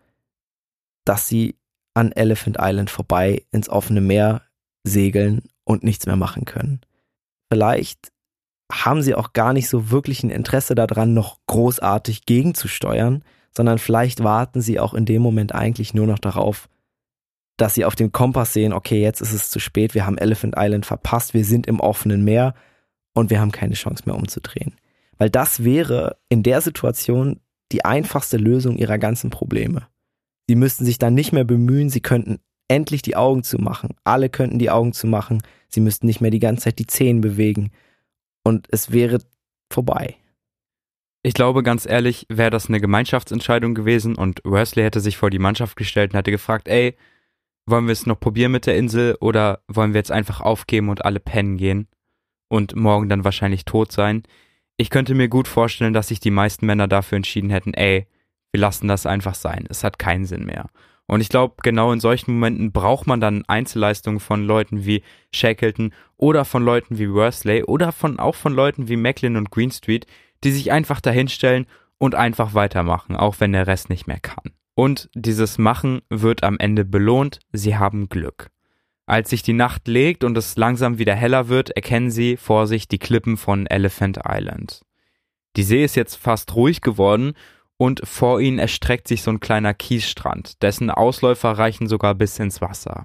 dass sie an Elephant Island vorbei ins offene Meer segeln und nichts mehr machen können. Vielleicht haben sie auch gar nicht so wirklich ein Interesse daran, noch großartig gegenzusteuern, sondern vielleicht warten sie auch in dem Moment eigentlich nur noch darauf, dass sie auf dem Kompass sehen, okay, jetzt ist es zu spät, wir haben Elephant Island verpasst, wir sind im offenen Meer und wir haben keine Chance mehr umzudrehen. Weil das wäre in der Situation die einfachste Lösung ihrer ganzen Probleme. Sie müssten sich dann nicht mehr bemühen, sie könnten endlich die Augen zumachen, alle könnten die Augen zumachen, sie müssten nicht mehr die ganze Zeit die Zehen bewegen und es wäre vorbei. Ich glaube, ganz ehrlich, wäre das eine Gemeinschaftsentscheidung gewesen und Worsley hätte sich vor die Mannschaft gestellt und hätte gefragt, ey, wollen wir es noch probieren mit der Insel oder wollen wir jetzt einfach aufgeben und alle pennen gehen und morgen dann wahrscheinlich tot sein? Ich könnte mir gut vorstellen, dass sich die meisten Männer dafür entschieden hätten, ey, wir lassen das einfach sein, es hat keinen Sinn mehr. Und ich glaube, genau in solchen Momenten braucht man dann Einzelleistungen von Leuten wie Shackleton oder von Leuten wie Worsley oder von auch von Leuten wie Macklin und Greenstreet, die sich einfach dahinstellen und einfach weitermachen, auch wenn der Rest nicht mehr kann. Und dieses Machen wird am Ende belohnt, sie haben Glück. Als sich die Nacht legt und es langsam wieder heller wird, erkennen sie vor sich die Klippen von Elephant Island. Die See ist jetzt fast ruhig geworden und vor ihnen erstreckt sich so ein kleiner Kiesstrand, dessen Ausläufer reichen sogar bis ins Wasser.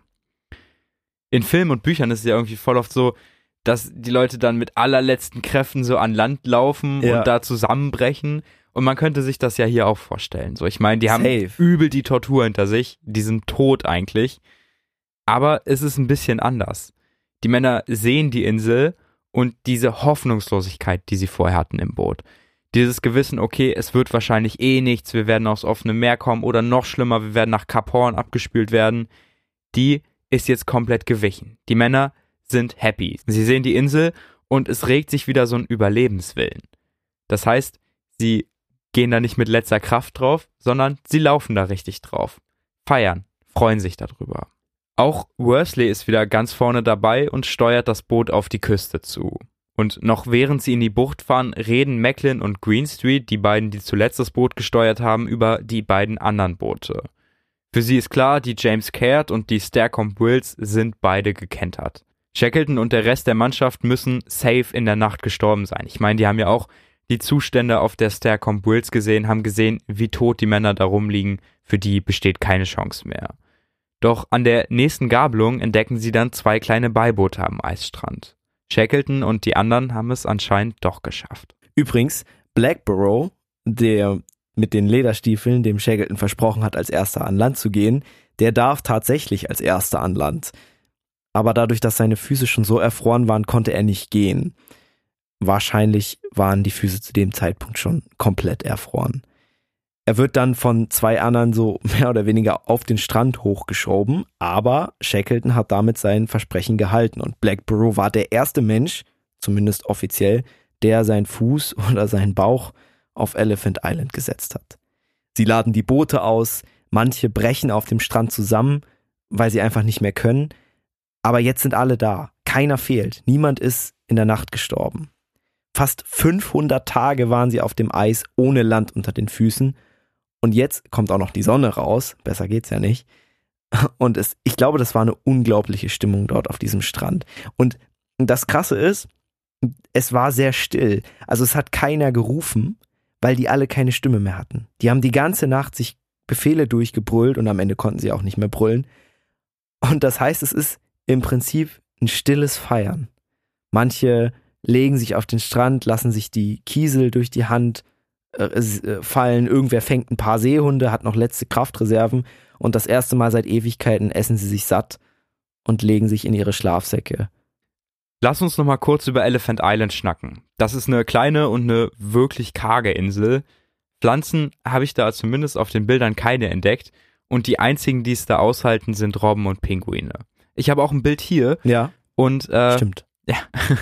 In Filmen und Büchern ist es ja irgendwie voll oft so, dass die Leute dann mit allerletzten Kräften so an Land laufen ja. und da zusammenbrechen. Und man könnte sich das ja hier auch vorstellen. So, ich meine, die haben Safe. übel die Tortur hinter sich, die sind tot eigentlich. Aber es ist ein bisschen anders. Die Männer sehen die Insel und diese Hoffnungslosigkeit, die sie vorher hatten im Boot. Dieses Gewissen, okay, es wird wahrscheinlich eh nichts, wir werden aufs offene Meer kommen oder noch schlimmer, wir werden nach Kap Horn abgespült werden, die ist jetzt komplett gewichen. Die Männer sind happy. Sie sehen die Insel und es regt sich wieder so ein Überlebenswillen. Das heißt, sie gehen da nicht mit letzter Kraft drauf, sondern sie laufen da richtig drauf. Feiern, freuen sich darüber. Auch Worsley ist wieder ganz vorne dabei und steuert das Boot auf die Küste zu. Und noch während sie in die Bucht fahren, reden Macklin und Greenstreet, die beiden, die zuletzt das Boot gesteuert haben, über die beiden anderen Boote. Für sie ist klar, die James Caird und die Staircombe Wills sind beide gekentert. Shackleton und der Rest der Mannschaft müssen safe in der Nacht gestorben sein. Ich meine, die haben ja auch die Zustände auf der Staircombe Wills gesehen, haben gesehen, wie tot die Männer da rumliegen. Für die besteht keine Chance mehr. Doch an der nächsten Gabelung entdecken sie dann zwei kleine Beiboote am Eisstrand. Shackleton und die anderen haben es anscheinend doch geschafft. Übrigens, Blackborough, der mit den Lederstiefeln dem Shackleton versprochen hat, als erster an Land zu gehen, der darf tatsächlich als erster an Land. Aber dadurch, dass seine Füße schon so erfroren waren, konnte er nicht gehen. Wahrscheinlich waren die Füße zu dem Zeitpunkt schon komplett erfroren. Er wird dann von zwei anderen so mehr oder weniger auf den Strand hochgeschoben, aber Shackleton hat damit sein Versprechen gehalten und Blackborough war der erste Mensch, zumindest offiziell, der seinen Fuß oder seinen Bauch auf Elephant Island gesetzt hat. Sie laden die Boote aus, manche brechen auf dem Strand zusammen, weil sie einfach nicht mehr können, aber jetzt sind alle da, keiner fehlt, niemand ist in der Nacht gestorben. Fast fünfhundert Tage waren sie auf dem Eis ohne Land unter den Füßen. Und jetzt kommt auch noch die Sonne raus, besser geht's ja nicht. Und es, ich glaube, das war eine unglaubliche Stimmung dort auf diesem Strand. Und das Krasse ist, es war sehr still. Also es hat keiner gerufen, weil die alle keine Stimme mehr hatten. Die haben die ganze Nacht sich Befehle durchgebrüllt und am Ende konnten sie auch nicht mehr brüllen. Und das heißt, es ist im Prinzip ein stilles Feiern. Manche legen sich auf den Strand, lassen sich die Kiesel durch die Hand fallen, irgendwer fängt ein paar Seehunde, hat noch letzte Kraftreserven und das erste Mal seit Ewigkeiten essen sie sich satt und legen sich in ihre Schlafsäcke. Lass uns noch mal kurz über Elephant Island schnacken. Das ist eine kleine und eine wirklich karge Insel. Pflanzen habe ich da zumindest auf den Bildern keine entdeckt und die einzigen, die es da aushalten, sind Robben und Pinguine. Ich habe auch ein Bild hier. Ja, und äh, stimmt. Ja,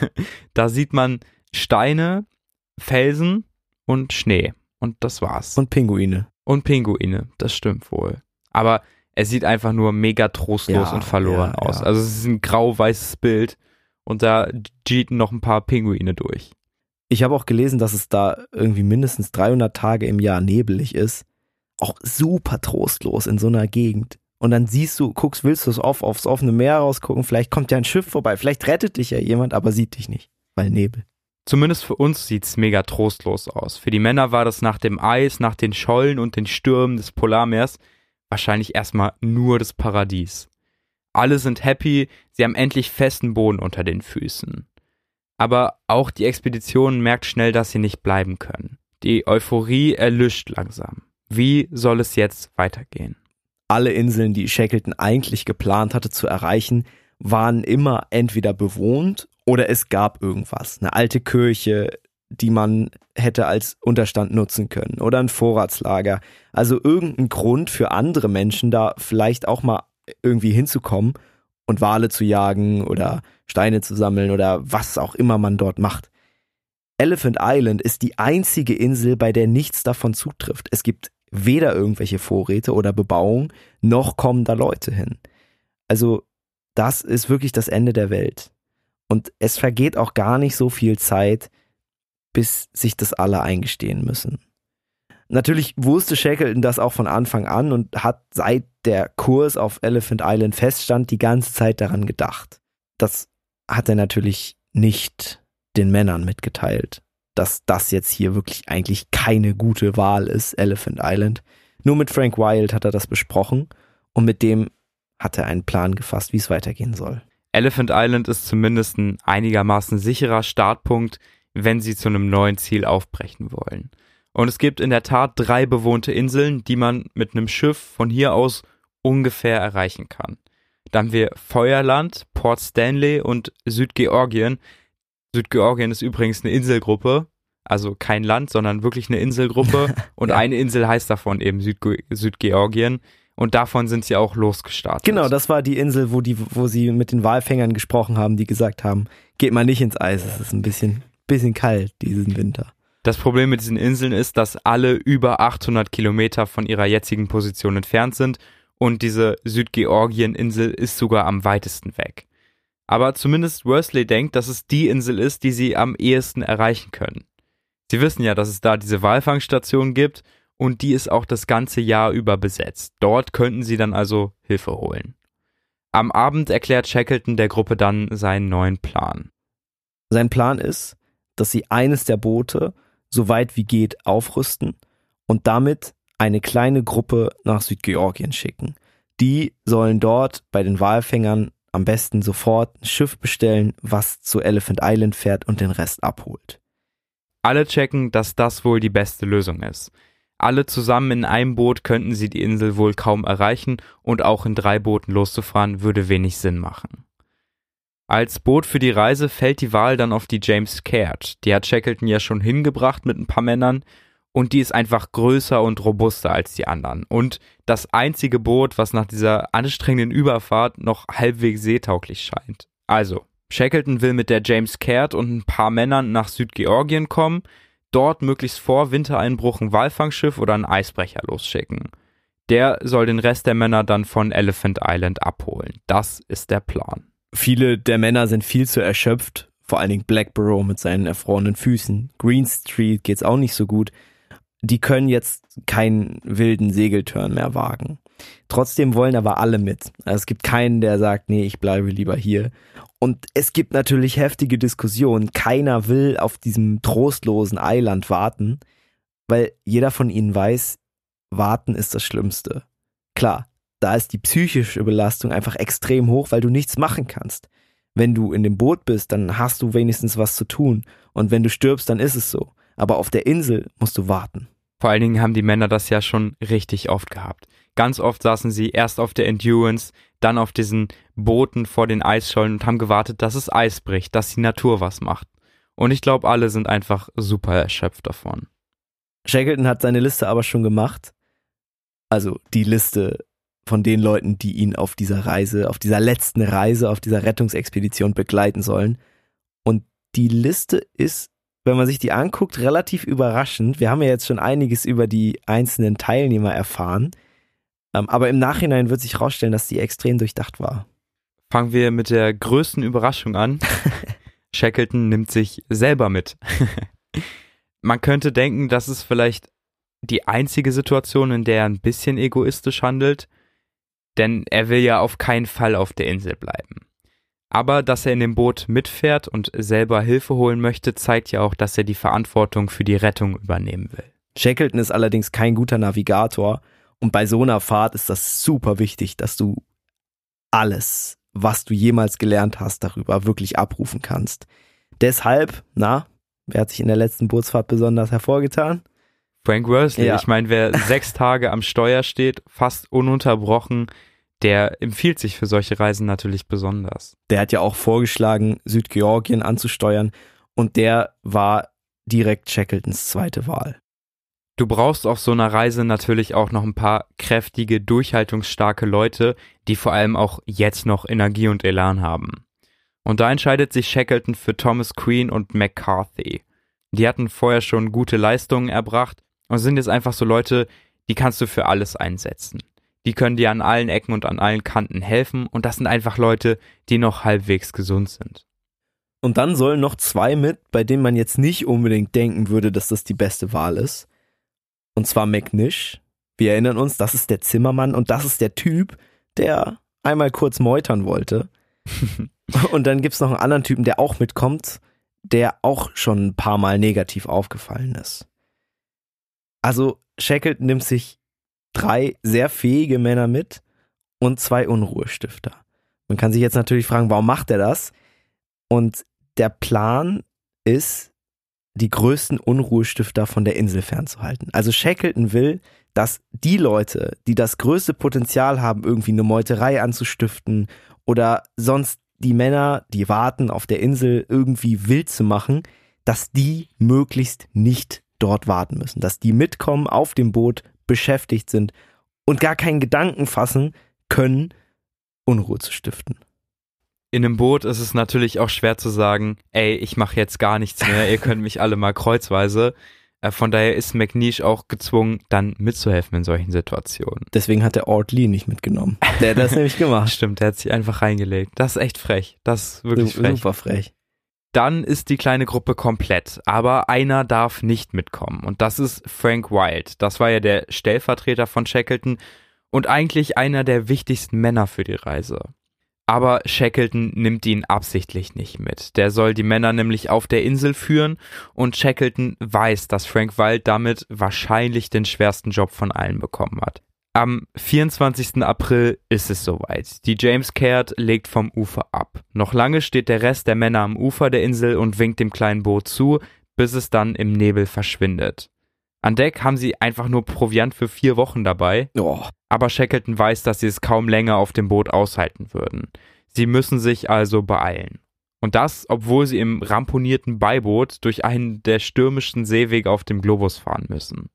da sieht man Steine, Felsen und Schnee. Und das war's. Und Pinguine. Und Pinguine, das stimmt wohl. Aber es sieht einfach nur mega trostlos ja, und verloren ja, aus. Ja. Also es ist ein grau-weißes Bild und da jeeten noch ein paar Pinguine durch. Ich habe auch gelesen, dass es da irgendwie mindestens dreihundert Tage im Jahr nebelig ist. Auch super trostlos in so einer Gegend. Und dann siehst du, guckst, willst du es auf, aufs offene Meer rausgucken, vielleicht kommt ja ein Schiff vorbei, vielleicht rettet dich ja jemand, aber sieht dich nicht, weil Nebel. Zumindest für uns sieht's mega trostlos aus. Für die Männer war das nach dem Eis, nach den Schollen und den Stürmen des Polarmeers wahrscheinlich erstmal nur das Paradies. Alle sind happy, sie haben endlich festen Boden unter den Füßen. Aber auch die Expedition merkt schnell, dass sie nicht bleiben können. Die Euphorie erlischt langsam. Wie soll es jetzt weitergehen? Alle Inseln, die Shackleton eigentlich geplant hatte zu erreichen, waren immer entweder bewohnt oder es gab irgendwas. Eine alte Kirche, die man hätte als Unterstand nutzen können oder ein Vorratslager. Also irgendein Grund für andere Menschen, da vielleicht auch mal irgendwie hinzukommen und Wale zu jagen oder Steine zu sammeln oder was auch immer man dort macht. Elephant Island ist die einzige Insel, bei der nichts davon zutrifft. Es gibt weder irgendwelche Vorräte oder Bebauung, noch kommen da Leute hin. Also das ist wirklich das Ende der Welt. Und es vergeht auch gar nicht so viel Zeit, bis sich das alle eingestehen müssen. Natürlich wusste Shackleton das auch von Anfang an und hat, seit der Kurs auf Elephant Island feststand, die ganze Zeit daran gedacht. Das hat er natürlich nicht den Männern mitgeteilt, dass das jetzt hier wirklich eigentlich keine gute Wahl ist, Elephant Island. Nur mit Frank Wild hat er das besprochen und mit dem hat er einen Plan gefasst, wie es weitergehen soll. Elephant Island ist zumindest ein einigermaßen sicherer Startpunkt, wenn sie zu einem neuen Ziel aufbrechen wollen. Und es gibt in der Tat drei bewohnte Inseln, die man mit einem Schiff von hier aus ungefähr erreichen kann. Dann haben wir Feuerland, Port Stanley und Südgeorgien. Südgeorgien ist übrigens eine Inselgruppe, also kein Land, sondern wirklich eine Inselgruppe. Und ja. Eine Insel heißt davon eben Südge- Südgeorgien. Und davon sind sie auch losgestartet. Genau, das war die Insel, wo die, wo sie mit den Walfängern gesprochen haben, die gesagt haben, geht mal nicht ins Eis, es ist ein bisschen, bisschen kalt diesen Winter. Das Problem mit diesen Inseln ist, dass alle über achthundert Kilometer von ihrer jetzigen Position entfernt sind und diese Südgeorgien-Insel ist sogar am weitesten weg. Aber zumindest Worsley denkt, dass es die Insel ist, die sie am ehesten erreichen können. Sie wissen ja, dass es da diese Walfangstation gibt und die ist auch das ganze Jahr über besetzt. Dort könnten sie dann also Hilfe holen. Am Abend erklärt Shackleton der Gruppe dann seinen neuen Plan. Sein Plan ist, dass sie eines der Boote so weit wie geht aufrüsten und damit eine kleine Gruppe nach Südgeorgien schicken. Die sollen dort bei den Walfängern am besten sofort ein Schiff bestellen, was zu Elephant Island fährt und den Rest abholt. Alle checken, dass das wohl die beste Lösung ist. Alle zusammen in einem Boot könnten sie die Insel wohl kaum erreichen und auch in drei Booten loszufahren würde wenig Sinn machen. Als Boot für die Reise fällt die Wahl dann auf die James Caird. Die hat Shackleton ja schon hingebracht mit ein paar Männern und die ist einfach größer und robuster als die anderen. Und das einzige Boot, was nach dieser anstrengenden Überfahrt noch halbwegs seetauglich scheint. Also, Shackleton will mit der James Caird und ein paar Männern nach Südgeorgien kommen, dort möglichst vor Wintereinbruch ein Walfangschiff oder einen Eisbrecher losschicken. Der soll den Rest der Männer dann von Elephant Island abholen. Das ist der Plan. Viele der Männer sind viel zu erschöpft, vor allen Dingen Blackborough mit seinen erfrorenen Füßen. Greenstreet geht's auch nicht so gut. Die können jetzt keinen wilden Segelturn mehr wagen. Trotzdem wollen aber alle mit. Also es gibt keinen, der sagt, nee, ich bleibe lieber hier. Und es gibt natürlich heftige Diskussionen. Keiner will auf diesem trostlosen Eiland warten, weil jeder von ihnen weiß, warten ist das Schlimmste. Klar, da ist die psychische Belastung einfach extrem hoch, weil du nichts machen kannst. Wenn du in dem Boot bist, dann hast du wenigstens was zu tun. Und wenn du stirbst, dann ist es so. Aber auf der Insel musst du warten. Vor allen Dingen haben die Männer das ja schon richtig oft gehabt. Ganz oft saßen sie erst auf der Endurance, dann auf diesen Booten vor den Eisschollen und haben gewartet, dass es Eis bricht, dass die Natur was macht. Und ich glaube, alle sind einfach super erschöpft davon. Shackleton hat seine Liste aber schon gemacht. Also die Liste von den Leuten, die ihn auf dieser Reise, auf dieser letzten Reise, auf dieser Rettungsexpedition begleiten sollen. Und die Liste ist, wenn man sich die anguckt, relativ überraschend. Wir haben ja jetzt schon einiges über die einzelnen Teilnehmer erfahren. Aber im Nachhinein wird sich herausstellen, dass die extrem durchdacht war. Fangen wir mit der größten Überraschung an. Shackleton nimmt sich selber mit. Man könnte denken, das ist vielleicht die einzige Situation, in der er ein bisschen egoistisch handelt, denn er will ja auf keinen Fall auf der Insel bleiben. Aber dass er in dem Boot mitfährt und selber Hilfe holen möchte, zeigt ja auch, dass er die Verantwortung für die Rettung übernehmen will. Shackleton ist allerdings kein guter Navigator und bei so einer Fahrt ist das super wichtig, dass du alles, was du jemals gelernt hast, darüber wirklich abrufen kannst. Deshalb, na, wer hat sich in der letzten Bootsfahrt besonders hervorgetan? Frank Worsley. Ja. Ich meine, wer sechs Tage am Steuer steht, fast ununterbrochen, der empfiehlt sich für solche Reisen natürlich besonders. Der hat ja auch vorgeschlagen, Südgeorgien anzusteuern und der war direkt Shackletons zweite Wahl. Du brauchst auf so einer Reise natürlich auch noch ein paar kräftige, durchhaltungsstarke Leute, die vor allem auch jetzt noch Energie und Elan haben. Und da entscheidet sich Shackleton für Thomas Crean und McCarthy. Die hatten vorher schon gute Leistungen erbracht und sind jetzt einfach so Leute, die kannst du für alles einsetzen. Die können dir an allen Ecken und an allen Kanten helfen und das sind einfach Leute, die noch halbwegs gesund sind. Und dann sollen noch zwei mit, bei denen man jetzt nicht unbedingt denken würde, dass das die beste Wahl ist. Und zwar McNish. Wir erinnern uns, das ist der Zimmermann und das ist der Typ, der einmal kurz meutern wollte. Und dann gibt's noch einen anderen Typen, der auch mitkommt, der auch schon ein paar Mal negativ aufgefallen ist. Also Shackleton nimmt sich drei sehr fähige Männer mit und zwei Unruhestifter. Man kann sich jetzt natürlich fragen, warum macht er das? Und der Plan ist, die größten Unruhestifter von der Insel fernzuhalten. Also Shackleton will, dass die Leute, die das größte Potenzial haben, irgendwie eine Meuterei anzustiften oder sonst die Männer, die warten auf der Insel, irgendwie wild zu machen, dass die möglichst nicht dort warten müssen. Dass die mitkommen, auf dem Boot beschäftigt sind und gar keinen Gedanken fassen können, Unruhe zu stiften. In einem Boot ist es natürlich auch schwer zu sagen, ey, ich mache jetzt gar nichts mehr, ihr könnt mich alle mal kreuzweise. Von daher ist McNish auch gezwungen, dann mitzuhelfen in solchen Situationen. Deswegen hat der Ord Lee nicht mitgenommen. Der hat das nämlich gemacht. Stimmt, der hat sich einfach reingelegt. Das ist echt frech. Das ist wirklich frech. Super frech. Dann ist die kleine Gruppe komplett, aber einer darf nicht mitkommen und das ist Frank Wild. Das war ja der Stellvertreter von Shackleton und eigentlich einer der wichtigsten Männer für die Reise. Aber Shackleton nimmt ihn absichtlich nicht mit. Der soll die Männer nämlich auf der Insel führen und Shackleton weiß, dass Frank Wild damit wahrscheinlich den schwersten Job von allen bekommen hat. Am vierundzwanzigsten April ist es soweit. Die James Caird legt vom Ufer ab. Noch lange steht der Rest der Männer am Ufer der Insel und winkt dem kleinen Boot zu, bis es dann im Nebel verschwindet. An Deck haben sie einfach nur Proviant für vier Wochen dabei, oh. aber Shackleton weiß, dass sie es kaum länger auf dem Boot aushalten würden. Sie müssen sich also beeilen. Und das, obwohl sie im ramponierten Beiboot durch einen der stürmischsten Seewege auf dem Globus fahren müssen.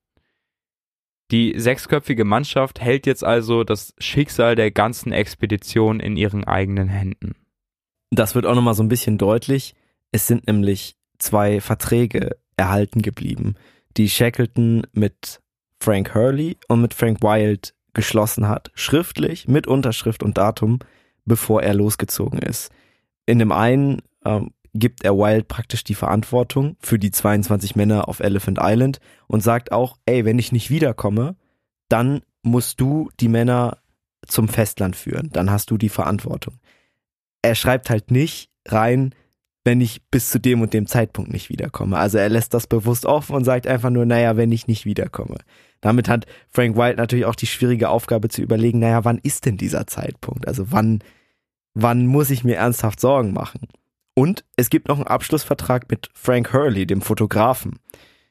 Die sechsköpfige Mannschaft hält jetzt also das Schicksal der ganzen Expedition in ihren eigenen Händen. Das wird auch nochmal so ein bisschen deutlich. Es sind nämlich zwei Verträge erhalten geblieben, die Shackleton mit Frank Hurley und mit Frank Wild geschlossen hat, schriftlich mit Unterschrift und Datum, bevor er losgezogen ist. In dem einen ähm, gibt er Wild praktisch die Verantwortung für die zweiundzwanzig Männer auf Elephant Island und sagt auch, ey, wenn ich nicht wiederkomme, dann musst du die Männer zum Festland führen, dann hast du die Verantwortung. Er schreibt halt nicht rein, wenn ich bis zu dem und dem Zeitpunkt nicht wiederkomme. Also er lässt das bewusst offen und sagt einfach nur, naja, wenn ich nicht wiederkomme. Damit hat Frank Wild natürlich auch die schwierige Aufgabe zu überlegen, naja, wann ist denn dieser Zeitpunkt? Also wann, wann muss ich mir ernsthaft Sorgen machen? Und es gibt noch einen Abschlussvertrag mit Frank Hurley, dem Fotografen.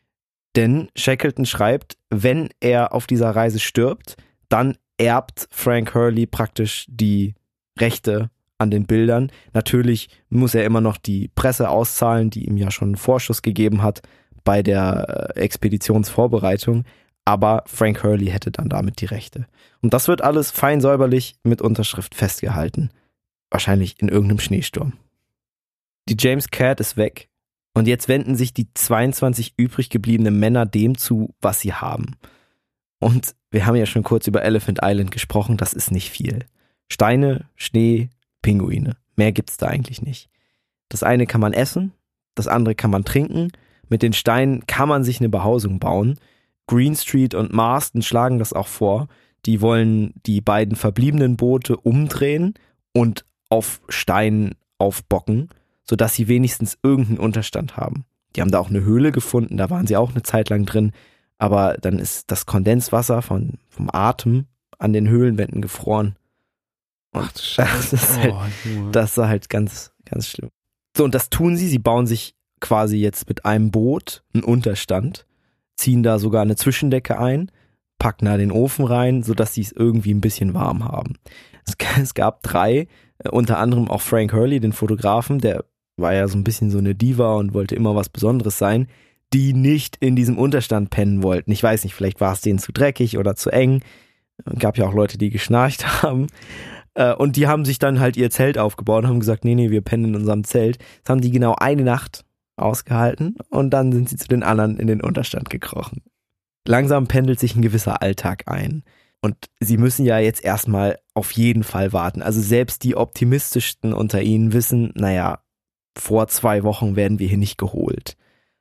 Denn Shackleton schreibt, wenn er auf dieser Reise stirbt, dann erbt Frank Hurley praktisch die Rechte an den Bildern. Natürlich muss er immer noch die Presse auszahlen, die ihm ja schon einen Vorschuss gegeben hat bei der Expeditionsvorbereitung, aber Frank Hurley hätte dann damit die Rechte. Und das wird alles fein säuberlich mit Unterschrift festgehalten. Wahrscheinlich in irgendeinem Schneesturm. Die James Caird ist weg und jetzt wenden sich die zweiundzwanzig übrig gebliebenen Männer dem zu, was sie haben. Und wir haben ja schon kurz über Elephant Island gesprochen, das ist nicht viel. Steine, Schnee, Pinguine. Mehr gibt's da eigentlich nicht. Das eine kann man essen, das andere kann man trinken. Mit den Steinen kann man sich eine Behausung bauen. Greenstreet und Marston schlagen das auch vor. Die wollen die beiden verbliebenen Boote umdrehen und auf Steinen aufbocken, sodass sie wenigstens irgendeinen Unterstand haben. Die haben da auch eine Höhle gefunden, da waren sie auch eine Zeit lang drin, aber dann ist das Kondenswasser von, vom Atem an den Höhlenwänden gefroren. Und Ach, das ist halt, das war halt ganz, ganz schlimm. So, und das tun sie, sie bauen sich quasi jetzt mit einem Boot einen Unterstand, ziehen da sogar eine Zwischendecke ein, packen da den Ofen rein, sodass sie es irgendwie ein bisschen warm haben. Es, es gab drei, unter anderem auch Frank Hurley, den Fotografen, der war ja so ein bisschen so eine Diva und wollte immer was Besonderes sein, die nicht in diesem Unterstand pennen wollten. Ich weiß nicht, vielleicht war es denen zu dreckig oder zu eng. Es gab ja auch Leute, die geschnarcht haben. Und die haben sich dann halt ihr Zelt aufgebaut und haben gesagt, nee, nee, wir pennen in unserem Zelt. Das haben die genau eine Nacht ausgehalten und dann sind sie zu den anderen in den Unterstand gekrochen. Langsam pendelt sich ein gewisser Alltag ein. Und sie müssen ja jetzt erstmal auf jeden Fall warten. Also selbst die optimistischsten unter ihnen wissen, naja, vor zwei Wochen werden wir hier nicht geholt.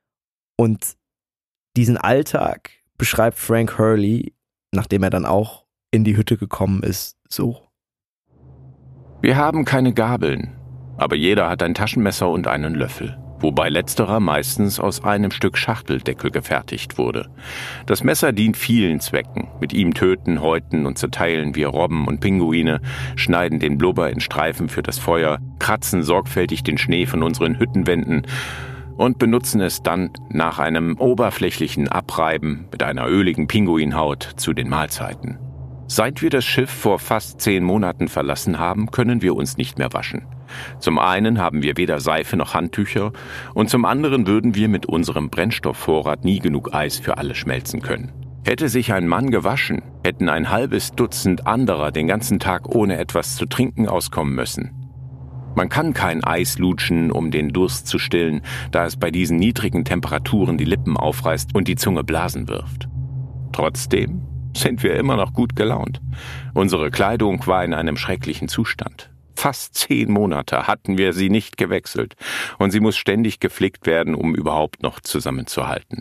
Und diesen Alltag beschreibt Frank Hurley, nachdem er dann auch in die Hütte gekommen ist, so. Wir haben keine Gabeln, aber jeder hat ein Taschenmesser und einen Löffel, wobei letzterer meistens aus einem Stück Schachteldeckel gefertigt wurde. Das Messer dient vielen Zwecken. Mit ihm töten, häuten und zerteilen wir Robben und Pinguine, schneiden den Blubber in Streifen für das Feuer, kratzen sorgfältig den Schnee von unseren Hüttenwänden und benutzen es dann nach einem oberflächlichen Abreiben mit einer öligen Pinguinhaut zu den Mahlzeiten. Seit wir das Schiff vor fast zehn Monaten verlassen haben, können wir uns nicht mehr waschen. Zum einen haben wir weder Seife noch Handtücher und zum anderen würden wir mit unserem Brennstoffvorrat nie genug Eis für alle schmelzen können. Hätte sich ein Mann gewaschen, hätten ein halbes Dutzend anderer den ganzen Tag ohne etwas zu trinken auskommen müssen. Man kann kein Eis lutschen, um den Durst zu stillen, da es bei diesen niedrigen Temperaturen die Lippen aufreißt und die Zunge Blasen wirft. Trotzdem sind wir immer noch gut gelaunt. Unsere Kleidung war in einem schrecklichen Zustand. Fast zehn Monate hatten wir sie nicht gewechselt und sie muss ständig geflickt werden, um überhaupt noch zusammenzuhalten.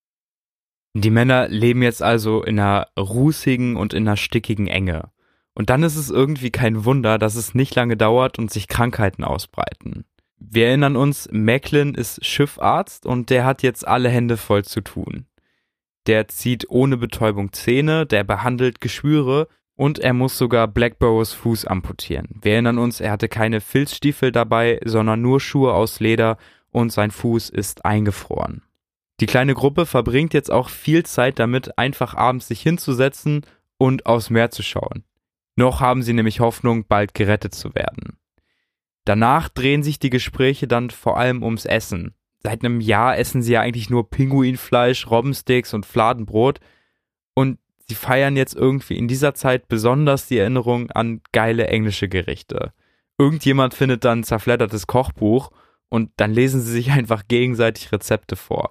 Die Männer leben jetzt also in einer rußigen und in einer stickigen Enge. Und dann ist es irgendwie kein Wunder, dass es nicht lange dauert und sich Krankheiten ausbreiten. Wir erinnern uns, Macklin ist Schiffarzt und der hat jetzt alle Hände voll zu tun. Der zieht ohne Betäubung Zähne, der behandelt Geschwüre und er muss sogar Blackburrows Fuß amputieren. Wir erinnern uns, er hatte keine Filzstiefel dabei, sondern nur Schuhe aus Leder und sein Fuß ist eingefroren. Die kleine Gruppe verbringt jetzt auch viel Zeit damit, einfach abends sich hinzusetzen und aufs Meer zu schauen. Noch haben sie nämlich Hoffnung, bald gerettet zu werden. Danach drehen sich die Gespräche dann vor allem ums Essen. Seit einem Jahr essen sie ja eigentlich nur Pinguinfleisch, Robbensteaks und Fladenbrot und sie feiern jetzt irgendwie in dieser Zeit besonders die Erinnerung an geile englische Gerichte. Irgendjemand findet dann ein zerfleddertes Kochbuch und dann lesen sie sich einfach gegenseitig Rezepte vor.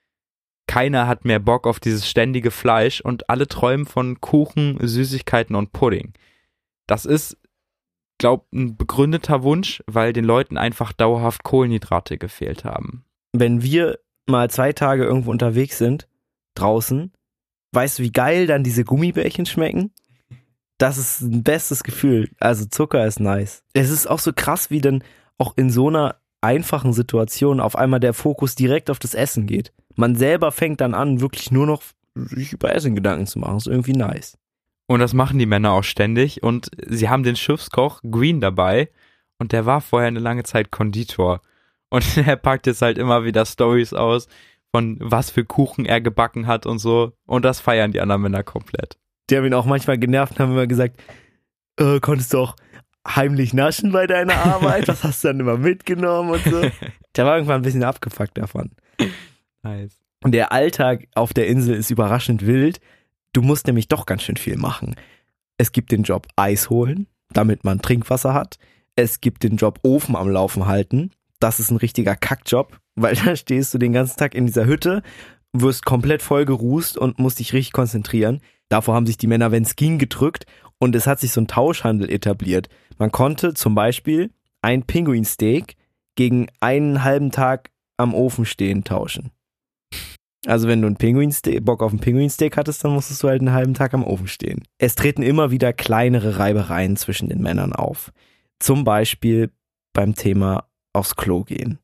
Keiner hat mehr Bock auf dieses ständige Fleisch und alle träumen von Kuchen, Süßigkeiten und Pudding. Das ist, glaub, ein begründeter Wunsch, weil den Leuten einfach dauerhaft Kohlenhydrate gefehlt haben. Wenn wir mal zwei Tage irgendwo unterwegs sind, draußen, weißt du, wie geil dann diese Gummibärchen schmecken? Das ist ein bestes Gefühl. Also Zucker ist nice. Es ist auch so krass, wie dann auch in so einer einfachen Situation auf einmal der Fokus direkt auf das Essen geht. Man selber fängt dann an, wirklich nur noch sich über Essen Gedanken zu machen. Das ist irgendwie nice. Und das machen die Männer auch ständig und sie haben den Schiffskoch Green dabei und der war vorher eine lange Zeit Konditor. Und er packt jetzt halt immer wieder Storys aus, von was für Kuchen er gebacken hat und so. Und das feiern die anderen Männer komplett. Die haben ihn auch manchmal genervt und haben immer gesagt, äh, konntest du auch heimlich naschen bei deiner Arbeit? Was hast du dann immer mitgenommen und so? Der war irgendwann ein bisschen abgefuckt davon. Nice. Und der Alltag auf der Insel ist überraschend wild. Du musst nämlich doch ganz schön viel machen. Es gibt den Job Eis holen, damit man Trinkwasser hat. Es gibt den Job Ofen am Laufen halten. Das ist ein richtiger Kackjob, weil da stehst du den ganzen Tag in dieser Hütte, wirst komplett voll gerußt und musst dich richtig konzentrieren. Davor haben sich die Männer, wenn es ging, gedrückt und es hat sich so ein Tauschhandel etabliert. Man konnte zum Beispiel ein Pinguinsteak gegen einen halben Tag am Ofen stehen tauschen. Also wenn du ein Pinguinsteak, Bock auf ein Pinguinsteak hattest, dann musstest du halt einen halben Tag am Ofen stehen. Es treten immer wieder kleinere Reibereien zwischen den Männern auf. Zum Beispiel beim Thema aufs Klo gehen.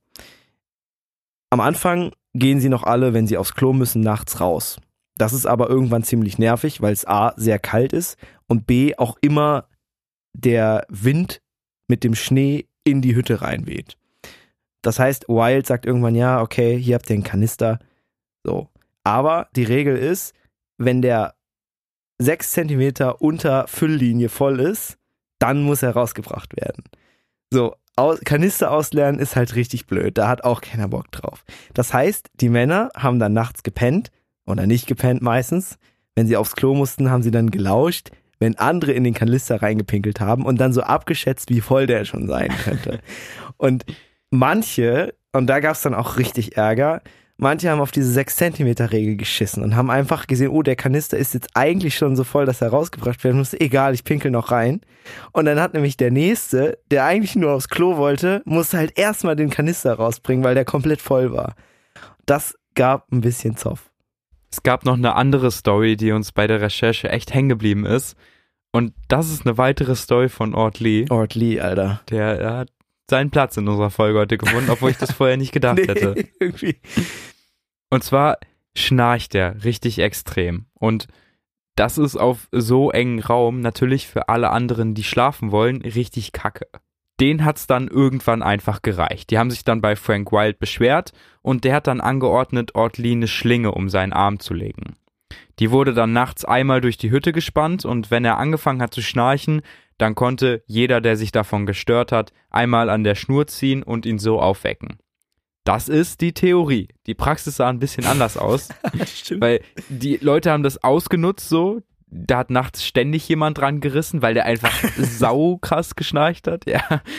Am Anfang gehen sie noch alle, wenn sie aufs Klo müssen, nachts raus. Das ist aber irgendwann ziemlich nervig, weil es A, sehr kalt ist und B, auch immer der Wind mit dem Schnee in die Hütte reinweht. Das heißt, Wild sagt irgendwann, ja, okay, hier habt ihr einen Kanister. So. Aber die Regel ist, wenn der sechs Zentimeter unter Fülllinie voll ist, dann muss er rausgebracht werden. So, aus, Kanister ausleeren ist halt richtig blöd. Da hat auch keiner Bock drauf. Das heißt, die Männer haben dann nachts gepennt oder nicht gepennt meistens. Wenn sie aufs Klo mussten, haben sie dann gelauscht, wenn andere in den Kanister reingepinkelt haben und dann so abgeschätzt, wie voll der schon sein könnte. Und manche, und da gab es dann auch richtig Ärger, manche haben auf diese sechs Zentimeter Regel geschissen und haben einfach gesehen, oh, der Kanister ist jetzt eigentlich schon so voll, dass er rausgebracht werden muss. Egal, ich pinkel noch rein. Und dann hat nämlich der Nächste, der eigentlich nur aufs Klo wollte, musste halt erstmal den Kanister rausbringen, weil der komplett voll war. Das gab ein bisschen Zoff. Es gab noch eine andere Story, die uns bei der Recherche echt hängen geblieben ist. Und das ist eine weitere Story von Ord Lee. Ord Lee, Alter. Der, der hat seinen Platz in unserer Folge heute gefunden, obwohl ich das vorher nicht gedacht nee, hätte. Irgendwie. Und zwar schnarcht er richtig extrem. Und das ist auf so engen Raum natürlich für alle anderen, die schlafen wollen, richtig kacke. Den hat's dann irgendwann einfach gereicht. Die haben sich dann bei Frank Wild beschwert und der hat dann angeordnet, Ord Lee eine Schlinge um seinen Arm zu legen. Die wurde dann nachts einmal durch die Hütte gespannt und wenn er angefangen hat zu schnarchen, dann konnte jeder, der sich davon gestört hat, einmal an der Schnur ziehen und ihn so aufwecken. Das ist die Theorie. Die Praxis sah ein bisschen anders aus, weil die Leute haben das ausgenutzt so. Da hat nachts ständig jemand dran gerissen, weil der einfach saukrass geschnarcht hat. Ja.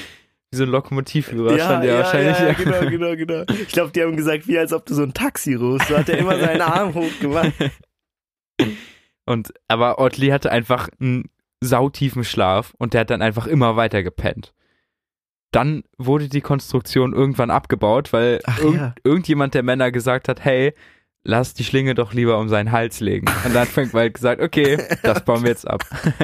Wie so ein Lokomotivführer ja, stand der ja, wahrscheinlich. Ja, ja, genau, genau, genau. Ich glaube, die haben gesagt, wie als ob du so ein Taxi rufst. So hat er immer seinen Arm hochgemacht. Und, aber Otley hatte einfach einen sautiefen Schlaf und der hat dann einfach immer weiter gepennt. Dann wurde die Konstruktion irgendwann abgebaut, weil Ach, irg- ja. irgendjemand der Männer gesagt hat, hey, lass die Schlinge doch lieber um seinen Hals legen. Und dann hat Frank White gesagt, okay, das bauen wir jetzt ab.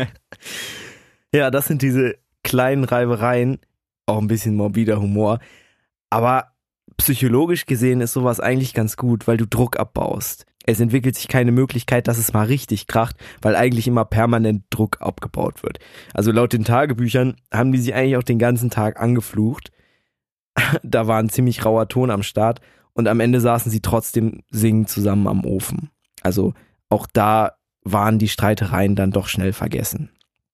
Ja, das sind diese kleinen Reibereien, auch ein bisschen morbider Humor, aber psychologisch gesehen ist sowas eigentlich ganz gut, weil du Druck abbaust. Es entwickelt sich keine Möglichkeit, dass es mal richtig kracht, weil eigentlich immer permanent Druck abgebaut wird. Also laut den Tagebüchern haben die sich eigentlich auch den ganzen Tag angeflucht. Da war ein ziemlich rauer Ton am Start und am Ende saßen sie trotzdem singend zusammen am Ofen. Also auch da waren die Streitereien dann doch schnell vergessen.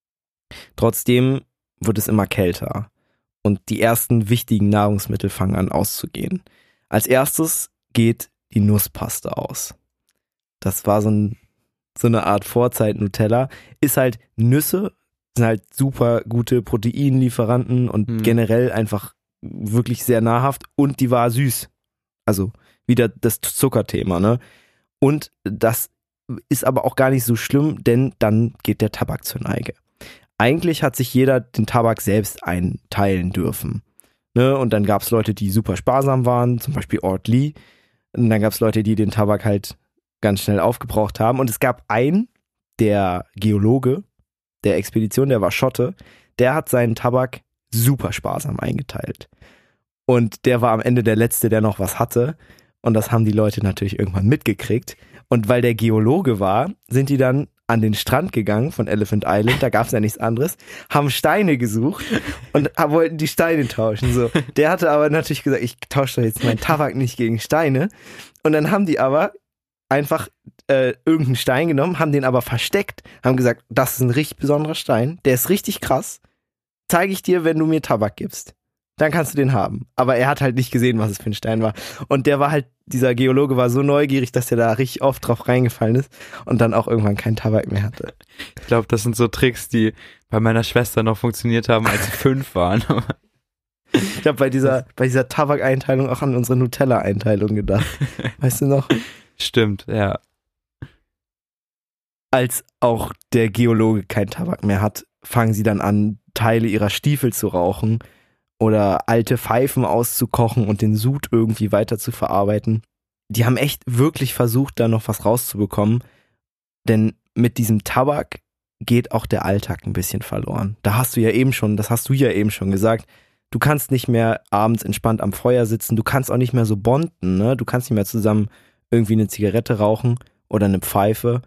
Trotzdem wird es immer kälter und die ersten wichtigen Nahrungsmittel fangen an auszugehen. Als erstes geht die Nusspaste aus. Das war so, ein, so eine Art Vorzeit-Nutella. Ist halt Nüsse, sind halt super gute Proteinlieferanten und Mhm. generell einfach wirklich sehr nahrhaft und die war süß. Also wieder das Zuckerthema, ne? Und das ist aber auch gar nicht so schlimm, denn dann geht der Tabak zur Neige. Eigentlich hat sich jeder den Tabak selbst einteilen dürfen. Ne? Und dann gab es Leute, die super sparsam waren, zum Beispiel Otley. Und dann gab es Leute, die den Tabak halt ganz schnell aufgebraucht haben. Und es gab einen, der Geologe der Expedition, der war Schotte, der hat seinen Tabak super sparsam eingeteilt. Und der war am Ende der Letzte, der noch was hatte. Und das haben die Leute natürlich irgendwann mitgekriegt. Und weil der Geologe war, sind die dann an den Strand gegangen von Elephant Island, da gab es ja nichts anderes, haben Steine gesucht und wollten die Steine tauschen. So. Der hatte aber natürlich gesagt, ich tausche doch jetzt meinen Tabak nicht gegen Steine. Und dann haben die aber einfach äh, irgendeinen Stein genommen, haben den aber versteckt, haben gesagt, das ist ein richtig besonderer Stein, der ist richtig krass, zeige ich dir, wenn du mir Tabak gibst. Dann kannst du den haben. Aber er hat halt nicht gesehen, was es für ein Stein war. Und der war halt, dieser Geologe war so neugierig, dass er da richtig oft drauf reingefallen ist und dann auch irgendwann keinen Tabak mehr hatte. Ich glaube, das sind so Tricks, die bei meiner Schwester noch funktioniert haben, als sie fünf waren. Ich habe bei dieser, bei dieser Tabakeinteilung auch an unsere Nutella-Einteilung gedacht. Weißt du noch? Stimmt, ja. Als auch der Geologe keinen Tabak mehr hat, fangen sie dann an, Teile ihrer Stiefel zu rauchen oder alte Pfeifen auszukochen und den Sud irgendwie weiter zu verarbeiten. Die haben echt wirklich versucht, da noch was rauszubekommen, denn mit diesem Tabak geht auch der Alltag ein bisschen verloren. Da hast du ja eben schon, das hast du ja eben schon gesagt, du kannst nicht mehr abends entspannt am Feuer sitzen, du kannst auch nicht mehr so bonden, ne? Du kannst nicht mehr zusammen irgendwie eine Zigarette rauchen oder eine Pfeife.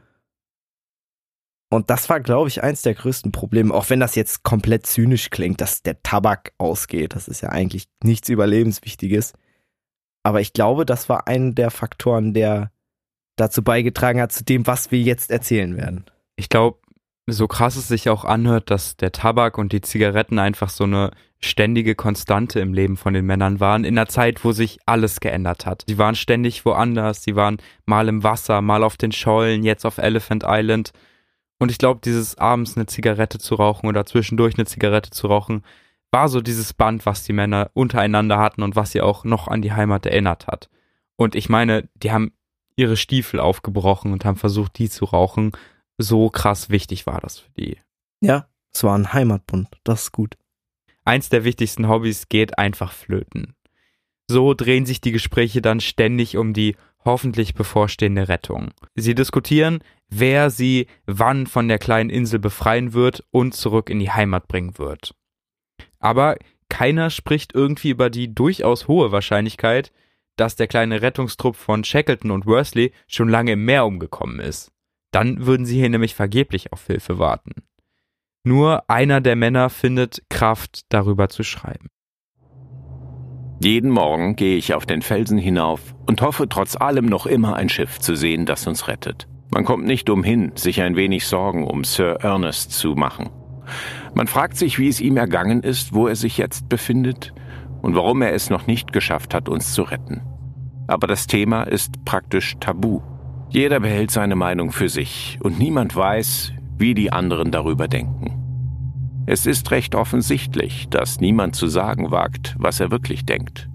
Und das war, glaube ich, eins der größten Probleme, auch wenn das jetzt komplett zynisch klingt, dass der Tabak ausgeht. Das ist ja eigentlich nichts Überlebenswichtiges. Aber ich glaube, das war einer der Faktoren, der dazu beigetragen hat, zu dem, was wir jetzt erzählen werden. Ich glaube, so krass es sich auch anhört, dass der Tabak und die Zigaretten einfach so eine ständige Konstante im Leben von den Männern waren, in einer Zeit, wo sich alles geändert hat. Sie waren ständig woanders, sie waren mal im Wasser, mal auf den Schollen, jetzt auf Elephant Island. Und ich glaube, dieses abends eine Zigarette zu rauchen oder zwischendurch eine Zigarette zu rauchen, war so dieses Band, was die Männer untereinander hatten und was sie auch noch an die Heimat erinnert hat. Und ich meine, die haben ihre Stiefel aufgebrochen und haben versucht, die zu rauchen. So krass wichtig war das für die. Ja, es war ein Heimatbund, das ist gut. Eins der wichtigsten Hobbys geht einfach flöten. So drehen sich die Gespräche dann ständig um die hoffentlich bevorstehende Rettung. Sie diskutieren, wer sie wann von der kleinen Insel befreien wird und zurück in die Heimat bringen wird. Aber keiner spricht irgendwie über die durchaus hohe Wahrscheinlichkeit, dass der kleine Rettungstrupp von Shackleton und Worsley schon lange im Meer umgekommen ist. Dann würden sie hier nämlich vergeblich auf Hilfe warten. Nur einer der Männer findet Kraft, darüber zu schreiben. Jeden Morgen gehe ich auf den Felsen hinauf und hoffe trotz allem noch immer ein Schiff zu sehen, das uns rettet. Man kommt nicht umhin, sich ein wenig Sorgen um Sir Ernest zu machen. Man fragt sich, wie es ihm ergangen ist, wo er sich jetzt befindet und warum er es noch nicht geschafft hat, uns zu retten. Aber das Thema ist praktisch tabu. Jeder behält seine Meinung für sich und niemand weiß, wie die anderen darüber denken. Es ist recht offensichtlich, dass niemand zu sagen wagt, was er wirklich denkt.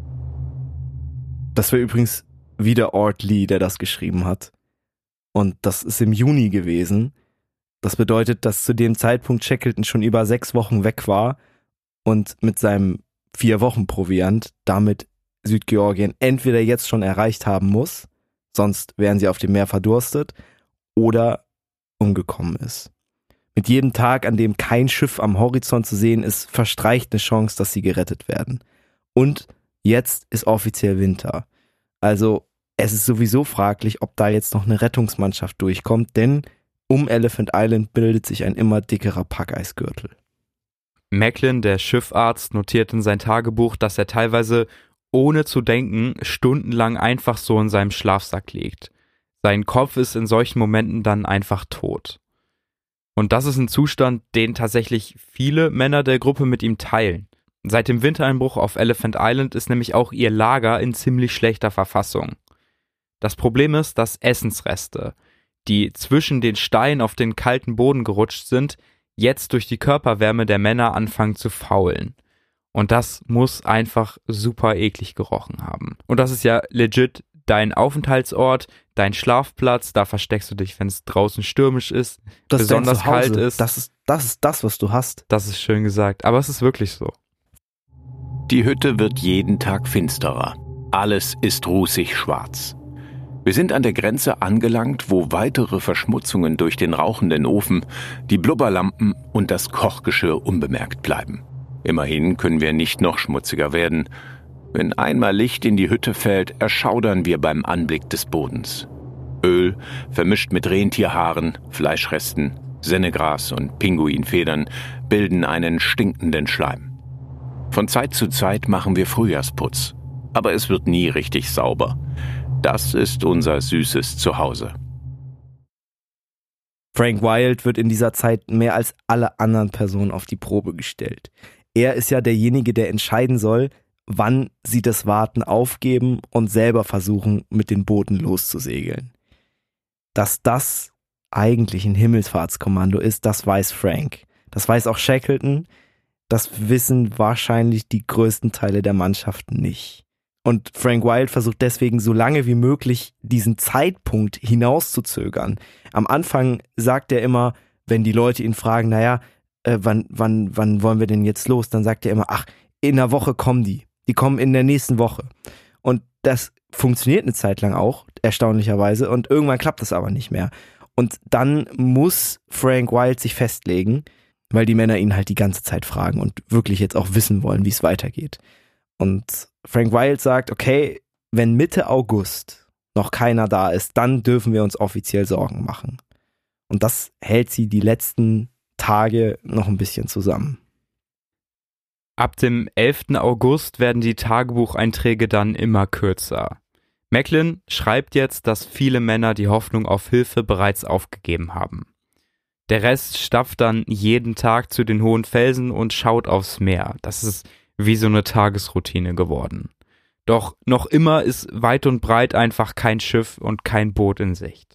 Das war übrigens wieder Ord Lee, der das geschrieben hat. Und das ist im Juni gewesen. Das bedeutet, dass zu dem Zeitpunkt Shackleton schon über sechs Wochen weg war und mit seinem vier Wochen Proviant damit Südgeorgien entweder jetzt schon erreicht haben muss, sonst wären sie auf dem Meer verdurstet, oder umgekommen ist. Mit jedem Tag, an dem kein Schiff am Horizont zu sehen ist, verstreicht eine Chance, dass sie gerettet werden. Und jetzt ist offiziell Winter. Also es ist sowieso fraglich, ob da jetzt noch eine Rettungsmannschaft durchkommt, denn um Elephant Island bildet sich ein immer dickerer Packeisgürtel. Macklin, der Schiffarzt, notiert in sein Tagebuch, dass er teilweise ohne zu denken stundenlang einfach so in seinem Schlafsack liegt. Sein Kopf ist in solchen Momenten dann einfach tot. Und das ist ein Zustand, den tatsächlich viele Männer der Gruppe mit ihm teilen. Seit dem Wintereinbruch auf Elephant Island ist nämlich auch ihr Lager in ziemlich schlechter Verfassung. Das Problem ist, dass Essensreste, die zwischen den Steinen auf den kalten Boden gerutscht sind, jetzt durch die Körperwärme der Männer anfangen zu faulen. Und das muss einfach super eklig gerochen haben. Und das ist ja legit dein Aufenthaltsort, dein Schlafplatz, da versteckst du dich, wenn es draußen stürmisch ist, das besonders ist dein Zuhause. kalt ist. Das ist, das ist das, was du hast. Das ist schön gesagt, aber es ist wirklich so. Die Hütte wird jeden Tag finsterer. Alles ist rußig schwarz. Wir sind an der Grenze angelangt, wo weitere Verschmutzungen durch den rauchenden Ofen, die Blubberlampen und das Kochgeschirr unbemerkt bleiben. Immerhin können wir nicht noch schmutziger werden. Wenn einmal Licht in die Hütte fällt, erschaudern wir beim Anblick des Bodens. Öl, vermischt mit Rentierhaaren, Fleischresten, Sennegras und Pinguinfedern, bilden einen stinkenden Schleim. Von Zeit zu Zeit machen wir Frühjahrsputz, aber es wird nie richtig sauber. Das ist unser süßes Zuhause. Frank Wild wird in dieser Zeit mehr als alle anderen Personen auf die Probe gestellt. Er ist ja derjenige, der entscheiden soll, wann sie das Warten aufgeben und selber versuchen, mit den Booten loszusegeln. Dass das eigentlich ein Himmelfahrtskommando ist, das weiß Frank. Das weiß auch Shackleton. Das wissen wahrscheinlich die größten Teile der Mannschaft nicht. Und Frank Wild versucht deswegen so lange wie möglich diesen Zeitpunkt hinauszuzögern. Am Anfang sagt er immer, wenn die Leute ihn fragen, naja, äh, wann, wann, wann wollen wir denn jetzt los? Dann sagt er immer, ach, in einer Woche kommen die. Die kommen in der nächsten Woche. Und das funktioniert eine Zeit lang auch, erstaunlicherweise. Und irgendwann klappt das aber nicht mehr. Und dann muss Frank Wild sich festlegen, weil die Männer ihn halt die ganze Zeit fragen und wirklich jetzt auch wissen wollen, wie es weitergeht. Und Frank Wild sagt, okay, wenn Mitte August noch keiner da ist, dann dürfen wir uns offiziell Sorgen machen. Und das hält sie die letzten Tage noch ein bisschen zusammen. Ab dem elften August werden die Tagebucheinträge dann immer kürzer. Macklin schreibt jetzt, dass viele Männer die Hoffnung auf Hilfe bereits aufgegeben haben. Der Rest stapft dann jeden Tag zu den hohen Felsen und schaut aufs Meer. Das ist wie so eine Tagesroutine geworden. Doch noch immer ist weit und breit einfach kein Schiff und kein Boot in Sicht.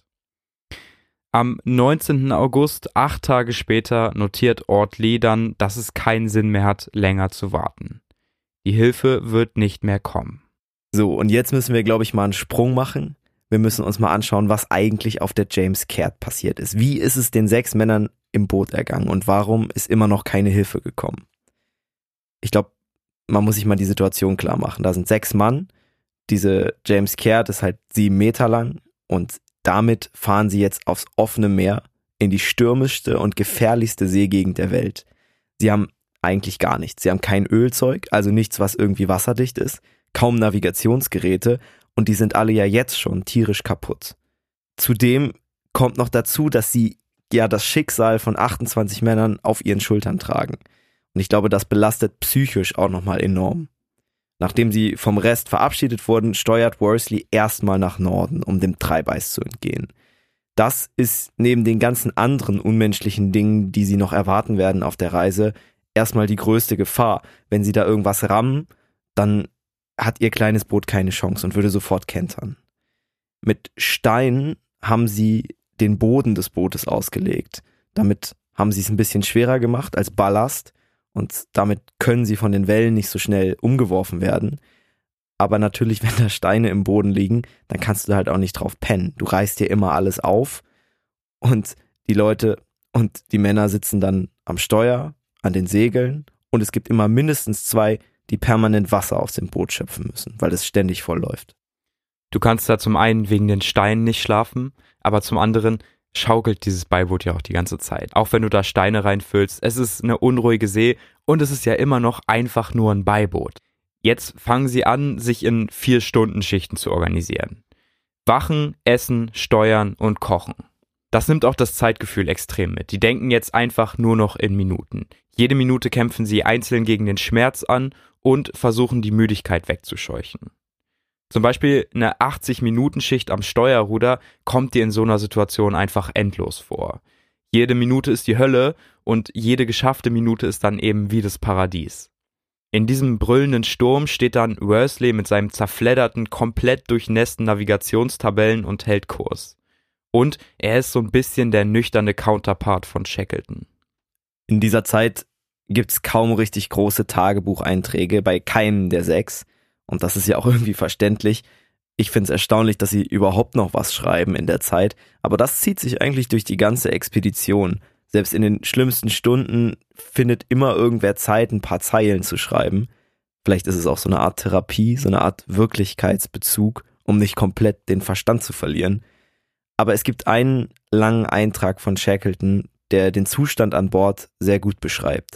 Am neunzehnten August, acht Tage später, notiert Ord Lee dann, dass es keinen Sinn mehr hat, länger zu warten. Die Hilfe wird nicht mehr kommen. So, und jetzt müssen wir, glaube ich, mal einen Sprung machen. Wir müssen uns mal anschauen, was eigentlich auf der James Caird passiert ist. Wie ist es den sechs Männern im Boot ergangen und warum ist immer noch keine Hilfe gekommen? Ich glaube, man muss sich mal die Situation klar machen. Da sind sechs Mann, diese James Caird ist halt sieben Meter lang und damit fahren sie jetzt aufs offene Meer in die stürmischste und gefährlichste Seegegend der Welt. Sie haben eigentlich gar nichts. Sie haben kein Ölzeug, also nichts, was irgendwie wasserdicht ist, kaum Navigationsgeräte und die sind alle ja jetzt schon tierisch kaputt. Zudem kommt noch dazu, dass sie ja das Schicksal von achtundzwanzig Männern auf ihren Schultern tragen. Und ich glaube, das belastet psychisch auch nochmal enorm. Nachdem sie vom Rest verabschiedet wurden, steuert Worsley erstmal nach Norden, um dem Treibeis zu entgehen. Das ist neben den ganzen anderen unmenschlichen Dingen, die sie noch erwarten werden auf der Reise, erstmal die größte Gefahr. Wenn sie da irgendwas rammen, dann hat ihr kleines Boot keine Chance und würde sofort kentern. Mit Steinen haben sie den Boden des Bootes ausgelegt. Damit haben sie es ein bisschen schwerer gemacht als Ballast und damit können sie von den Wellen nicht so schnell umgeworfen werden. Aber natürlich, wenn da Steine im Boden liegen, dann kannst du halt auch nicht drauf pennen. Du reißt dir immer alles auf und die Leute und die Männer sitzen dann am Steuer, an den Segeln und es gibt immer mindestens zwei, die permanent Wasser aus dem Boot schöpfen müssen, weil es ständig voll läuft. Du kannst da zum einen wegen den Steinen nicht schlafen, aber zum anderen schaukelt dieses Beiboot ja auch die ganze Zeit. Auch wenn du da Steine reinfüllst, es ist eine unruhige See und es ist ja immer noch einfach nur ein Beiboot. Jetzt fangen sie an, sich in Vier-Stunden-Schichten zu organisieren. Wachen, essen, steuern und kochen. Das nimmt auch das Zeitgefühl extrem mit. Die denken jetzt einfach nur noch in Minuten. Jede Minute kämpfen sie einzeln gegen den Schmerz an und versuchen die Müdigkeit wegzuscheuchen. Zum Beispiel eine achtzig-Minuten-Schicht am Steuerruder kommt dir in so einer Situation einfach endlos vor. Jede Minute ist die Hölle und jede geschaffte Minute ist dann eben wie das Paradies. In diesem brüllenden Sturm steht dann Worsley mit seinem zerfledderten, komplett durchnässten Navigationstabellen und hält Kurs. Und er ist so ein bisschen der nüchterne Counterpart von Shackleton. In dieser Zeit gibt's kaum richtig große Tagebucheinträge bei keinem der sechs. Und das ist ja auch irgendwie verständlich. Ich find's erstaunlich, dass sie überhaupt noch was schreiben in der Zeit. Aber das zieht sich eigentlich durch die ganze Expedition. Selbst in den schlimmsten Stunden findet immer irgendwer Zeit, ein paar Zeilen zu schreiben. Vielleicht ist es auch so eine Art Therapie, so eine Art Wirklichkeitsbezug, um nicht komplett den Verstand zu verlieren. Aber es gibt einen langen Eintrag von Shackleton, der den Zustand an Bord sehr gut beschreibt.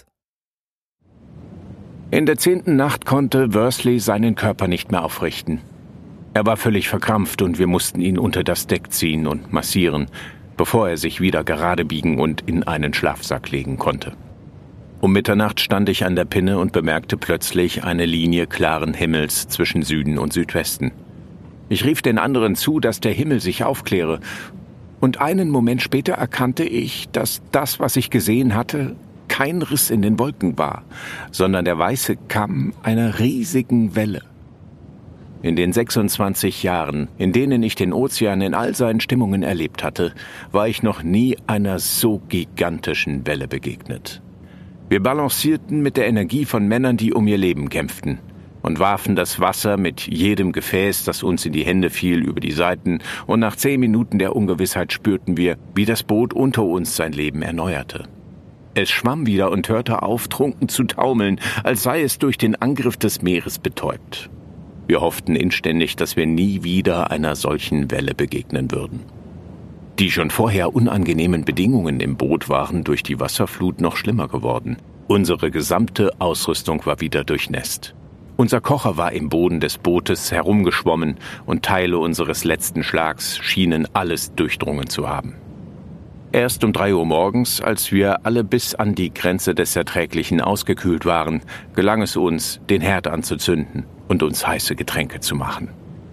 In der zehnten Nacht konnte Worsley seinen Körper nicht mehr aufrichten. Er war völlig verkrampft und wir mussten ihn unter das Deck ziehen und massieren, bevor er sich wieder gerade biegen und in einen Schlafsack legen konnte. Um Mitternacht stand ich an der Pinne und bemerkte plötzlich eine Linie klaren Himmels zwischen Süden und Südwesten. Ich rief den anderen zu, dass der Himmel sich aufkläre, und einen Moment später erkannte ich, dass das, was ich gesehen hatte, kein Riss in den Wolken war, sondern der weiße Kamm einer riesigen Welle. In den sechsundzwanzig Jahren, in denen ich den Ozean in all seinen Stimmungen erlebt hatte, war ich noch nie einer so gigantischen Welle begegnet. Wir balancierten mit der Energie von Männern, die um ihr Leben kämpften, und warfen das Wasser mit jedem Gefäß, das uns in die Hände fiel, über die Seiten, und nach zehn Minuten der Ungewissheit spürten wir, wie das Boot unter uns sein Leben erneuerte. Es schwamm wieder und hörte auf, trunken zu taumeln, als sei es durch den Angriff des Meeres betäubt. Wir hofften inständig, dass wir nie wieder einer solchen Welle begegnen würden. Die schon vorher unangenehmen Bedingungen im Boot waren durch die Wasserflut noch schlimmer geworden. Unsere gesamte Ausrüstung war wieder durchnässt. Unser Kocher war im Boden des Bootes herumgeschwommen und Teile unseres letzten Schlags schienen alles durchdrungen zu haben. Erst um drei Uhr morgens, als wir alle bis an die Grenze des Erträglichen ausgekühlt waren, gelang es uns, den Herd anzuzünden und uns heiße Getränke zu machen.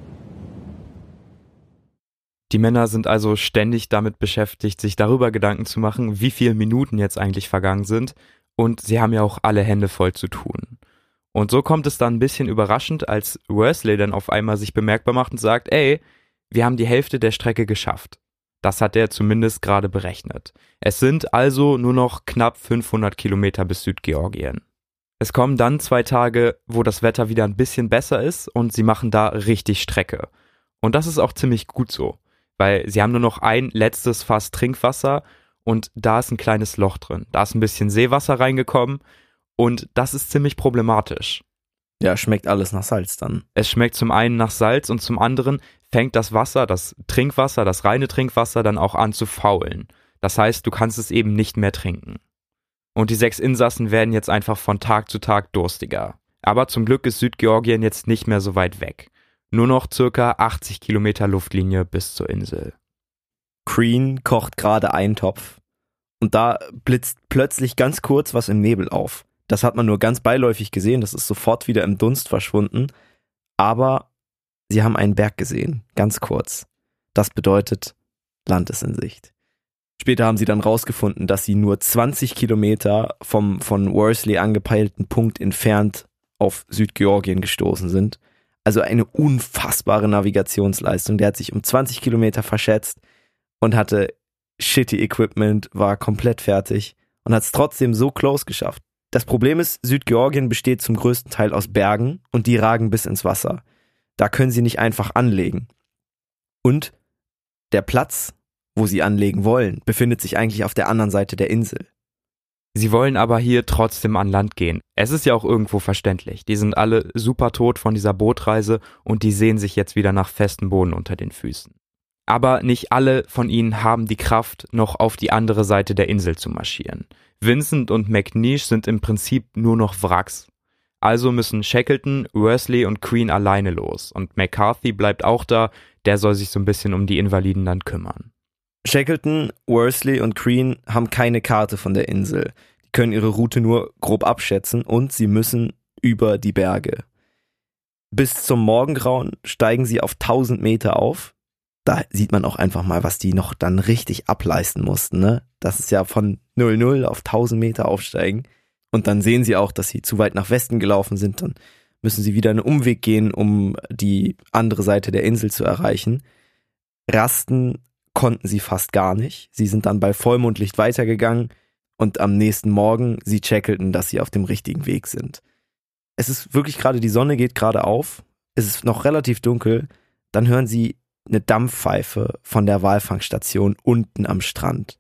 Die Männer sind also ständig damit beschäftigt, sich darüber Gedanken zu machen, wie viele Minuten jetzt eigentlich vergangen sind, und sie haben ja auch alle Hände voll zu tun. Und so kommt es dann ein bisschen überraschend, als Worsley dann auf einmal sich bemerkbar macht und sagt, ey, wir haben die Hälfte der Strecke geschafft. Das hat er zumindest gerade berechnet. Es sind also nur noch knapp fünfhundert Kilometer bis Südgeorgien. Es kommen dann zwei Tage, wo das Wetter wieder ein bisschen besser ist und sie machen da richtig Strecke. Und das ist auch ziemlich gut so, weil sie haben nur noch ein letztes Fass Trinkwasser und da ist ein kleines Loch drin. Da ist ein bisschen Seewasser reingekommen und das ist ziemlich problematisch. Ja, schmeckt alles nach Salz dann. Es schmeckt zum einen nach Salz und zum anderen fängt das Wasser, das Trinkwasser, das reine Trinkwasser dann auch an zu faulen. Das heißt, du kannst es eben nicht mehr trinken. Und die sechs Insassen werden jetzt einfach von Tag zu Tag durstiger. Aber zum Glück ist Südgeorgien jetzt nicht mehr so weit weg. Nur noch circa achtzig Kilometer Luftlinie bis zur Insel. Crean kocht gerade einen Topf und da blitzt plötzlich ganz kurz was im Nebel auf. Das hat man nur ganz beiläufig gesehen, das ist sofort wieder im Dunst verschwunden. Aber sie haben einen Berg gesehen, ganz kurz. Das bedeutet, Land ist in Sicht. Später haben sie dann rausgefunden, dass sie nur zwanzig Kilometer vom von Worsley angepeilten Punkt entfernt auf Südgeorgien gestoßen sind. Also eine unfassbare Navigationsleistung. Der hat sich um zwanzig Kilometer verschätzt und hatte shitty Equipment, war komplett fertig und hat es trotzdem so close geschafft. Das Problem ist, Südgeorgien besteht zum größten Teil aus Bergen und die ragen bis ins Wasser. Da können sie nicht einfach anlegen. Und der Platz, wo sie anlegen wollen, befindet sich eigentlich auf der anderen Seite der Insel. Sie wollen aber hier trotzdem an Land gehen. Es ist ja auch irgendwo verständlich. Die sind alle super tot von dieser Bootreise und die sehen sich jetzt wieder nach festem Boden unter den Füßen. Aber nicht alle von ihnen haben die Kraft, noch auf die andere Seite der Insel zu marschieren. Vincent und McNeish sind im Prinzip nur noch Wracks. Also müssen Shackleton, Worsley und Crean alleine los. Und McCarthy bleibt auch da, der soll sich so ein bisschen um die Invaliden dann kümmern. Shackleton, Worsley und Crean haben keine Karte von der Insel. Die können ihre Route nur grob abschätzen und sie müssen über die Berge. Bis zum Morgengrauen steigen sie auf tausend Meter auf. Da sieht man auch einfach mal, was die noch dann richtig ableisten mussten, ne? Das ist ja von null null auf tausend Meter aufsteigen. Und dann sehen sie auch, dass sie zu weit nach Westen gelaufen sind. Dann müssen sie wieder einen Umweg gehen, um die andere Seite der Insel zu erreichen. Rasten konnten sie fast gar nicht. Sie sind dann bei Vollmondlicht weitergegangen und am nächsten Morgen sieht Shackleton, dass sie auf dem richtigen Weg sind. Es ist wirklich gerade, die Sonne geht gerade auf, es ist noch relativ dunkel, dann hören sie eine Dampfpfeife von der Walfangstation unten am Strand.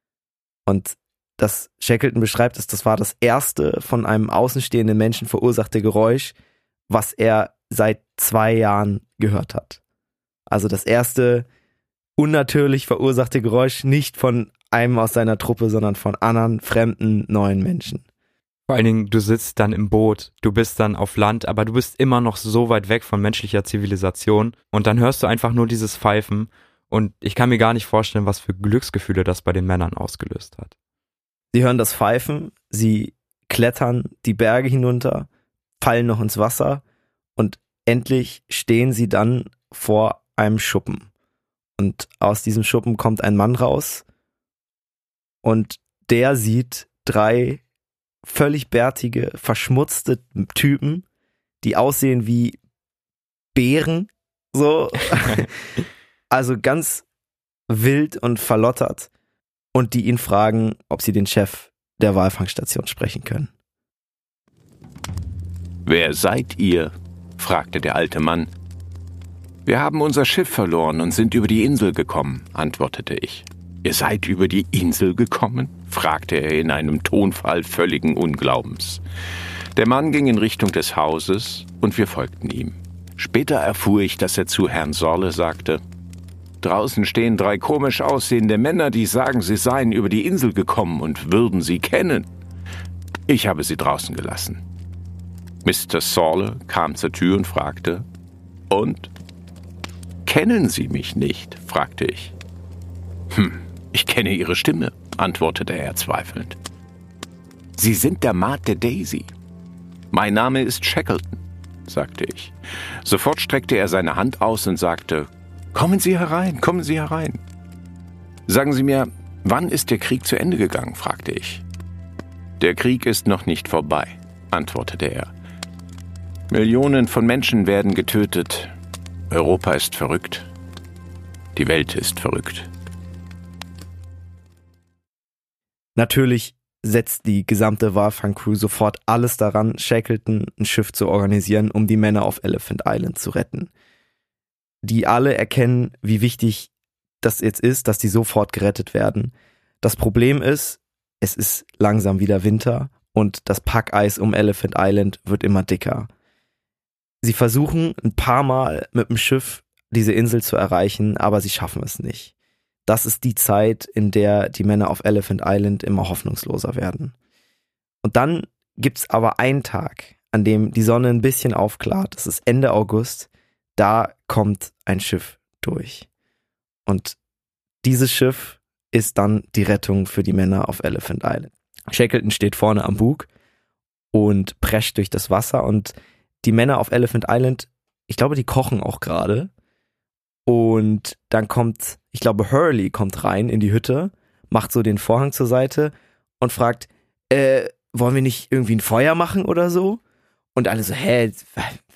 Und das Shackleton beschreibt es, das war das erste von einem außenstehenden Menschen verursachte Geräusch, was er seit zwei Jahren gehört hat. Also das erste unnatürlich verursachte Geräusch, nicht von einem aus seiner Truppe, sondern von anderen, fremden, neuen Menschen. Vor allen Dingen, du sitzt dann im Boot, du bist dann auf Land, aber du bist immer noch so weit weg von menschlicher Zivilisation und dann hörst du einfach nur dieses Pfeifen und ich kann mir gar nicht vorstellen, was für Glücksgefühle das bei den Männern ausgelöst hat. Sie hören das Pfeifen, sie klettern die Berge hinunter, fallen noch ins Wasser und endlich stehen sie dann vor einem Schuppen. Und aus diesem Schuppen kommt ein Mann raus und der sieht drei völlig bärtige, verschmutzte Typen, die aussehen wie Bären, so. Also ganz wild und verlottert. Und die ihn fragen, ob sie den Chef der Walfangstation sprechen können. »Wer seid ihr?« fragte der alte Mann. »Wir haben unser Schiff verloren und sind über die Insel gekommen«, antwortete ich. »Ihr seid über die Insel gekommen?« fragte er in einem Tonfall völligen Unglaubens. Der Mann ging in Richtung des Hauses und wir folgten ihm. Später erfuhr ich, dass er zu Herrn Sorle sagte: »Draußen stehen drei komisch aussehende Männer, die sagen, sie seien über die Insel gekommen und würden sie kennen. Ich habe sie draußen gelassen.« Mister Sorle kam zur Tür und fragte: »Und? Kennen Sie mich nicht?« fragte ich. »Hm, ich kenne Ihre Stimme«, antwortete er zweifelnd. »Sie sind der Maat der Daisy.« »Mein Name ist Shackleton«, sagte ich. Sofort streckte er seine Hand aus und sagte: »Kommen Sie herein, kommen Sie herein.« »Sagen Sie mir, wann ist der Krieg zu Ende gegangen?« fragte ich. »Der Krieg ist noch nicht vorbei«, antwortete er. »Millionen von Menschen werden getötet. Europa ist verrückt. Die Welt ist verrückt.« Natürlich setzt die gesamte Walfang-Crew sofort alles daran, Shackleton ein Schiff zu organisieren, um die Männer auf Elephant Island zu retten. Die alle erkennen, wie wichtig das jetzt ist, dass die sofort gerettet werden. Das Problem ist, es ist langsam wieder Winter und das Packeis um Elephant Island wird immer dicker. Sie versuchen ein paar Mal mit dem Schiff diese Insel zu erreichen, aber sie schaffen es nicht. Das ist die Zeit, in der die Männer auf Elephant Island immer hoffnungsloser werden. Und dann gibt's aber einen Tag, an dem die Sonne ein bisschen aufklart. Das ist Ende August. Da kommt ein Schiff durch. Und dieses Schiff ist dann die Rettung für die Männer auf Elephant Island. Shackleton steht vorne am Bug und prescht durch das Wasser und die Männer auf Elephant Island, ich glaube, die kochen auch gerade. Und dann kommt, ich glaube, Hurley kommt rein in die Hütte, macht so den Vorhang zur Seite und fragt, äh, wollen wir nicht irgendwie ein Feuer machen oder so? Und alle so, hä,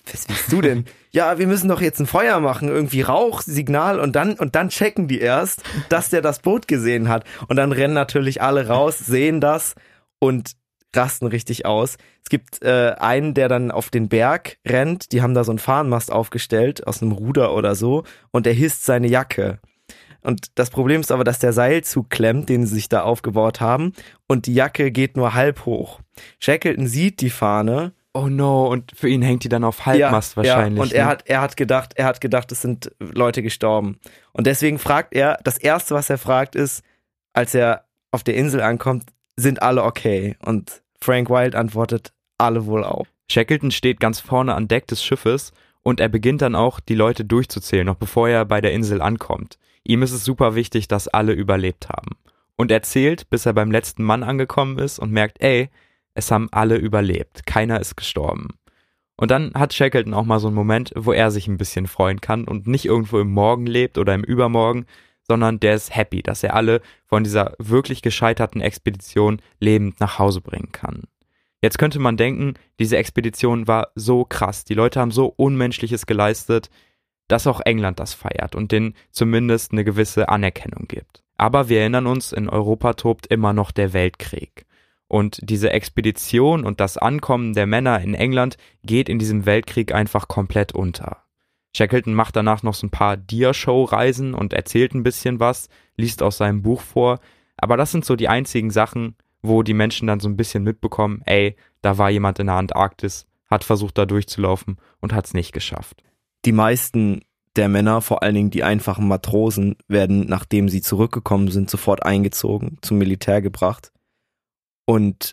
was willst du denn? Ja, wir müssen doch jetzt ein Feuer machen, irgendwie Rauchsignal und dann und dann checken die erst, dass der das Boot gesehen hat. Und dann rennen natürlich alle raus, sehen das und rasten richtig aus. Es gibt äh, einen, der dann auf den Berg rennt, die haben da so einen Fahnenmast aufgestellt, aus einem Ruder oder so, und der hisst seine Jacke. Und das Problem ist aber, dass der Seilzug klemmt, den sie sich da aufgebaut haben, und die Jacke geht nur halb hoch. Shackleton sieht die Fahne. Oh no, und für ihn hängt die dann auf Halbmast ja, wahrscheinlich. Ja, und ne? er hat, er hat gedacht, er hat gedacht, es sind Leute gestorben. Und deswegen fragt er, das Erste, was er fragt, ist, als er auf der Insel ankommt, sind alle okay? Und Frank Wilde antwortet, alle wohl auch. Shackleton steht ganz vorne an Deck des Schiffes und er beginnt dann auch, die Leute durchzuzählen, noch bevor er bei der Insel ankommt. Ihm ist es super wichtig, dass alle überlebt haben. Und er zählt, bis er beim letzten Mann angekommen ist und merkt, ey, es haben alle überlebt, keiner ist gestorben. Und dann hat Shackleton auch mal so einen Moment, wo er sich ein bisschen freuen kann und nicht irgendwo im Morgen lebt oder im Übermorgen, sondern der ist happy, dass er alle von dieser wirklich gescheiterten Expedition lebend nach Hause bringen kann. Jetzt könnte man denken, diese Expedition war so krass, die Leute haben so Unmenschliches geleistet, dass auch England das feiert und denen zumindest eine gewisse Anerkennung gibt. Aber wir erinnern uns, in Europa tobt immer noch der Weltkrieg. Und diese Expedition und das Ankommen der Männer in England geht in diesem Weltkrieg einfach komplett unter. Shackleton macht danach noch so ein paar Dia-Show-Reisen und erzählt ein bisschen was, liest aus seinem Buch vor, aber das sind so die einzigen Sachen, wo die Menschen dann so ein bisschen mitbekommen, ey, da war jemand in der Antarktis, hat versucht da durchzulaufen und hat es nicht geschafft. Die meisten der Männer, vor allen Dingen die einfachen Matrosen, werden, nachdem sie zurückgekommen sind, sofort eingezogen, zum Militär gebracht und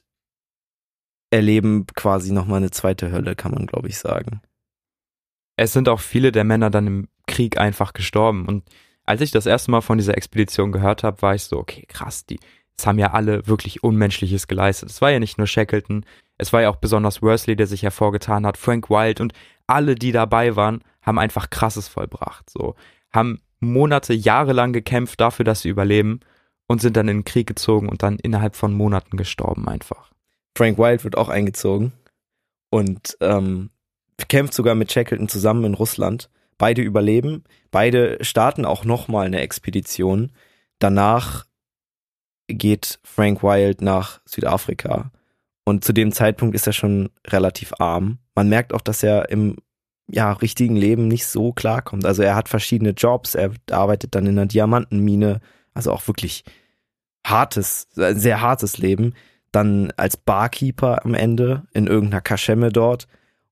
erleben quasi nochmal eine zweite Hölle, kann man glaube ich sagen. Es sind auch viele der Männer dann im Krieg einfach gestorben und als ich das erste Mal von dieser Expedition gehört habe, war ich so, okay, krass, die, es haben ja alle wirklich Unmenschliches geleistet. Es war ja nicht nur Shackleton, es war ja auch besonders Worsley, der sich hervorgetan hat, Frank Wilde und alle, die dabei waren, haben einfach Krasses vollbracht. So, haben Monate, Jahre lang gekämpft dafür, dass sie überleben und sind dann in den Krieg gezogen und dann innerhalb von Monaten gestorben einfach. Frank Wilde wird auch eingezogen und ähm, kämpft sogar mit Shackleton zusammen in Russland. Beide überleben, beide starten auch nochmal eine Expedition. Danach geht Frank Wilde nach Südafrika und zu dem Zeitpunkt ist er schon relativ arm. Man merkt auch, dass er im ja, richtigen Leben nicht so klarkommt. Also er hat verschiedene Jobs, er arbeitet dann in einer Diamantenmine, also auch wirklich hartes, sehr hartes Leben. Dann als Barkeeper am Ende in irgendeiner Kaschemme dort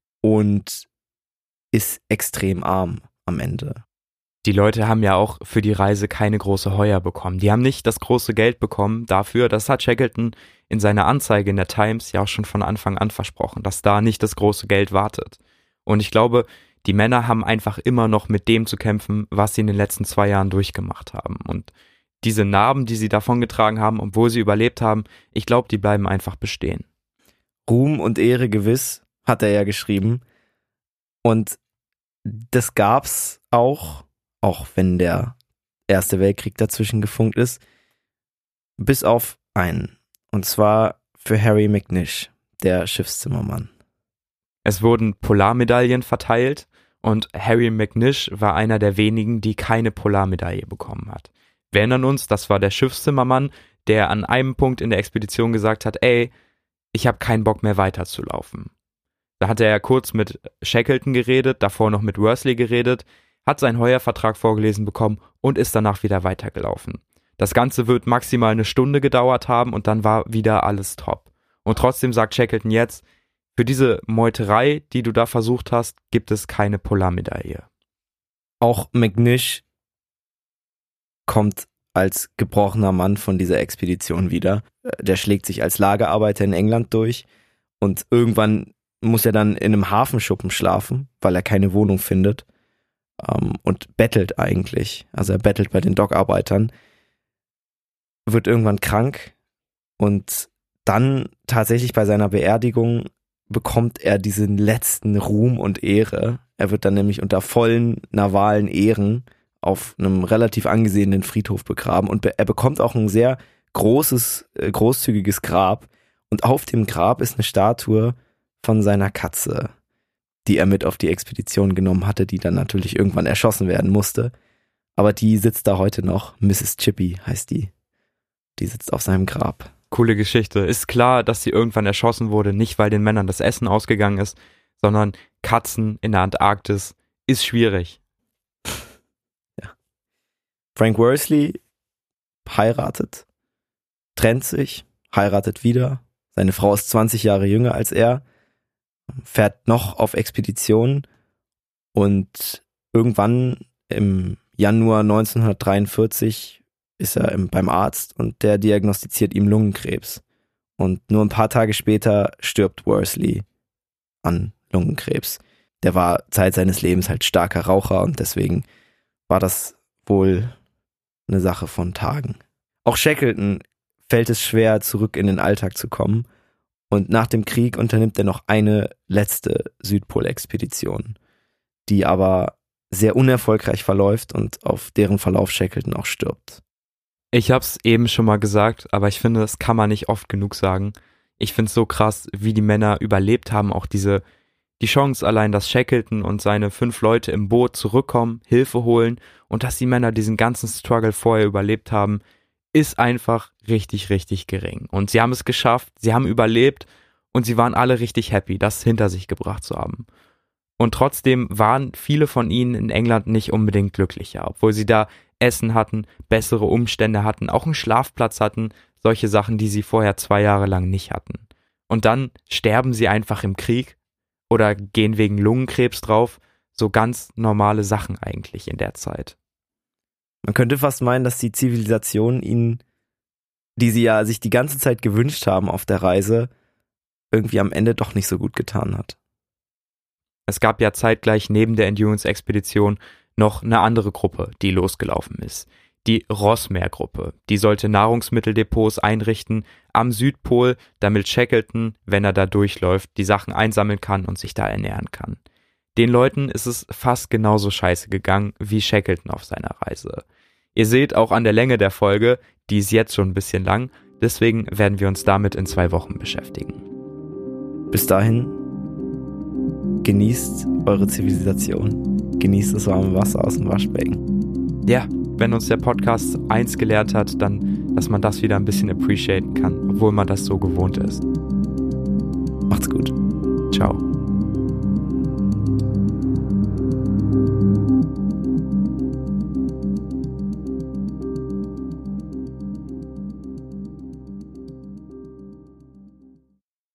und ist extrem arm am Ende. Die Leute haben ja auch für die Reise keine große Heuer bekommen. Die haben nicht das große Geld bekommen dafür, das hat Shackleton in seiner Anzeige in der Times ja auch schon von Anfang an versprochen, dass da nicht das große Geld wartet. Und ich glaube, die Männer haben einfach immer noch mit dem zu kämpfen, was sie in den letzten zwei Jahren durchgemacht haben. Und diese Narben, die sie davongetragen haben, obwohl sie überlebt haben, ich glaube, die bleiben einfach bestehen. Ruhm und Ehre gewiss, hat er ja geschrieben. Und das gab's auch, auch wenn der Erste Weltkrieg dazwischen gefunkt ist, bis auf einen. Und zwar für Harry McNish, der Schiffszimmermann. Es wurden Polarmedaillen verteilt und Harry McNish war einer der wenigen, die keine Polarmedaille bekommen hat. Wir erinnern uns, das war der Schiffszimmermann, der an einem Punkt in der Expedition gesagt hat, ey, ich habe keinen Bock mehr weiterzulaufen. Da hat er ja kurz mit Shackleton geredet, davor noch mit Worsley geredet, hat seinen Heuervertrag vorgelesen bekommen und ist danach wieder weitergelaufen. Das Ganze wird maximal eine Stunde gedauert haben und dann war wieder alles top. Und trotzdem sagt Shackleton jetzt, für diese Meuterei, die du da versucht hast, gibt es keine Polarmedaille. Auch McNish kommt als gebrochener Mann von dieser Expedition wieder. Der schlägt sich als Lagerarbeiter in England durch und irgendwann muss er dann in einem Hafenschuppen schlafen, weil er keine Wohnung findet ähm, und bettelt eigentlich. Also er bettelt bei den Dockarbeitern, wird irgendwann krank und dann tatsächlich bei seiner Beerdigung bekommt er diesen letzten Ruhm und Ehre. Er wird dann nämlich unter vollen navalen Ehren auf einem relativ angesehenen Friedhof begraben und be- er bekommt auch ein sehr großes, äh, großzügiges Grab und auf dem Grab ist eine Statue von seiner Katze. die er mit auf die Expedition genommen hatte, die dann natürlich irgendwann erschossen werden musste. Aber die sitzt da heute noch. Misses Chippy heißt die. Die sitzt auf seinem Grab. Coole Geschichte. Ist klar, dass sie irgendwann erschossen wurde, nicht weil den Männern das Essen ausgegangen ist, sondern Katzen in der Antarktis ist schwierig. Ja. Frank Worsley heiratet, trennt sich, heiratet wieder. Seine Frau ist zwanzig Jahre jünger als er, fährt noch auf Expedition und irgendwann im Januar neunzehnhundertdreiundvierzig ist er im, beim Arzt und der diagnostiziert ihm Lungenkrebs. Und nur ein paar Tage später stirbt Worsley an Lungenkrebs. Der war Zeit seines Lebens halt starker Raucher und deswegen war das wohl eine Sache von Tagen. Auch Shackleton fällt es schwer, zurück in den Alltag zu kommen und nach dem Krieg unternimmt er noch eine letzte Südpolexpedition, die aber sehr unerfolgreich verläuft und auf deren Verlauf Shackleton auch stirbt. Ich hab's eben schon mal gesagt, aber ich finde, das kann man nicht oft genug sagen. Ich find's so krass, wie die Männer überlebt haben, auch diese, die Chance allein, dass Shackleton und seine fünf Leute im Boot zurückkommen, Hilfe holen und dass die Männer diesen ganzen Struggle vorher überlebt haben, ist einfach richtig, richtig gering. Und sie haben es geschafft, sie haben überlebt und sie waren alle richtig happy, das hinter sich gebracht zu haben. Und trotzdem waren viele von ihnen in England nicht unbedingt glücklicher, obwohl sie da Essen hatten, bessere Umstände hatten, auch einen Schlafplatz hatten, solche Sachen, die sie vorher zwei Jahre lang nicht hatten. Und dann sterben sie einfach im Krieg oder gehen wegen Lungenkrebs drauf, so ganz normale Sachen eigentlich in der Zeit. Man könnte fast meinen, dass die Zivilisation ihnen, die sie ja sich die ganze Zeit gewünscht haben auf der Reise, irgendwie am Ende doch nicht so gut getan hat. Es gab ja zeitgleich neben der Endurance-Expedition noch eine andere Gruppe, die losgelaufen ist. Die Rossmeer-Gruppe. Die sollte Nahrungsmitteldepots einrichten am Südpol, damit Shackleton, wenn er da durchläuft, die Sachen einsammeln kann und sich da ernähren kann. Den Leuten ist es fast genauso scheiße gegangen wie Shackleton auf seiner Reise. Ihr seht auch an der Länge der Folge, die ist jetzt schon ein bisschen lang, deswegen werden wir uns damit in zwei Wochen beschäftigen. Bis dahin, genießt eure Zivilisation. Genießt das warme Wasser aus dem Waschbecken. Ja, wenn uns der Podcast eins gelehrt hat, dann, dass man das wieder ein bisschen appreciaten kann, obwohl man das so gewohnt ist. Macht's gut. Ciao.